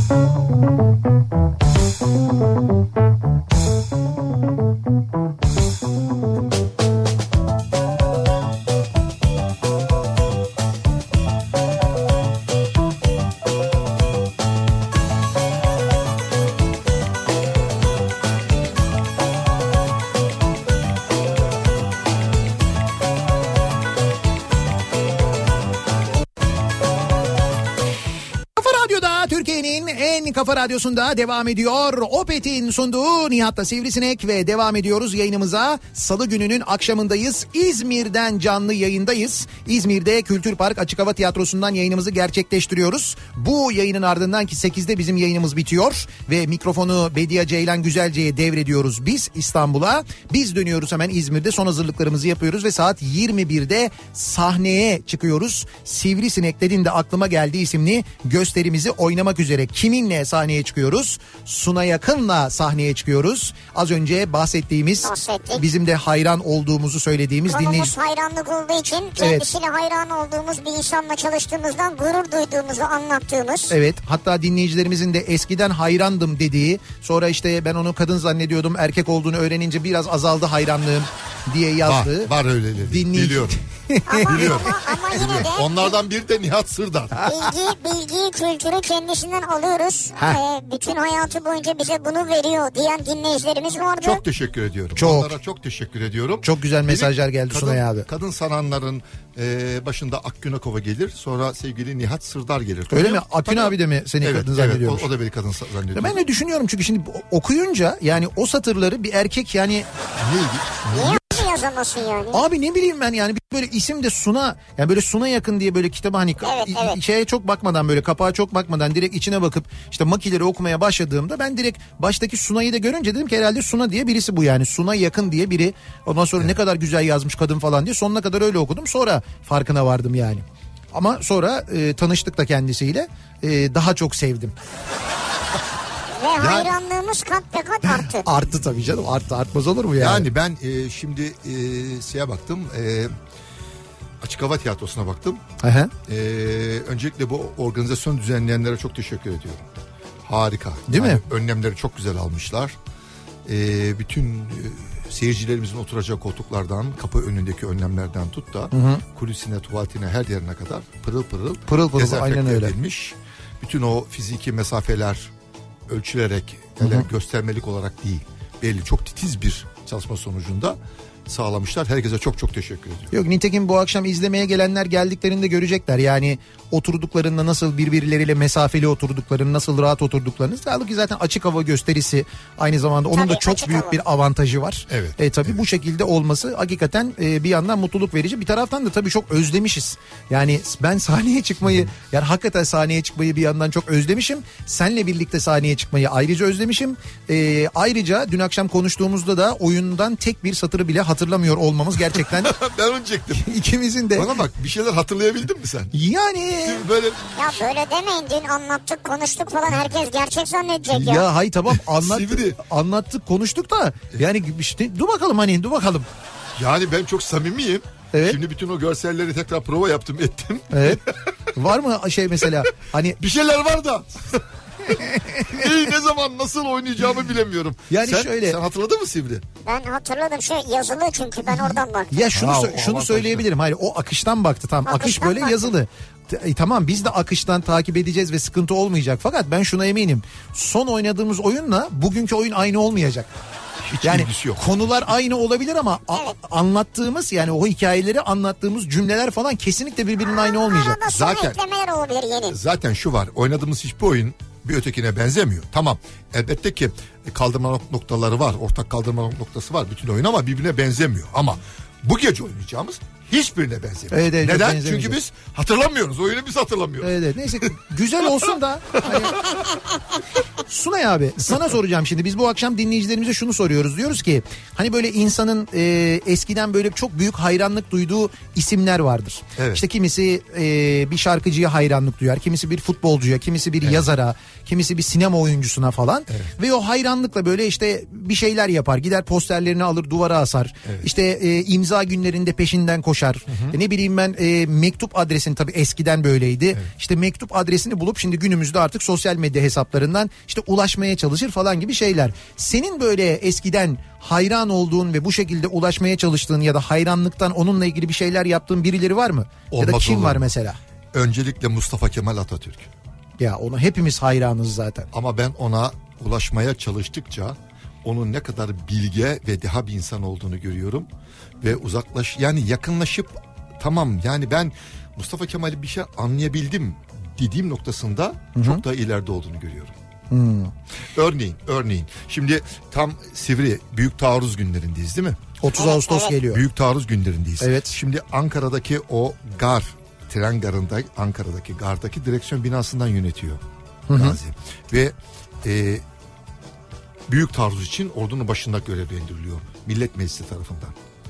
[SPEAKER 1] Türkiye'nin en kafa radyosunda devam ediyor. Opet'in sunduğu Nihat'la Sivrisinek ve devam ediyoruz yayınımıza. Salı gününün akşamındayız. İzmir'den canlı yayındayız. İzmir'de Kültür Park Açık Hava Tiyatrosu'ndan yayınımızı gerçekleştiriyoruz. Bu yayının ardından ki sekizde bizim yayınımız bitiyor ve mikrofonu Bediye Ceylan Güzelce'ye devrediyoruz biz İstanbul'a. Biz dönüyoruz hemen İzmir'de, son hazırlıklarımızı yapıyoruz ve saat yirmi birde sahneye çıkıyoruz. Sivrisinek dediğinde aklıma geldi isimli gösterimizi oynamak üzere. Kiminle sahneye çıkıyoruz? Suna Yakın'la sahneye çıkıyoruz. Az önce bahsettiğimiz, Bahsettik. bizim de hayran olduğumuzu söylediğimiz
[SPEAKER 2] Konumuz
[SPEAKER 1] dinleyici...
[SPEAKER 2] hayranlık olduğu için kendisiyle evet. hayran olduğumuz bir insanla çalıştığımızdan gurur duyduğumuzu anlattığımız.
[SPEAKER 1] Evet, hatta dinleyicilerimizin de eskiden hayrandım dediği, sonra işte ben onu kadın zannediyordum, erkek olduğunu öğrenince biraz azaldı hayranlığım diye yazdığı.
[SPEAKER 5] Var, var öyleleri. Dinleyici... Biliyorum.
[SPEAKER 2] ama, Biliyorum. ama, ama yine de...
[SPEAKER 5] Onlardan biri de Nihat Sırdar.
[SPEAKER 2] Bilgi, bilgiyi, kültürü kendisinden alıyoruz. Ee, bütün hayatı boyunca bize bunu veriyor diyen dinleyicilerimiz vardı.
[SPEAKER 5] Çok teşekkür ediyorum.
[SPEAKER 1] Çok.
[SPEAKER 5] Onlara çok teşekkür ediyorum.
[SPEAKER 1] Çok güzel mesajlar geldi kadın, Sunay abi.
[SPEAKER 5] Kadın sananların e, başında Akgün Akova gelir. Sonra sevgili Nihat Sırdar gelir.
[SPEAKER 1] Öyle mi? Akgün abi de mi seni
[SPEAKER 5] evet,
[SPEAKER 1] kadın zannediyormuş?
[SPEAKER 5] Evet, o, o da beni kadın zannediyor.
[SPEAKER 1] Ben de düşünüyorum çünkü şimdi okuyunca yani o satırları bir erkek yani...
[SPEAKER 2] Ne? Niye yazamasın yani?
[SPEAKER 1] Abi ne bileyim ben yani böyle isim de Suna, yani böyle Suna Yakın diye böyle kitaba hani
[SPEAKER 2] evet, evet.
[SPEAKER 1] şeye çok bakmadan, böyle kapağa çok bakmadan direkt içine bakıp işte makileri okumaya başladığımda ben direkt baştaki Suna'yı da görünce dedim ki herhalde Suna diye birisi bu yani. Suna Yakın diye biri. Ondan sonra evet. ne kadar güzel yazmış kadın falan diye sonuna kadar öyle okudum. Sonra farkına vardım yani. Ama sonra e, tanıştık da kendisiyle. E, daha çok sevdim.
[SPEAKER 2] Ve yani, hayranlığımız kat be kat arttı.
[SPEAKER 1] Arttı tabii canım, arttı, artmaz olur mu yani?
[SPEAKER 5] Yani ben e, şimdi e, şeye baktım, e, Açık Hava Tiyatrosu'na baktım. E, öncelikle bu organizasyon düzenleyenlere çok teşekkür ediyorum. Harika.
[SPEAKER 1] Değil yani mi?
[SPEAKER 5] Önlemleri çok güzel almışlar. E, bütün e, seyircilerimizin oturacağı koltuklardan, kapı önündeki önlemlerden tut da hı hı. kulisine, tuvaletine, her yerine kadar pırıl pırıl,
[SPEAKER 1] pırıl pırıl aynen öyle.
[SPEAKER 5] Edilmiş. Bütün o fiziki mesafeler ölçülerek, yani göstermelik olarak değil, belli çok titiz bir çalışma sonucunda sağlamışlar. Herkese çok çok teşekkür ediyorum.
[SPEAKER 1] Yok, nitekim bu akşam izlemeye gelenler geldiklerinde görecekler. Yani oturduklarında nasıl birbirleriyle mesafeli oturduklarını, nasıl rahat oturduklarını. Sağlık ki zaten açık hava gösterisi aynı zamanda onun
[SPEAKER 2] tabii,
[SPEAKER 1] da çok büyük
[SPEAKER 2] hava.
[SPEAKER 1] bir avantajı var.
[SPEAKER 5] Evet.
[SPEAKER 1] E, tabii
[SPEAKER 5] evet.
[SPEAKER 1] bu şekilde olması hakikaten e, bir yandan mutluluk verici. Bir taraftan da tabii çok özlemişiz. Yani ben sahneye çıkmayı, yani hakikaten sahneye çıkmayı bir yandan çok özlemişim. Senle birlikte sahneye çıkmayı ayrıca özlemişim. E, ayrıca dün akşam konuştuğumuzda da oyundan tek bir satırı bile hatırlamıyor olmamız gerçekten.
[SPEAKER 5] Ben onu çektim.
[SPEAKER 1] İkimizin de.
[SPEAKER 5] Bana bak, bir şeyler hatırlayabildin mi sen?
[SPEAKER 1] Yani.
[SPEAKER 5] Böyle.
[SPEAKER 2] Ya böyle demeyin, dün anlattık konuştuk falan, herkes gerçek zannedecek ya.
[SPEAKER 1] Ya hay tamam anlattık,
[SPEAKER 5] Sivri.
[SPEAKER 1] anlattık konuştuk da yani işte dur bakalım hani dur bakalım.
[SPEAKER 5] Yani ben çok samimiyim.
[SPEAKER 1] Evet.
[SPEAKER 5] Şimdi bütün o görselleri tekrar prova yaptım ettim.
[SPEAKER 1] Evet. Var mı şey mesela hani.
[SPEAKER 5] Bir şeyler var da. Neyi, ne zaman nasıl oynayacağımı bilemiyorum.
[SPEAKER 1] Yani
[SPEAKER 5] sen,
[SPEAKER 1] şöyle.
[SPEAKER 5] Sen hatırladın mı Sivri?
[SPEAKER 2] Ben hatırladım, şey yazılı çünkü ben oradan baktım.
[SPEAKER 1] Ya şunu
[SPEAKER 5] Ha,
[SPEAKER 1] sö-
[SPEAKER 5] o
[SPEAKER 1] şunu
[SPEAKER 5] avantajlı.
[SPEAKER 1] söyleyebilirim. Hayır, o akıştan baktı tam. Akış
[SPEAKER 2] Akıştan
[SPEAKER 1] böyle
[SPEAKER 2] baktı.
[SPEAKER 1] yazılı. T- e, tamam biz de akıştan takip edeceğiz ve sıkıntı olmayacak. Fakat ben şuna eminim. Son oynadığımız oyunla bugünkü oyun aynı olmayacak.
[SPEAKER 5] Hiç
[SPEAKER 1] Yani
[SPEAKER 5] ilgisi yok.
[SPEAKER 1] konular aynı olabilir ama a-
[SPEAKER 2] Evet.
[SPEAKER 1] anlattığımız, yani o hikayeleri anlattığımız cümleler falan kesinlikle birbirinin aynı olmayacak.
[SPEAKER 2] Arada son
[SPEAKER 5] Zaten-
[SPEAKER 2] eklemeler olabilir yeni.
[SPEAKER 5] Zaten şu var, oynadığımız hiçbir oyun bir ötekine benzemiyor. Tamam, elbette ki kaldırma nok- noktaları var, ortak kaldırma nok- noktası var bütün oyun ama birbirine benzemiyor. Ama bu gece oynayacağımız hiçbirine benzemiyor.
[SPEAKER 1] Evet, evet,
[SPEAKER 5] Neden?
[SPEAKER 1] benzemeyecek.
[SPEAKER 5] Çünkü biz hatırlamıyoruz, oyunu biz hatırlamıyoruz.
[SPEAKER 1] Evet, evet. Neyse güzel olsun da. Hani... Sunay abi sana soracağım şimdi. Biz bu akşam dinleyicilerimize şunu soruyoruz. Diyoruz ki hani böyle insanın e, eskiden böyle çok büyük hayranlık duyduğu isimler vardır.
[SPEAKER 5] Evet.
[SPEAKER 1] İşte kimisi e, bir şarkıcıya hayranlık duyar. Kimisi bir futbolcuya, kimisi bir yazara, kimisi bir sinema oyuncusuna falan.
[SPEAKER 5] Evet.
[SPEAKER 1] Ve o hayranlıkla böyle işte bir şeyler yapar. Gider posterlerini alır, duvara asar.
[SPEAKER 5] Evet.
[SPEAKER 1] İşte e, imza günlerinde peşinden koşar. E, ne bileyim ben e, mektup adresini, tabii eskiden böyleydi. Evet. İşte mektup adresini bulup şimdi günümüzde artık sosyal medya hesaplarından işte ulaşmaya çalışır falan gibi şeyler. Senin böyle eskiden hayran olduğun ve bu şekilde ulaşmaya çalıştığın ya da hayranlıktan onunla ilgili bir şeyler yaptığın birileri var mı?
[SPEAKER 5] Olmaz
[SPEAKER 1] ya da kim
[SPEAKER 5] olur
[SPEAKER 1] var
[SPEAKER 5] mu?
[SPEAKER 1] mesela?
[SPEAKER 5] Öncelikle Mustafa Kemal Atatürk.
[SPEAKER 1] Ya onu hepimiz hayranız zaten.
[SPEAKER 5] Ama ben ona ulaşmaya çalıştıkça onun ne kadar bilge ve deha bir insan olduğunu görüyorum. Ve uzaklaş, yani yakınlaşıp tamam, yani ben Mustafa Kemal'i bir şey anlayabildim dediğim noktasında Hı-hı. çok daha ileride olduğunu görüyorum.
[SPEAKER 1] Hmm.
[SPEAKER 5] Örneğin, örneğin. Şimdi tam Sivri Büyük Taarruz günlerindeyiz değil mi?
[SPEAKER 1] otuz Ağustos
[SPEAKER 2] evet.
[SPEAKER 1] geliyor.
[SPEAKER 5] Büyük Taarruz günlerindeyiz.
[SPEAKER 1] Evet.
[SPEAKER 5] Şimdi Ankara'daki o gar, tren garında, Ankara'daki gardaki direksiyon binasından yönetiyor Gazi. Ve e, Büyük Taarruz için ordunun başında görevlendiriliyor Millet Meclisi tarafından.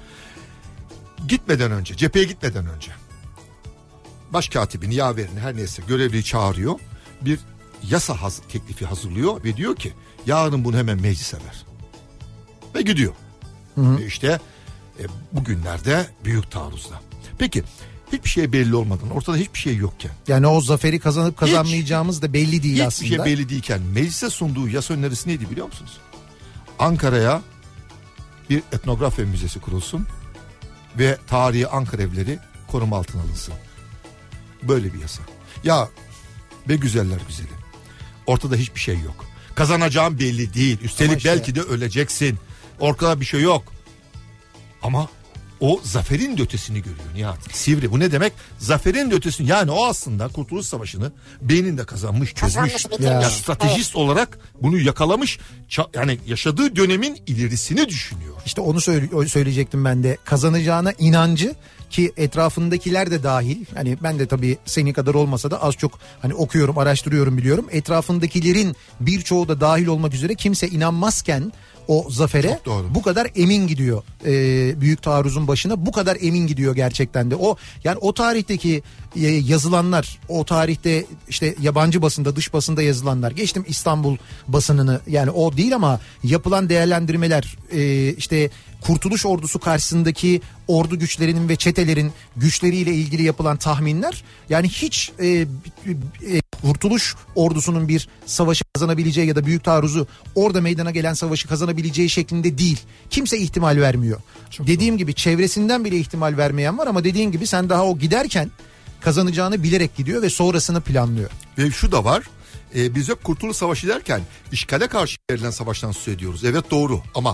[SPEAKER 5] Gitmeden önce, cepheye gitmeden önce başkatibini, yaverini, her neyse görevliyi çağırıyor. Bir yasa haz- teklifi hazırlıyor ve diyor ki yarın bunu hemen meclise ver. Ve gidiyor. Hı hı. E işte e, bugünlerde Büyük Taarruz'da. Peki hiçbir şey belli olmadan, ortada hiçbir şey yokken.
[SPEAKER 1] Yani o zaferi kazanıp kazanmayacağımız hiç, da belli değil
[SPEAKER 5] hiçbir
[SPEAKER 1] aslında.
[SPEAKER 5] Hiçbir şey belli değilken meclise sunduğu yasa önerisi neydi biliyor musunuz? Ankara'ya bir etnografya müzesi kurulsun ve tarihi Ankara evleri koruma altına alınsın. Böyle bir yasa. Ya be güzeller güzeli. Ortada hiçbir şey yok. Kazanacağın belli değil. Üstelik işte, belki de öleceksin. Ortada bir şey yok. Ama o zaferin de ötesini görüyor Nihat. Sivri bu ne demek? Zaferin de ötesini, yani o aslında Kurtuluş Savaşı'nı beyninde kazanmış, çözmüş.
[SPEAKER 2] Kazanmış,
[SPEAKER 1] ya.
[SPEAKER 5] Ya stratejist evet. olarak bunu yakalamış. Yani yaşadığı dönemin ilerisini düşünüyor.
[SPEAKER 1] İşte onu söyle- söyleyecektim ben de. Kazanacağına inancı, ki etrafındakiler de dahil. Hani ben de tabii senin kadar olmasa da az çok hani okuyorum, araştırıyorum, biliyorum. Etrafındakilerin birçoğu da dahil olmak üzere kimse inanmazken o zafere bu kadar emin gidiyor. Ee, Büyük Taarruz'un başına bu kadar emin gidiyor gerçekten de. O yani o tarihteki e, yazılanlar, o tarihte işte yabancı basında, dış basında yazılanlar, geçtim İstanbul basınını, yani o değil ama yapılan değerlendirmeler, e, işte Kurtuluş Ordusu karşısındaki ordu güçlerinin ve çetelerin güçleriyle ilgili yapılan tahminler, yani hiç e, e, Kurtuluş Ordusu'nun bir savaşı kazanabileceği ya da Büyük Taarruz'u, orada meydana gelen savaşı kazanabileceği şeklinde değil. Kimse ihtimal vermiyor. Çok dediğim doğru. gibi çevresinden bile ihtimal vermeyen var ama dediğin gibi sen daha o giderken kazanacağını bilerek gidiyor ve sonrasını planlıyor.
[SPEAKER 5] Ve şu da var. Ee, biz hep Kurtuluş Savaşı derken işgale karşı verilen savaştan söz ediyoruz. Evet doğru, ama Kurtuluş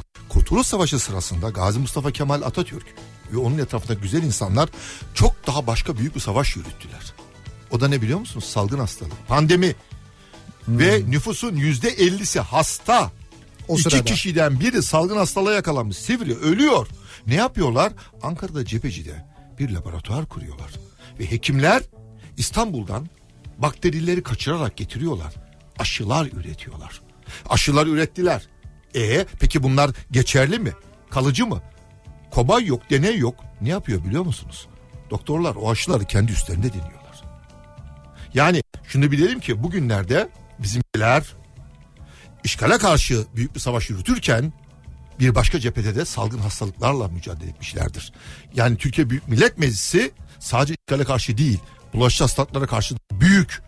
[SPEAKER 5] Kurtuluş Savaşı sırasında Gazi Mustafa Kemal Atatürk ve onun etrafında güzel insanlar çok daha başka büyük bir savaş yürüttüler. O da ne biliyor musunuz? Salgın hastalık, pandemi hmm. ve nüfusun yüzde ellisi hasta. O İki sırada. Kişiden biri salgın hastalığa yakalanmış, sivri, ölüyor. Ne yapıyorlar? Ankara'da Cepeci'de bir laboratuvar kuruyorlar. Ve hekimler İstanbul'dan bakterileri kaçırarak getiriyorlar. Aşılar üretiyorlar. Aşılar ürettiler. E peki bunlar geçerli mi? Kalıcı mı? Kobay yok, deney yok. Ne yapıyor biliyor musunuz? Doktorlar o aşıları kendi üstlerinde deniyorlar. Yani şunu bilelim ki bugünlerde bizimkiler işgale karşı büyük bir savaş yürütürken bir başka cephede de salgın hastalıklarla mücadele etmişlerdir. Yani Türkiye Büyük Millet Meclisi sadece işgale karşı değil, bulaşıcı hastalıklara karşı büyük,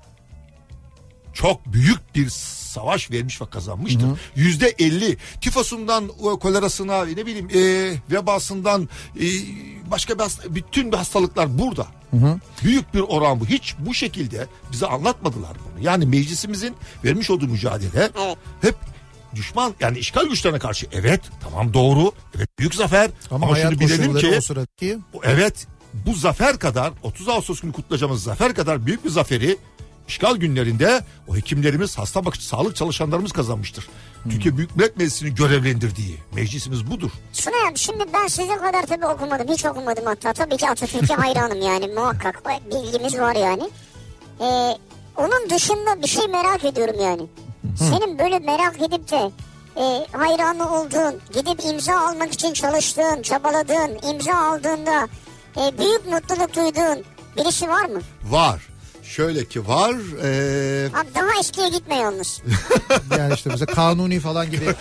[SPEAKER 5] çok büyük bir savaş vermiş ve kazanmıştır. Yüzde elli tifosundan kolerasına, ne bileyim e, vebasından e, başka bir hasta, bütün bir hastalıklar burada. Hı hı. Büyük bir oran bu. Hiç bu şekilde bize anlatmadılar bunu. Yani meclisimizin vermiş olduğu mücadele evet. hep düşman, yani işgal güçlerine karşı, evet tamam doğru, evet büyük zafer ama, ama şunu bilelim ki sıradaki... evet bu zafer kadar, otuz Ağustos günü kutlayacağımız zafer kadar büyük bir zaferi işgal günlerinde o hekimlerimiz, hasta bakıcı, sağlık çalışanlarımız kazanmıştır. Hmm. Türkiye Büyük Millet Meclisi'nin görevlendirdiği meclisimiz budur.
[SPEAKER 2] Sunay abi, şimdi ben sizin kadar tabii okumadım, hiç okumadım hatta. Tabii ki Atatürk'e hayranım yani, muhakkak bilgimiz var yani. Ee, onun dışında bir şey merak ediyorum yani. Hmm. Senin böyle merak edip de e, hayranı olduğun, gidip imza almak için çalıştığın, çabaladığın, imza aldığında e, büyük mutluluk duyduğun birisi var mı?
[SPEAKER 5] Var. Şöyle ki var. Ee...
[SPEAKER 2] Abi daha eskiye gitme yalnız.
[SPEAKER 1] Yani işte bize Kanuni falan gibi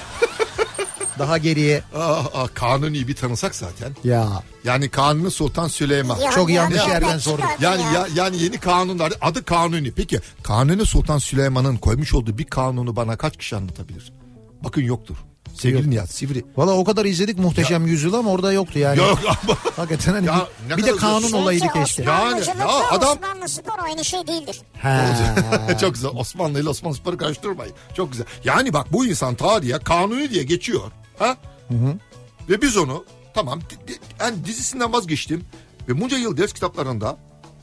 [SPEAKER 1] daha geriye.
[SPEAKER 5] Aa, aa, Kanuni bir tanısak zaten.
[SPEAKER 1] Ya.
[SPEAKER 5] Yani Kanuni Sultan Süleyman.
[SPEAKER 1] Ya, Çok ya, yanlış ya, yerden sorduk.
[SPEAKER 5] Yani
[SPEAKER 2] ya.
[SPEAKER 5] ya, yani yeni kanunlar, adı Kanuni. Peki Kanuni Sultan Süleyman'ın koymuş olduğu bir kanunu bana kaç kişi anlatabilir? Bakın yoktur. Sevgili Nihat Sivri.
[SPEAKER 1] Valla o kadar izledik Muhteşem ya. Yüzyıl ama orada yoktu yani.
[SPEAKER 5] Yok ama.
[SPEAKER 1] Hakikaten hani ya, bir, bir de kanun şey olayıydı keşke.
[SPEAKER 2] Yani ya adam. Osmanlı Spor aynı şey değildir.
[SPEAKER 5] Çok güzel. Osmanlı ile Osmanlı Spor'u karıştırmayın. Çok güzel. Yani bak, bu insan tarihe Kanuni diye geçiyor. Ha? Hı hı. Ve biz onu tamam yani dizisinden vazgeçtim. Ve bunca yıl ders kitaplarında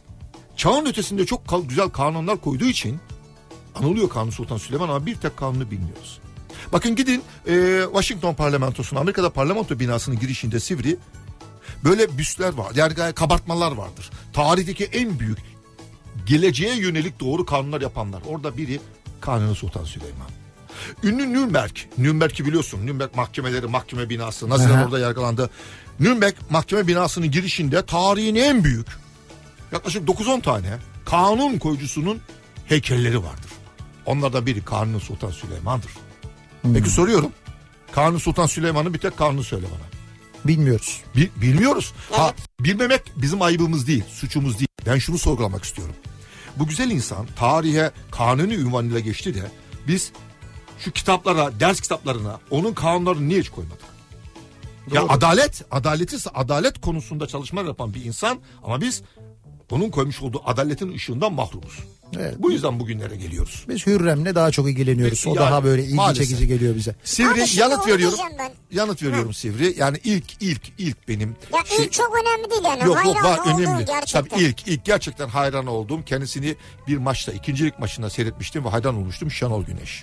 [SPEAKER 5] çağın ötesinde çok güzel kanunlar koyduğu için anılıyor Kanuni Sultan Süleyman ama bir tek kanunu bilmiyoruz. Bakın gidin e, Washington parlamentosuna, Amerika'da parlamento binasının girişinde Sivri böyle büstler var. Yani kabartmalar vardır. Tarihteki en büyük, geleceğe yönelik doğru kanunlar yapanlar. Orada biri Kanuni Sultan Süleyman. Ünlü Nürnberg. Nürnberg'i biliyorsun. Nürnberg mahkemeleri, mahkeme binası. Naziler orada yargılandı. Nürnberg mahkeme binasının girişinde tarihin en büyük, yaklaşık dokuz on tane kanun koyucusunun heykelleri vardır. Onlardan biri Kanuni Sultan Süleyman'dır. Hmm. Peki soruyorum. Kanuni Sultan Süleyman'ın bir tek kanunu söyle bana.
[SPEAKER 1] Bilmiyoruz.
[SPEAKER 5] Bil, bilmiyoruz. Ha, bilmemek bizim ayıbımız değil, suçumuz değil. Ben şunu sorgulamak istiyorum. Bu güzel insan tarihe Kanuni ünvanıyla geçti de biz şu kitaplara, ders kitaplarına onun kanunlarını niye hiç koymadık? Doğru. Ya adalet, adaleti, adalet konusunda çalışmalar yapan bir insan ama biz onun koymuş olduğu adaletin ışığından mahrumuz. Evet. Bu yüzden bugünlere geliyoruz.
[SPEAKER 1] Biz Hürrem'le daha çok ilgileniyoruz. O yani, daha böyle ilgi maalesef çekici geliyor bize.
[SPEAKER 5] Sivri abi, yanıt veriyorum. Yanıt veriyorum ha. Sivri. Yani ilk ilk ilk benim.
[SPEAKER 2] Ya şey, ilk çok önemli değil yani.
[SPEAKER 5] Yok,
[SPEAKER 2] hayran
[SPEAKER 5] yok, var,
[SPEAKER 2] olduğum
[SPEAKER 5] önemli.
[SPEAKER 2] gerçekten.
[SPEAKER 5] Tabii ilk ilk gerçekten hayran olduğum, kendisini bir maçta, ikincilik maçında seyretmiştim ve hayran olmuştum. Şenol Güneş.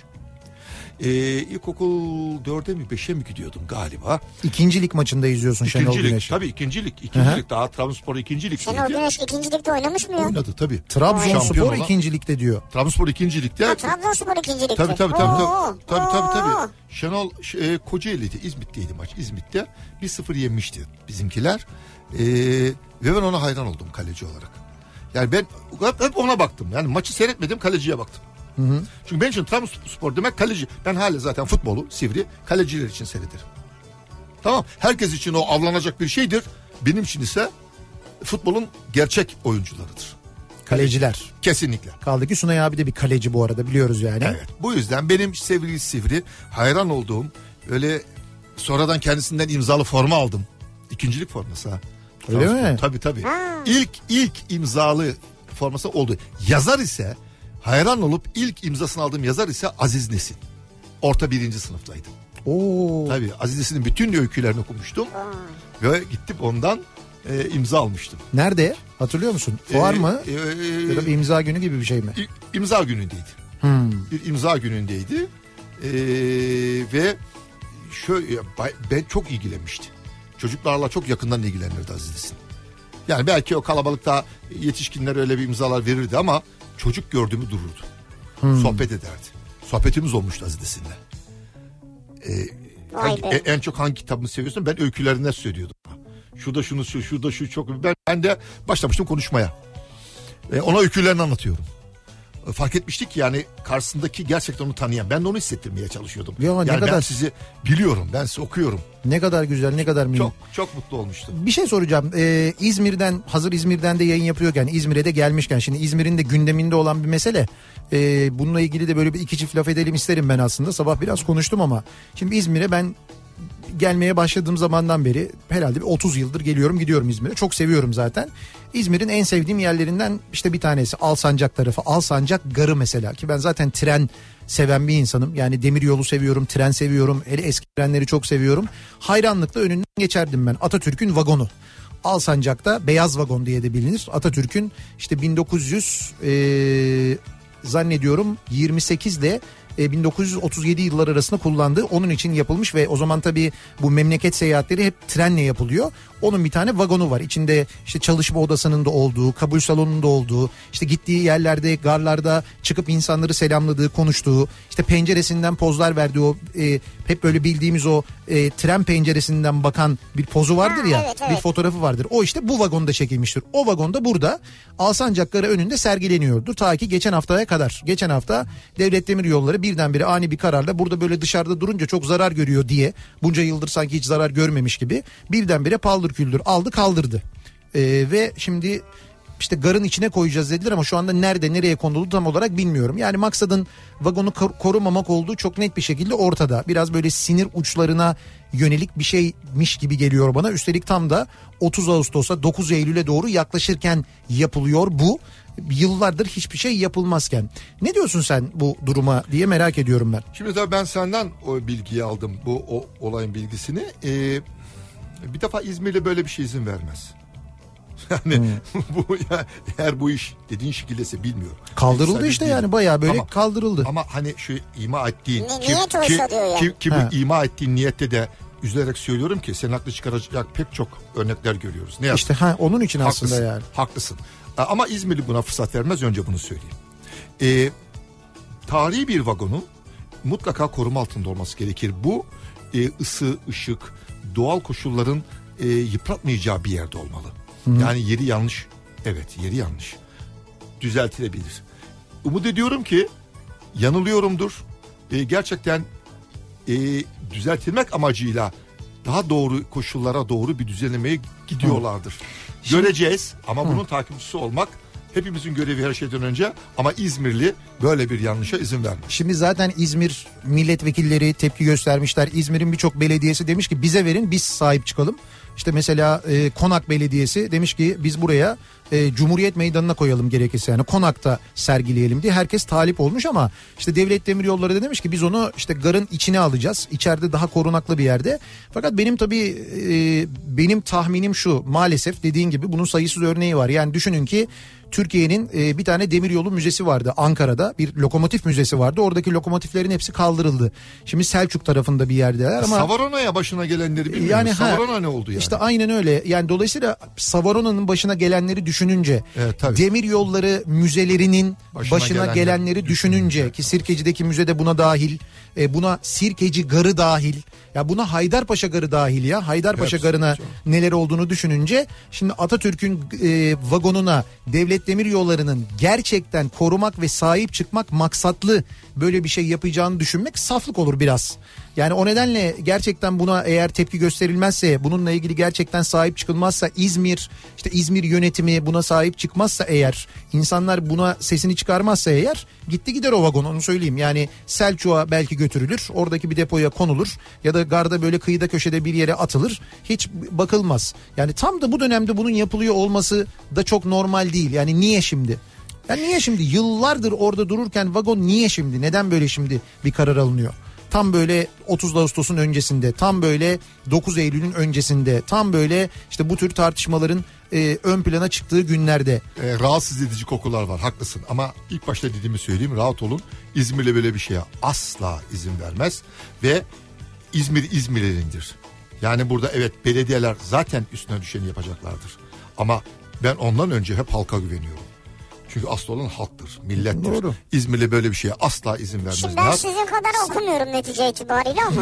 [SPEAKER 5] Ee, ilkokul dörde mi beşe mi gidiyordum galiba.
[SPEAKER 1] İkincilik maçında izliyorsun
[SPEAKER 5] ikincilik,
[SPEAKER 1] Şenol Güneş'i.
[SPEAKER 5] Tabii ikincilik. İkincilik daha Trabzonspor ikincilik.
[SPEAKER 2] Şenol Güneş ikincilikte oynamış mı ya?
[SPEAKER 5] Oynadı tabii.
[SPEAKER 1] Trabzonspor ikincilikte diyor.
[SPEAKER 5] Trabzonspor ikincilikte.
[SPEAKER 2] Ha, Trabzonspor ikincilikte.
[SPEAKER 5] Tabii tabii tabii. Tabii tabii, tabii, tabii. Şenol e, Kocaeli'de, İzmit'teydi maç. İzmit'te bir sıfır yenmişti bizimkiler. E, ve ben ona hayran oldum kaleci olarak. Yani ben hep, hep ona baktım. Yani maçı seyretmedim, kaleciye baktım. Hı hı. Çünkü ben için Trabzonspor demek kaleci. Ben hala zaten futbolu, Sivri, kaleciler için seyrederim. Tamam. Herkes için o avlanacak bir şeydir. Benim için ise futbolun gerçek oyuncularıdır.
[SPEAKER 1] Kaleciler.
[SPEAKER 5] Kesinlikle.
[SPEAKER 1] Kaldı ki Sunay abi de bir kaleci bu arada, biliyoruz yani.
[SPEAKER 5] Evet. Bu yüzden benim sevgili Sivri, hayran olduğum, öyle sonradan kendisinden imzalı forma aldım. İkincilik forması ha.
[SPEAKER 1] Öyle Trabzonspor. Mi?
[SPEAKER 5] Tabii tabii. Ha. İlk ilk imzalı forması oldu. Yazar ise, hayran olup ilk imzasını aldığım yazar ise Aziz Nesin. Orta birinci sınıftaydım.
[SPEAKER 1] Oo.
[SPEAKER 5] Tabii Aziz Nesin'in bütün öykülerini okumuştum. Aa. Ve gittim ondan e, imza almıştım.
[SPEAKER 1] Nerede? Hatırlıyor musun? Fuar
[SPEAKER 5] e,
[SPEAKER 1] mı?
[SPEAKER 5] E, e,
[SPEAKER 1] ya da bir imza günü gibi bir şey mi?
[SPEAKER 5] İmza günündeydi.
[SPEAKER 1] Hmm.
[SPEAKER 5] Bir imza günündeydi. E, ve şöyle ben çok ilgilenmiştim. Çocuklarla çok yakından ilgilenirdi Aziz Nesin. Yani belki o kalabalıkta yetişkinler öyle bir imzalar verirdi ama çocuk gördüğümü dururdu. Hmm. Sohbet ederdi. Sohbetimiz olmuştu Aziz Nesin'le. Ee, hangi, en çok hangi kitabını seviyorsun? Ben öykülerinden söylüyordum. Şurada şunu şu, şurada şu çok. Ben, ben de başlamıştım konuşmaya. Ee, ona öykülerini anlatıyorum. Ee, fark etmiştik ki yani karşısındaki gerçekten onu tanıyan. Ben de onu hissettirmeye çalışıyordum.
[SPEAKER 1] Ya
[SPEAKER 5] yani
[SPEAKER 1] ne
[SPEAKER 5] ben
[SPEAKER 1] kadar...
[SPEAKER 5] sizi biliyorum. Ben sizi okuyorum.
[SPEAKER 1] Ne kadar güzel, ne kadar mühim.
[SPEAKER 5] Çok çok mutlu olmuştum.
[SPEAKER 1] Bir şey soracağım. Ee, İzmir'den, hazır İzmir'den de yayın yapıyorken, İzmir'e de gelmişken, şimdi İzmir'in de gündeminde olan bir mesele. Ee, bununla ilgili de böyle bir iki çift laf edelim isterim ben aslında. Sabah biraz konuştum ama şimdi İzmir'e ben gelmeye başladığım zamandan beri herhalde bir otuz yıldır geliyorum gidiyorum İzmir'e. Çok seviyorum zaten. İzmir'in en sevdiğim yerlerinden işte bir tanesi Alsancak tarafı. Alsancak Garı mesela, ki ben zaten tren seven bir insanım. Yani demiryolu seviyorum, tren seviyorum. Hele eski trenleri çok seviyorum. Hayranlıkla önünden geçerdim ben. Atatürk'ün vagonu. Alsancak'ta beyaz vagon diye de bilinir. Atatürk'ün işte bin dokuz yüz ee, zannediyorum yirmi sekiz ile bin dokuz yüz otuz yedi yıllar arasında kullandığı, onun için yapılmış ve o zaman tabii bu memleket seyahatleri hep trenle yapılıyor. Onun bir tane vagonu var. İçinde işte çalışma odasının da olduğu, kabul salonunun da olduğu, işte gittiği yerlerde, garlarda çıkıp insanları selamladığı, konuştuğu, işte penceresinden pozlar verdiği, o e, hep böyle bildiğimiz o e, tren penceresinden bakan bir pozu vardır ya, ha, evet, evet. Bir fotoğrafı vardır. O işte bu vagonda çekilmiştir. O vagonda burada Alsancak Garı önünde sergileniyordu. Ta ki geçen haftaya kadar. Geçen hafta Devlet Demiryolları birdenbire ani bir kararla burada böyle dışarıda durunca çok zarar görüyor diye, bunca yıldır sanki hiç zarar görmemiş gibi birdenbire paldır küldür aldı kaldırdı. Ee, ve şimdi işte garın içine koyacağız dediler ama şu anda nerede, nereye konuldu tam olarak bilmiyorum. Yani maksadın vagonu korumamak olduğu çok net bir şekilde ortada. Biraz böyle sinir uçlarına yönelik bir şeymiş gibi geliyor bana. Üstelik tam da otuz Ağustos'a dokuz Eylül'e doğru yaklaşırken yapılıyor bu. Yıllardır hiçbir şey yapılmazken. Ne diyorsun sen bu duruma diye merak ediyorum ben.
[SPEAKER 5] Şimdi tabii ben senden o bilgiyi aldım, bu o olayın bilgisini. Ee, bir defa İzmir'de böyle bir şey izin vermez. Yani hmm. bu ya, eğer bu iş dediğin şekildeyse bilmiyorum.
[SPEAKER 1] Kaldırıldı
[SPEAKER 5] Hiç
[SPEAKER 1] işte
[SPEAKER 5] değil.
[SPEAKER 1] Yani bayağı böyle
[SPEAKER 5] ama,
[SPEAKER 1] kaldırıldı.
[SPEAKER 5] Ama hani şu ima ettiğin
[SPEAKER 2] Ni-
[SPEAKER 5] ki,
[SPEAKER 2] niyet
[SPEAKER 5] ki,
[SPEAKER 2] olsa diyor
[SPEAKER 5] ki,
[SPEAKER 2] ya.
[SPEAKER 5] ki bu ima ettiğin niyette de üzülerek söylüyorum ki senin haklı çıkaracak pek çok örnekler görüyoruz. Ne
[SPEAKER 1] İşte ha, onun için haklısın, aslında yani.
[SPEAKER 5] Haklısın. Ama İzmirli buna fırsat vermez, önce bunu söyleyeyim. Ee, tarihi bir vagonun mutlaka koruma altında olması gerekir. Bu e, ısı, ışık, doğal koşulların e, yıpratmayacağı bir yerde olmalı. Hı. Yani yeri yanlış. Evet, yeri yanlış. Düzeltilebilir. Umut ediyorum ki yanılıyorumdur. E, gerçekten e, düzeltilmek amacıyla daha doğru koşullara doğru bir düzenlemeye gidiyorlardır. Hı. Göreceğiz ama Hı. bunun takipçisi olmak hepimizin görevi her şeyden önce, ama İzmirli böyle bir yanlışa izin vermez.
[SPEAKER 1] Şimdi zaten İzmir milletvekilleri tepki göstermişler. İzmir'in birçok belediyesi demiş ki bize verin, biz sahip çıkalım. İşte mesela e, Konak Belediyesi demiş ki biz buraya e, Cumhuriyet Meydanı'na koyalım gerekirse, yani Konak'ta sergileyelim diye herkes talip olmuş ama işte Devlet Demiryolları da demiş ki biz onu işte garın içine alacağız. İçeride daha korunaklı bir yerde. Fakat benim tabii e, benim tahminim şu, maalesef dediğin gibi bunun sayısız örneği var. Yani düşünün ki Türkiye'nin e, bir tane demiryolu müzesi vardı Ankara'da, bir lokomotif müzesi vardı. Oradaki lokomotiflerin hepsi kaldırıldı. Şimdi Selçuk tarafında bir yerdeler ama
[SPEAKER 5] Savarona'ya başına gelenleri bilmiyoruz. Yani, Savarona ne oldu yani?
[SPEAKER 1] İşte aynen öyle. Yani dolayısıyla Savarona'nın başına gelenleri düşününce, evet, demiryolları müzelerinin başına, başına gelenleri, gelenleri düşününce, düşününce ki Sirkeci'deki müze de buna dahil, e, buna Sirkeci Garı dahil. Ya buna Haydarpaşa Garı dahil ya. Haydarpaşa Garı'na neler olduğunu düşününce şimdi Atatürk'ün e, vagonuna Devlet Demiryolları'nın gerçekten korumak ve sahip çıkmak maksatlı böyle bir şey yapacağını düşünmek saflık olur biraz. Yani o nedenle gerçekten buna eğer tepki gösterilmezse, bununla ilgili gerçekten sahip çıkılmazsa, İzmir işte İzmir yönetimi buna sahip çıkmazsa eğer, insanlar buna sesini çıkarmazsa eğer, gitti gider o vagon, onu söyleyeyim. Yani Selçuk'a belki götürülür, oradaki bir depoya konulur ya da garda böyle kıyıda köşede bir yere atılır, hiç bakılmaz. Yani tam da bu dönemde bunun yapılıyor olması da çok normal değil. Yani niye şimdi? Yani niye şimdi? Yıllardır orada dururken vagon niye şimdi? Neden böyle şimdi bir karar alınıyor? tam böyle otuz Ağustos'un öncesinde, tam böyle dokuz Eylül'ün öncesinde, tam böyle işte bu tür tartışmaların e, ön plana çıktığı günlerde.
[SPEAKER 5] E, rahatsız edici kokular var, haklısın, ama ilk başta dediğimi söyleyeyim, rahat olun. İzmir'le böyle bir şeye asla izin vermez ve İzmir İzmirlerindir. Yani burada evet, belediyeler zaten üstüne düşeni yapacaklardır. Ama ben ondan önce hep halka güveniyorum. Çünkü asıl olan halktır, millettir.
[SPEAKER 1] Doğru.
[SPEAKER 5] İzmir'le böyle bir şeye asla izin vermez.
[SPEAKER 2] Şimdi ben sizin kadar okumuyorum netice itibariyle ama.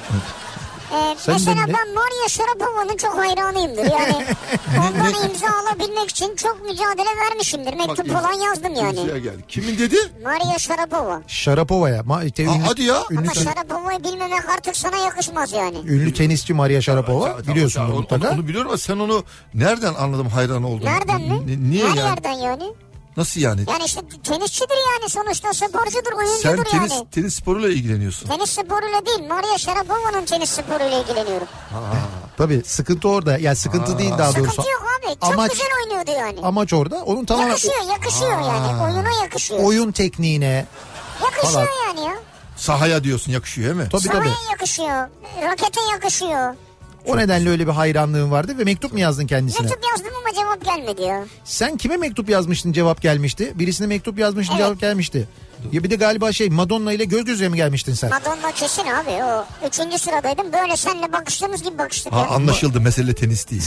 [SPEAKER 2] Ee, mesela
[SPEAKER 1] de
[SPEAKER 2] ben Maria Sharapova'nın çok hayranıyımdır. Yani ondan imza alabilmek için çok mücadele vermişimdir. Mektup
[SPEAKER 5] Bak,
[SPEAKER 2] falan yazdım yani.
[SPEAKER 5] Geldi. Kimin dedi?
[SPEAKER 2] Maria Sharapova.
[SPEAKER 1] Şarapova'ya. Ma- te-
[SPEAKER 5] Aa,
[SPEAKER 1] ünlü,
[SPEAKER 5] hadi ya.
[SPEAKER 1] Ünlü,
[SPEAKER 2] Ama Sharapova'yı bilmemek artık sana yakışmaz yani.
[SPEAKER 1] ünlü tenisçi Maria Sharapova.
[SPEAKER 5] Tamam,
[SPEAKER 1] Biliyorsun
[SPEAKER 5] tamam,
[SPEAKER 1] bunu
[SPEAKER 5] onu,
[SPEAKER 1] mutlaka.
[SPEAKER 5] onu, onu biliyorum ama sen onu nereden anladım hayran olduğunu?
[SPEAKER 2] Nereden mi?
[SPEAKER 5] N- niye
[SPEAKER 2] Her
[SPEAKER 5] yani?
[SPEAKER 2] yerden yani.
[SPEAKER 5] Nasıl yani?
[SPEAKER 2] Yani işte tenisçidir yani, sonuçta sporcudur, oyuncudur
[SPEAKER 5] Sen
[SPEAKER 2] yani.
[SPEAKER 5] tenis tenis sporuyla ilgileniyorsun.
[SPEAKER 2] Tenis sporuyla değil, Maria Sharapova'nın tenis sporuyla ilgileniyorum.
[SPEAKER 1] Tabii sıkıntı orada. Yani sıkıntı değil daha doğrusu.
[SPEAKER 2] Sıkıntı yok abi, çok
[SPEAKER 1] Amaç-
[SPEAKER 2] güzel oynuyordu yani.
[SPEAKER 1] Amaç orada. Onun tamamen
[SPEAKER 2] Yakışıyor, yakışıyor yani, oyuna yakışıyor.
[SPEAKER 1] oyun tekniğine.
[SPEAKER 2] Yakışıyor
[SPEAKER 1] falan.
[SPEAKER 2] yani ya.
[SPEAKER 5] Sahaya diyorsun, yakışıyor değil mi?
[SPEAKER 1] Tabii tabii.
[SPEAKER 2] Sahaya yakışıyor, rakete yakışıyor.
[SPEAKER 1] O nedenle öyle bir hayranlığın vardı ve mektup mu yazdın kendisine?
[SPEAKER 2] Mektup yazdım ama cevap gelmedi ya.
[SPEAKER 1] Sen kime mektup yazmıştın, cevap gelmişti? Birisine mektup yazmıştın,
[SPEAKER 2] Evet.
[SPEAKER 1] cevap gelmişti. Ya bir de galiba şey, Madonna ile göz göze mi gelmiştin sen?
[SPEAKER 2] Madonna kesin abi, o üçüncü sıradaydım, böyle seninle bakıştığımız gibi bakıştık
[SPEAKER 5] Ha,
[SPEAKER 2] ya.
[SPEAKER 5] anlaşıldı, mesele tenis değil.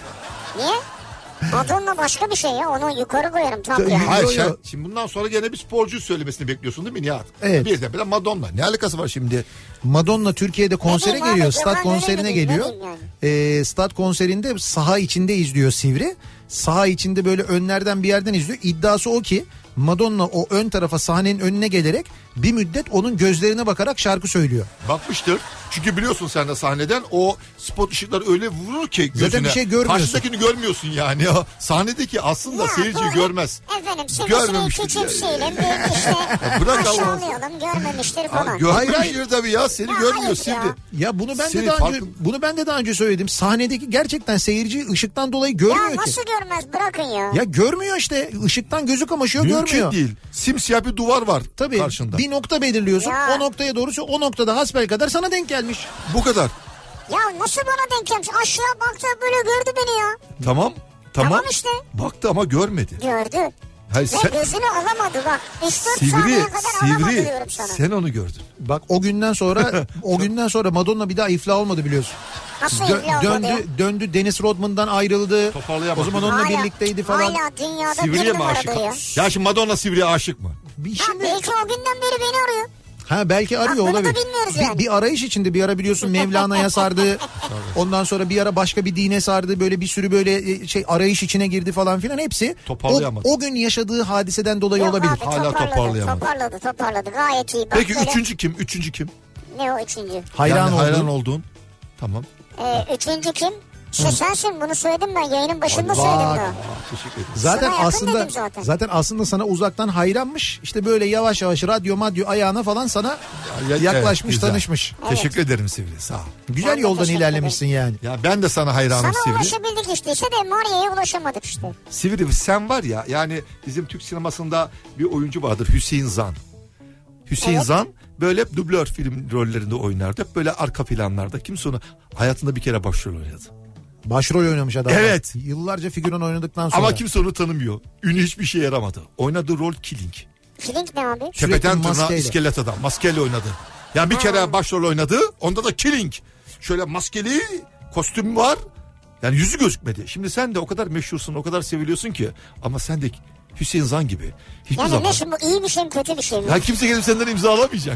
[SPEAKER 2] Niye? Madonna başka bir şey ya, onu yukarı koyarım tabii
[SPEAKER 1] Tabii.
[SPEAKER 2] yani.
[SPEAKER 5] Hayır,
[SPEAKER 1] Yo, yo.
[SPEAKER 5] sen, şimdi bundan sonra gene bir sporcu söylemesini bekliyorsun değil mi Nihat?
[SPEAKER 1] Evet.
[SPEAKER 5] Bir de bir de Madonna. Ne alakası var şimdi?
[SPEAKER 1] Madonna Türkiye'de konsere
[SPEAKER 2] diyeyim abi,
[SPEAKER 1] geliyor.
[SPEAKER 2] Gökhan
[SPEAKER 1] Stat
[SPEAKER 2] öyle
[SPEAKER 1] konserine
[SPEAKER 2] mi diyeyim,
[SPEAKER 1] geliyor.
[SPEAKER 2] ne diyeyim yani?
[SPEAKER 1] Ee, stat konserinde saha içinde izliyor Sivri. Saha içinde böyle önlerden bir yerden izliyor. İddiası o ki Madonna o ön tarafa, sahnenin önüne gelerek bir müddet onun gözlerine bakarak şarkı söylüyor.
[SPEAKER 5] Bakmıştır. Çünkü biliyorsun sen de sahneden o spot ışıklar öyle vurur ki gözüne.
[SPEAKER 1] Zaten bir şey görmüyorsun.
[SPEAKER 5] Karşıdakini görmüyorsun yani. O sahnedeki aslında
[SPEAKER 2] Ya
[SPEAKER 5] seyirciyi
[SPEAKER 2] bu-
[SPEAKER 5] görmez.
[SPEAKER 2] Efendim sivrisineği
[SPEAKER 5] Görmemiştir
[SPEAKER 2] küçümseyelim,
[SPEAKER 5] yani.
[SPEAKER 2] bir işte
[SPEAKER 5] bırak Allah'ını.
[SPEAKER 2] aşağılayalım, görmemiştir
[SPEAKER 5] Ha,
[SPEAKER 2] falan.
[SPEAKER 5] görmemiştir tabii ya. Seni
[SPEAKER 2] Ya
[SPEAKER 5] görmüyor
[SPEAKER 2] hayır ya.
[SPEAKER 5] Sivri.
[SPEAKER 1] Ya bunu ben de
[SPEAKER 5] Senin
[SPEAKER 1] daha önce
[SPEAKER 5] farkın-
[SPEAKER 1] bunu ben de daha önce söyledim. Sahnedeki gerçekten seyirci ışıktan dolayı görmüyor
[SPEAKER 2] Ya
[SPEAKER 1] ki.
[SPEAKER 2] nasıl görmez, bırakın ya.
[SPEAKER 1] Ya görmüyor işte. Işıktan gözü kamaşıyor,
[SPEAKER 5] Mümkün
[SPEAKER 1] görmüyor.
[SPEAKER 5] değil. Simsiyah bir duvar var
[SPEAKER 1] Tabii
[SPEAKER 5] karşında.
[SPEAKER 1] bir nokta belirliyorsun.
[SPEAKER 2] Ya.
[SPEAKER 1] O noktaya doğrusu o noktada hasbelkader sana denk gelmiş.
[SPEAKER 5] Bu kadar.
[SPEAKER 2] Ya nasıl bana denk gelmiş? Aşağı baktı böyle, gördü beni ya.
[SPEAKER 5] Tamam. Tamam.
[SPEAKER 2] Tamam işte.
[SPEAKER 5] Baktı ama görmedi.
[SPEAKER 2] Gördü.
[SPEAKER 5] Hayır,
[SPEAKER 2] Ve
[SPEAKER 5] sen,
[SPEAKER 2] gözünü alamadı bak. üç dört
[SPEAKER 5] Sivri,
[SPEAKER 2] saniye kadar alamadı
[SPEAKER 5] Sivri.
[SPEAKER 2] diyorum sana.
[SPEAKER 5] Sen onu gördün.
[SPEAKER 1] Bak o günden sonra o günden sonra Madonna bir daha iflah olmadı biliyorsun.
[SPEAKER 2] Nasıl
[SPEAKER 1] Dö-
[SPEAKER 2] iflah olmadı ya?
[SPEAKER 1] döndü döndü Dennis Rodman'dan ayrıldı.
[SPEAKER 5] Toparlayamadı.
[SPEAKER 1] O zaman onunla
[SPEAKER 2] Hala-
[SPEAKER 1] birlikteydi falan.
[SPEAKER 2] Hala dünyada
[SPEAKER 5] Sivri'ye
[SPEAKER 2] bir
[SPEAKER 5] mi aşık?
[SPEAKER 2] numaradır ya.
[SPEAKER 5] Ya şimdi Madonna Sivri'ye aşık mı?
[SPEAKER 1] Bir
[SPEAKER 2] Ha,
[SPEAKER 1] şimdi
[SPEAKER 2] belki o günden beri beni arıyor.
[SPEAKER 1] ha belki arıyor
[SPEAKER 2] bunu da
[SPEAKER 1] olabilir.
[SPEAKER 2] bilmiyoruz
[SPEAKER 1] Bir,
[SPEAKER 2] yani.
[SPEAKER 1] bir arayış içinde bir ara biliyorsun Mevlana'ya sardı. Ondan sonra bir ara başka bir dine sardı. Böyle bir sürü böyle e, şey arayış içine girdi falan filan, hepsi o,
[SPEAKER 5] Toparlayamadı.
[SPEAKER 1] o gün yaşadığı hadiseden dolayı
[SPEAKER 2] Yok
[SPEAKER 1] olabilir.
[SPEAKER 2] abi,
[SPEAKER 5] Hala
[SPEAKER 2] toparladı,
[SPEAKER 5] toparlayamadı.
[SPEAKER 2] Toparladı toparladı gayet iyi. Bak
[SPEAKER 5] Peki
[SPEAKER 2] böyle-
[SPEAKER 5] üçüncü kim? Üçüncü kim?
[SPEAKER 2] Ne o üçüncü?
[SPEAKER 1] Hayran
[SPEAKER 5] yani
[SPEAKER 1] oldu.
[SPEAKER 5] hayran olduğun. Tamam.
[SPEAKER 2] Ee, üçüncü kim? İşte sensin, bunu söyledim ben yayının başında
[SPEAKER 1] Bak.
[SPEAKER 2] söyledim daha.
[SPEAKER 5] Teşekkür ederim.
[SPEAKER 1] Zaten
[SPEAKER 2] Sana yakın
[SPEAKER 1] aslında
[SPEAKER 2] dedim zaten.
[SPEAKER 1] zaten aslında sana uzaktan hayranmış. İşte böyle yavaş yavaş radyo madyo ayağına falan sana
[SPEAKER 5] Ya-
[SPEAKER 1] yaklaşmış,
[SPEAKER 5] evet, güzel.
[SPEAKER 1] tanışmış.
[SPEAKER 5] Teşekkür ederim Sivri, sağ ol.
[SPEAKER 1] Güzel
[SPEAKER 2] Ben de
[SPEAKER 1] yoldan
[SPEAKER 2] teşekkür
[SPEAKER 1] ilerlemişsin yani.
[SPEAKER 5] Ya ben de sana hayranım
[SPEAKER 2] Sana
[SPEAKER 5] Sivri.
[SPEAKER 2] ulaşabildik işte de Maria'ya ulaşamadık işte.
[SPEAKER 5] Sivri sen var ya, yani bizim Türk sinemasında bir oyuncu vardır, Hüseyin Zan. Hüseyin
[SPEAKER 2] Evet.
[SPEAKER 5] Zan böyle dublör film rollerinde oynardı. Hep böyle arka planlarda. Kimse onu hayatında bir kere başrol oynadı.
[SPEAKER 1] Başrol oynamış adam.
[SPEAKER 5] Evet.
[SPEAKER 1] Yıllarca figüran oynadıktan sonra.
[SPEAKER 5] Ama kimse onu tanımıyor. Ünü hiçbir şeye yaramadı. Oynadığı rol killing.
[SPEAKER 2] Killing ne abi?
[SPEAKER 1] Sürekli
[SPEAKER 5] Tepeden tırnağa
[SPEAKER 1] maskeyle.
[SPEAKER 5] iskelet adam. Maskeyle oynadı. Yani bir kere başrol oynadı. Onda da killing. Şöyle maskeli kostüm var. Yani yüzü gözükmedi. Şimdi sen de o kadar meşhursun, o kadar seviliyorsun ki. Ama sen de Hüseyin Zan gibi. Hiçbir
[SPEAKER 2] Yani
[SPEAKER 5] zaman.
[SPEAKER 2] ne şimdi, bu iyi bir şey mi kötü bir şey mi?
[SPEAKER 5] Ya kimse gelip senden imza alamayacak.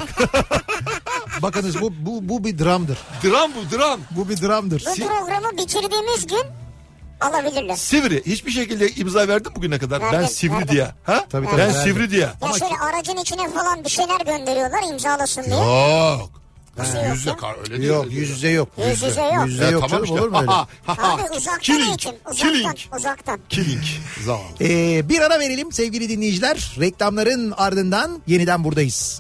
[SPEAKER 1] Bakınız bu bu bu bir dramdır.
[SPEAKER 5] Dram bu, dram.
[SPEAKER 1] Bu bir dramdır.
[SPEAKER 2] Bu programı bitirdiğimiz gün alabilirler.
[SPEAKER 5] Sivri. Hiçbir şekilde imza verdin bugüne kadar.
[SPEAKER 2] Verdim,
[SPEAKER 5] ben Sivri
[SPEAKER 2] verdim.
[SPEAKER 5] diye. Ha?
[SPEAKER 1] Tabii,
[SPEAKER 5] ben
[SPEAKER 1] tabii, verdim.
[SPEAKER 5] Sivri diye.
[SPEAKER 2] Ya şöyle aracın içine falan bir şeyler gönderiyorlar imzalasın diye.
[SPEAKER 5] Yok.
[SPEAKER 2] Nasıl
[SPEAKER 5] Ha,
[SPEAKER 2] yok
[SPEAKER 5] yüzde
[SPEAKER 2] ya?
[SPEAKER 5] kar öyle değil.
[SPEAKER 1] Yok
[SPEAKER 5] öyle
[SPEAKER 1] yüz
[SPEAKER 5] değil.
[SPEAKER 1] yüze yok.
[SPEAKER 2] Yüz yüze yok.
[SPEAKER 1] Yüz yüze
[SPEAKER 5] Ya
[SPEAKER 1] yok
[SPEAKER 5] tamam
[SPEAKER 1] canım,
[SPEAKER 5] işte.
[SPEAKER 1] olur mu öyle?
[SPEAKER 5] Ha, ha, ha.
[SPEAKER 2] Abi uzaktan
[SPEAKER 5] Killing.
[SPEAKER 2] eğitim. Uzaktan.
[SPEAKER 5] Killing.
[SPEAKER 2] Uzaktan.
[SPEAKER 5] Killing. Zal.
[SPEAKER 1] Ee, bir ara verelim sevgili dinleyiciler. Reklamların ardından yeniden buradayız.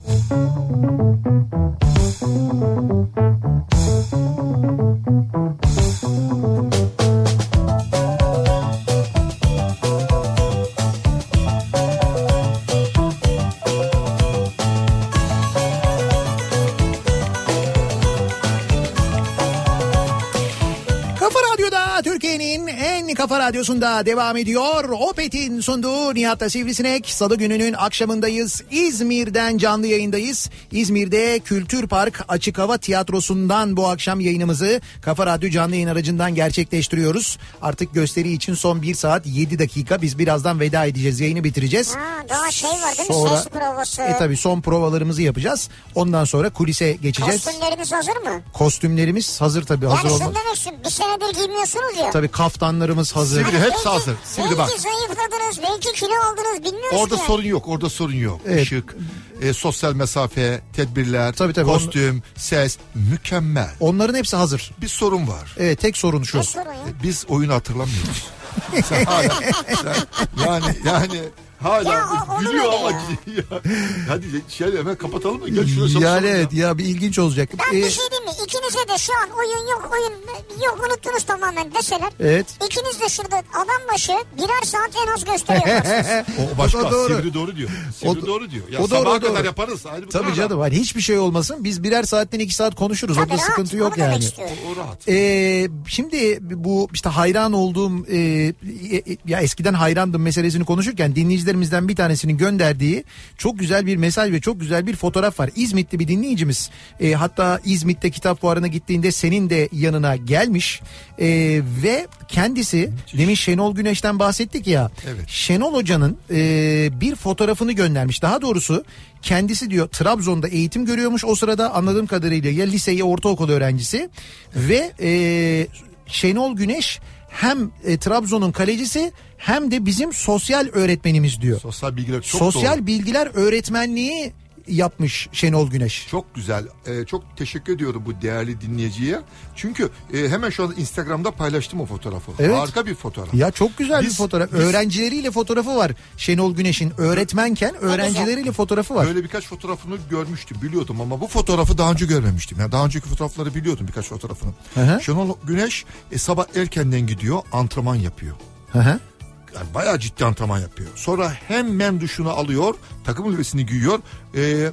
[SPEAKER 1] Opet'in Kafa Radyosu'nda devam ediyor. Opet'in sunduğu Nihat'la Sivrisinek. Salı gününün akşamındayız. İzmir'den canlı yayındayız. İzmir'de Kültür Park Açık Hava Tiyatrosu'ndan bu akşam yayınımızı Kafa Radyo canlı yayın aracından gerçekleştiriyoruz. Artık gösteri için son bir saat yedi dakika. Biz birazdan veda edeceğiz. Yayını bitireceğiz.
[SPEAKER 2] Ha, daha şey var değil mi?
[SPEAKER 1] Sonra,
[SPEAKER 2] ses provası.
[SPEAKER 1] E tabii son provalarımızı yapacağız. Ondan sonra kulise geçeceğiz.
[SPEAKER 2] Kostümleriniz hazır mı?
[SPEAKER 1] Kostümlerimiz hazır tabii. Hazır
[SPEAKER 2] yani
[SPEAKER 1] olmak.
[SPEAKER 2] şunu demek istiyorum. Bir senedir giymiyorsunuz ya.
[SPEAKER 1] Tabii kaftanlarımız hazır.
[SPEAKER 5] Sivri hepsi hazır. Sivri bak.
[SPEAKER 2] Belki zayıfladınız, belki kilo aldınız, bilmiyoruz
[SPEAKER 5] Orada
[SPEAKER 2] ki.
[SPEAKER 5] sorun yok. Orada sorun yok.
[SPEAKER 1] Evet.
[SPEAKER 5] Işık, e, sosyal mesafe, tedbirler,
[SPEAKER 1] Tabii, tabii.
[SPEAKER 5] kostüm, ses mükemmel.
[SPEAKER 1] Onların hepsi hazır.
[SPEAKER 5] Bir sorun var.
[SPEAKER 1] Evet, tek sorun şu.
[SPEAKER 2] Ne sorun ya?
[SPEAKER 5] E, Biz oyunu hatırlamıyoruz. Sen hala, sen, yani yani hala
[SPEAKER 2] Ya o- olur
[SPEAKER 5] gülüyor
[SPEAKER 2] öyle
[SPEAKER 5] ama
[SPEAKER 2] ya.
[SPEAKER 5] ya. Hadi şey hemen kapatalım mı? Gel şuraya
[SPEAKER 1] Yani
[SPEAKER 5] çalışalım
[SPEAKER 1] evet
[SPEAKER 5] ya.
[SPEAKER 1] ya bir ilginç olacak.
[SPEAKER 2] Ben
[SPEAKER 1] Ee,
[SPEAKER 2] bir şey diyeyim mi? İkinize de şu an oyun yok, oyun yok, unuttunuz tamamen deseler.
[SPEAKER 1] Evet.
[SPEAKER 2] İkiniz de şurada adam başı birer saat en az gösteri yaparsınız.
[SPEAKER 5] O başka.
[SPEAKER 1] O doğru.
[SPEAKER 5] Sivri doğru diyor. Sivri
[SPEAKER 1] O-
[SPEAKER 5] doğru diyor. Ya
[SPEAKER 1] o doğru,
[SPEAKER 5] sabaha
[SPEAKER 1] o doğru.
[SPEAKER 5] kadar yaparız. Hadi
[SPEAKER 1] Tabii
[SPEAKER 5] bakalım.
[SPEAKER 1] canım, hani hiçbir şey olmasın. Biz birer saatten iki saat konuşuruz.
[SPEAKER 2] Tabii
[SPEAKER 1] Orada
[SPEAKER 2] rahat,
[SPEAKER 1] sıkıntı yok
[SPEAKER 2] onu demek
[SPEAKER 1] yani.
[SPEAKER 2] istiyorum.
[SPEAKER 5] O rahat.
[SPEAKER 1] Ee, şimdi bu işte hayran olduğum e, ya eskiden hayrandım meselesini konuşurken dinleyicilerimizden bir tanesinin gönderdiği çok güzel bir mesaj ve çok güzel bir fotoğraf var. İzmitli bir dinleyicimiz. E, hatta İzmit'te kitap fuarına gittiğinde senin de yanına gelmiş E, ve kendisi demin Şenol Güneş'ten bahsettik ya.
[SPEAKER 5] Evet.
[SPEAKER 1] Şenol Hoca'nın e, bir fotoğrafını göndermiş. Daha doğrusu kendisi diyor Trabzon'da eğitim görüyormuş o sırada, anladığım kadarıyla ya lise ya ortaokul öğrencisi ve e, Şenol Güneş hem e, Trabzon'un kalecisi hem de bizim sosyal öğretmenimiz diyor.
[SPEAKER 5] Sosyal bilgiler çok
[SPEAKER 1] Sosyal
[SPEAKER 5] doğru.
[SPEAKER 1] bilgiler öğretmenliği yapmış Şenol Güneş.
[SPEAKER 5] Çok güzel. Ee, çok teşekkür ediyorum bu değerli dinleyiciye. Çünkü e, hemen şu anda Instagram'da paylaştım o fotoğrafı.
[SPEAKER 1] Evet.
[SPEAKER 5] Harika bir fotoğraf.
[SPEAKER 1] Ya çok güzel
[SPEAKER 5] Biz-
[SPEAKER 1] bir fotoğraf.
[SPEAKER 5] biz-
[SPEAKER 1] Öğrencileriyle fotoğrafı var Şenol Güneş'in. Öğretmenken öğrencileriyle fotoğrafı var.
[SPEAKER 5] Böyle birkaç fotoğrafını görmüştüm, biliyordum ama bu fotoğrafı daha önce görmemiştim. Yani daha önceki fotoğrafları biliyordum, birkaç fotoğrafını.
[SPEAKER 1] Hı hı.
[SPEAKER 5] Şenol Güneş e, sabah erkenden gidiyor, antrenman yapıyor.
[SPEAKER 1] Hı hı.
[SPEAKER 5] Yani bayağı ciddi antrenman yapıyor. Sonra hemen duşunu alıyor, takım elbisesini giyiyor. Ee,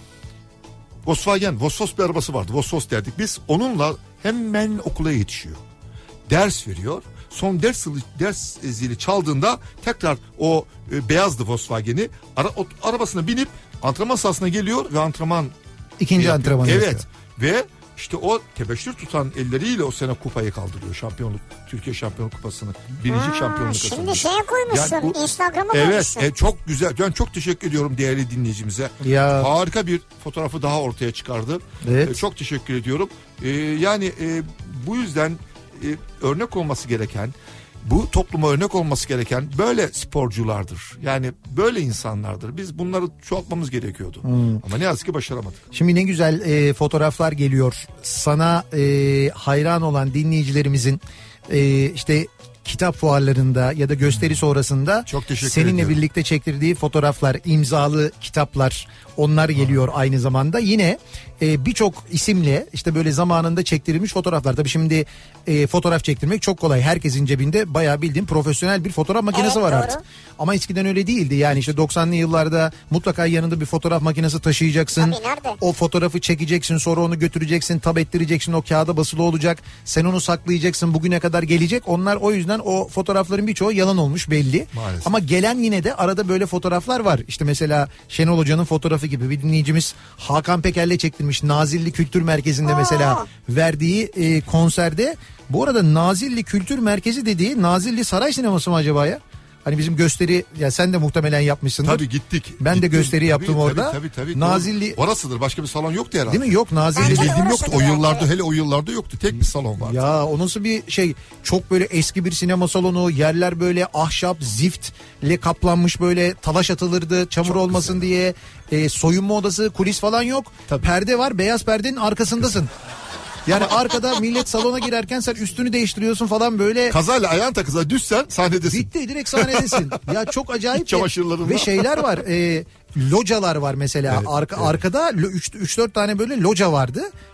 [SPEAKER 5] Volkswagen, Vossos bir arabası vardı. Vossos derdik biz. Onunla hemen okula yetişiyor. Ders veriyor. Son ders zili, ders zili çaldığında tekrar o e, beyazdı Volkswagen'i. Ara, o, arabasına binip antrenman sahasına geliyor ve antrenman
[SPEAKER 1] İkinci
[SPEAKER 5] yapıyor.
[SPEAKER 1] antrenmanı
[SPEAKER 5] Evet.
[SPEAKER 1] yapıyor.
[SPEAKER 5] Ve işte o tebeşir tutan elleriyle o sene kupayı kaldırıyor. Şampiyonluk, Türkiye Şampiyonluk Kupası'nı. Birinci
[SPEAKER 2] Ha,
[SPEAKER 5] şampiyonluk
[SPEAKER 2] şimdi
[SPEAKER 5] kazanıyor.
[SPEAKER 2] şeye koymuşsun,
[SPEAKER 5] Yani bu-
[SPEAKER 2] Instagram'a
[SPEAKER 5] Evet,
[SPEAKER 2] koymuşsun.
[SPEAKER 5] e, çok güzel. Ben çok teşekkür ediyorum değerli dinleyicimize.
[SPEAKER 1] Ya.
[SPEAKER 5] Harika bir fotoğrafı daha ortaya çıkardı.
[SPEAKER 1] Evet.
[SPEAKER 5] E, çok teşekkür ediyorum. E, yani e, bu yüzden e, örnek olması gereken, bu topluma örnek olması gereken böyle sporculardır. Yani böyle insanlardır. Biz bunları çoğaltmamız gerekiyordu.
[SPEAKER 1] Hmm.
[SPEAKER 5] Ama ne yazık ki başaramadık.
[SPEAKER 1] Şimdi ne güzel e, fotoğraflar geliyor. Sana e, hayran olan dinleyicilerimizin e, işte kitap fuarlarında ya da gösteri sonrasında
[SPEAKER 5] Çok teşekkür
[SPEAKER 1] seninle
[SPEAKER 5] ediyorum.
[SPEAKER 1] birlikte çektirdiği fotoğraflar, imzalı kitaplar, onlar geliyor aynı zamanda. Yine e, birçok isimle işte böyle zamanında çektirilmiş fotoğraflar. Tabii şimdi e, fotoğraf çektirmek çok kolay. Herkesin cebinde bayağı bildiğin profesyonel bir fotoğraf makinesi
[SPEAKER 2] Evet,
[SPEAKER 1] var
[SPEAKER 2] doğru.
[SPEAKER 1] artık. Ama eskiden öyle değildi. Yani işte doksanlı yıllarda mutlaka yanında bir fotoğraf makinesi taşıyacaksın.
[SPEAKER 2] Tabii, nerede?
[SPEAKER 1] O fotoğrafı çekeceksin, sonra onu götüreceksin, tab ettireceksin, o kağıda basılı olacak. Sen onu saklayacaksın, bugüne kadar gelecek. Onlar o yüzden o fotoğrafların birçoğu yalan olmuş belli.
[SPEAKER 5] Maalesef.
[SPEAKER 1] Ama gelen yine de arada böyle fotoğraflar var. İşte mesela Şenol Hoca'nın fotoğrafı gibi bir dinleyicimiz Hakan Peker'le çektirmiş Nazilli Kültür Merkezi'nde mesela verdiği e, konserde. Bu arada Nazilli Kültür Merkezi dediği Nazilli Saray Sineması mı acaba ya? Hani bizim gösteri, ya sen de muhtemelen yapmışsındır.
[SPEAKER 5] Tabii gittik.
[SPEAKER 1] Ben de
[SPEAKER 5] Gittim.
[SPEAKER 1] gösteri
[SPEAKER 5] Tabii,
[SPEAKER 1] yaptım
[SPEAKER 5] tabii,
[SPEAKER 1] orada.
[SPEAKER 5] Tabii tabii.
[SPEAKER 1] Nazilli,
[SPEAKER 5] Doğru. Orasıdır. Başka bir salon yoktu herhalde.
[SPEAKER 1] değil mi? Yok, Nazilli
[SPEAKER 2] Bence de
[SPEAKER 1] bildiğim
[SPEAKER 5] Bildiğim
[SPEAKER 1] yok.
[SPEAKER 5] yoktu. O
[SPEAKER 2] yani,
[SPEAKER 5] yıllarda,
[SPEAKER 2] evet.
[SPEAKER 5] hele o yıllarda yoktu. Tek bir salon vardı.
[SPEAKER 1] Ya o nasıl bir şey, çok böyle eski bir sinema salonu, yerler böyle ahşap ziftle kaplanmış, böyle talaş atılırdı çamur
[SPEAKER 5] Çok
[SPEAKER 1] olmasın diye. E, soyunma odası, kulis falan yok.
[SPEAKER 5] Tabii.
[SPEAKER 1] Perde var, beyaz perdenin arkasındasın. Yani arkada millet salona girerken sen üstünü değiştiriyorsun falan böyle.
[SPEAKER 5] Kazayla ayağın takıza düşsen sahnedesin.
[SPEAKER 1] Bitti, direkt sahnedesin. Ya çok acayip.
[SPEAKER 5] İç çamaşırlarınla.
[SPEAKER 1] Ve şeyler var. E, localar var mesela.
[SPEAKER 5] Evet,
[SPEAKER 1] Arka,
[SPEAKER 5] evet.
[SPEAKER 1] Arkada üç dört tane böyle loca vardı.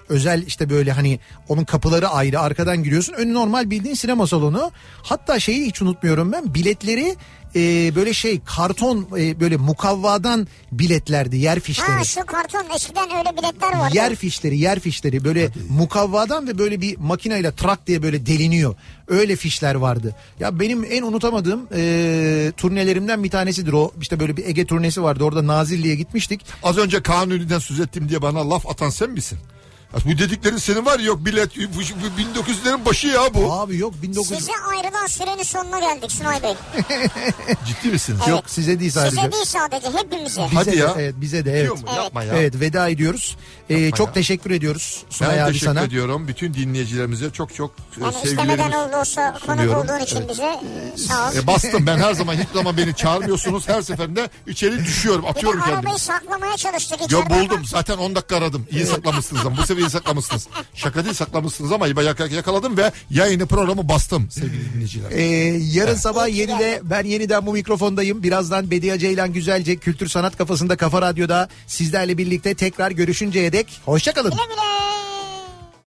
[SPEAKER 1] özel işte böyle hani onun kapıları ayrı, arkadan giriyorsun. Önü normal bildiğin sinema salonu. Hatta şeyi hiç unutmuyorum ben, biletleri e, böyle şey karton e, böyle mukavvadan biletlerdi, yer fişleri.
[SPEAKER 2] Ha şu karton, eskiden öyle biletler vardı.
[SPEAKER 1] Yer fişleri, yer fişleri böyle Hadi. mukavvadan ve böyle bir makineyle trak diye böyle deliniyor. Öyle fişler vardı. Ya benim en unutamadığım e, turnelerimden bir tanesidir o. İşte böyle bir Ege turnesi vardı. Orada Nazilli'ye gitmiştik.
[SPEAKER 5] Az önce Kanuni'den söz ettim diye bana laf atan sen misin? Bu dediklerin senin var ya, yok bilet bin dokuz yüzlerin başı ya bu.
[SPEAKER 1] Abi yok bin dokuz yüz.
[SPEAKER 2] Size ayrılan sürenin sonuna geldik Sunay Bey.
[SPEAKER 5] Ciddi misiniz?
[SPEAKER 2] Evet.
[SPEAKER 1] Yok size değil sadece.
[SPEAKER 2] Size değil sadece, hepimize.
[SPEAKER 1] Bize
[SPEAKER 5] Hadi
[SPEAKER 1] de,
[SPEAKER 5] ya.
[SPEAKER 1] Evet bize de evet.
[SPEAKER 5] Mu? Yapma ya.
[SPEAKER 1] Evet veda ediyoruz. Ee, çok
[SPEAKER 5] ya.
[SPEAKER 1] teşekkür ediyoruz Sunay
[SPEAKER 5] Ben
[SPEAKER 1] abi
[SPEAKER 5] teşekkür
[SPEAKER 1] sana.
[SPEAKER 5] ediyorum. Bütün dinleyicilerimize çok çok
[SPEAKER 2] Yani
[SPEAKER 5] sevgilerimi
[SPEAKER 2] istemeden oldu olsa konuk
[SPEAKER 5] sunuyorum.
[SPEAKER 2] olduğun için
[SPEAKER 5] Evet.
[SPEAKER 2] bize sağ ol.
[SPEAKER 5] E bastım ben her zaman, hiçbir zaman beni çağırmıyorsunuz. Her seferinde içeri düşüyorum,
[SPEAKER 2] Bir de
[SPEAKER 5] atıyorum kendimi.
[SPEAKER 2] arabayı saklamaya çalıştık
[SPEAKER 5] Ya
[SPEAKER 2] içeride.
[SPEAKER 5] buldum zaten on dakika aradım. İyi saklamışsınız ama bu sefer iyi saklamışsınız. Şaka değil, saklamışsınız ama yak- yakaladım ve yayını programı bastım sevgili dinleyiciler.
[SPEAKER 1] Ee, yarın
[SPEAKER 5] Evet.
[SPEAKER 1] sabah yedide ben yeniden bu mikrofondayım. Birazdan Bediye Ceylan Güzelce Kültür Sanat Kafasında Kafa Radyo'da sizlerle birlikte tekrar görüşünceye dek hoşça kalın.
[SPEAKER 2] Güle güle.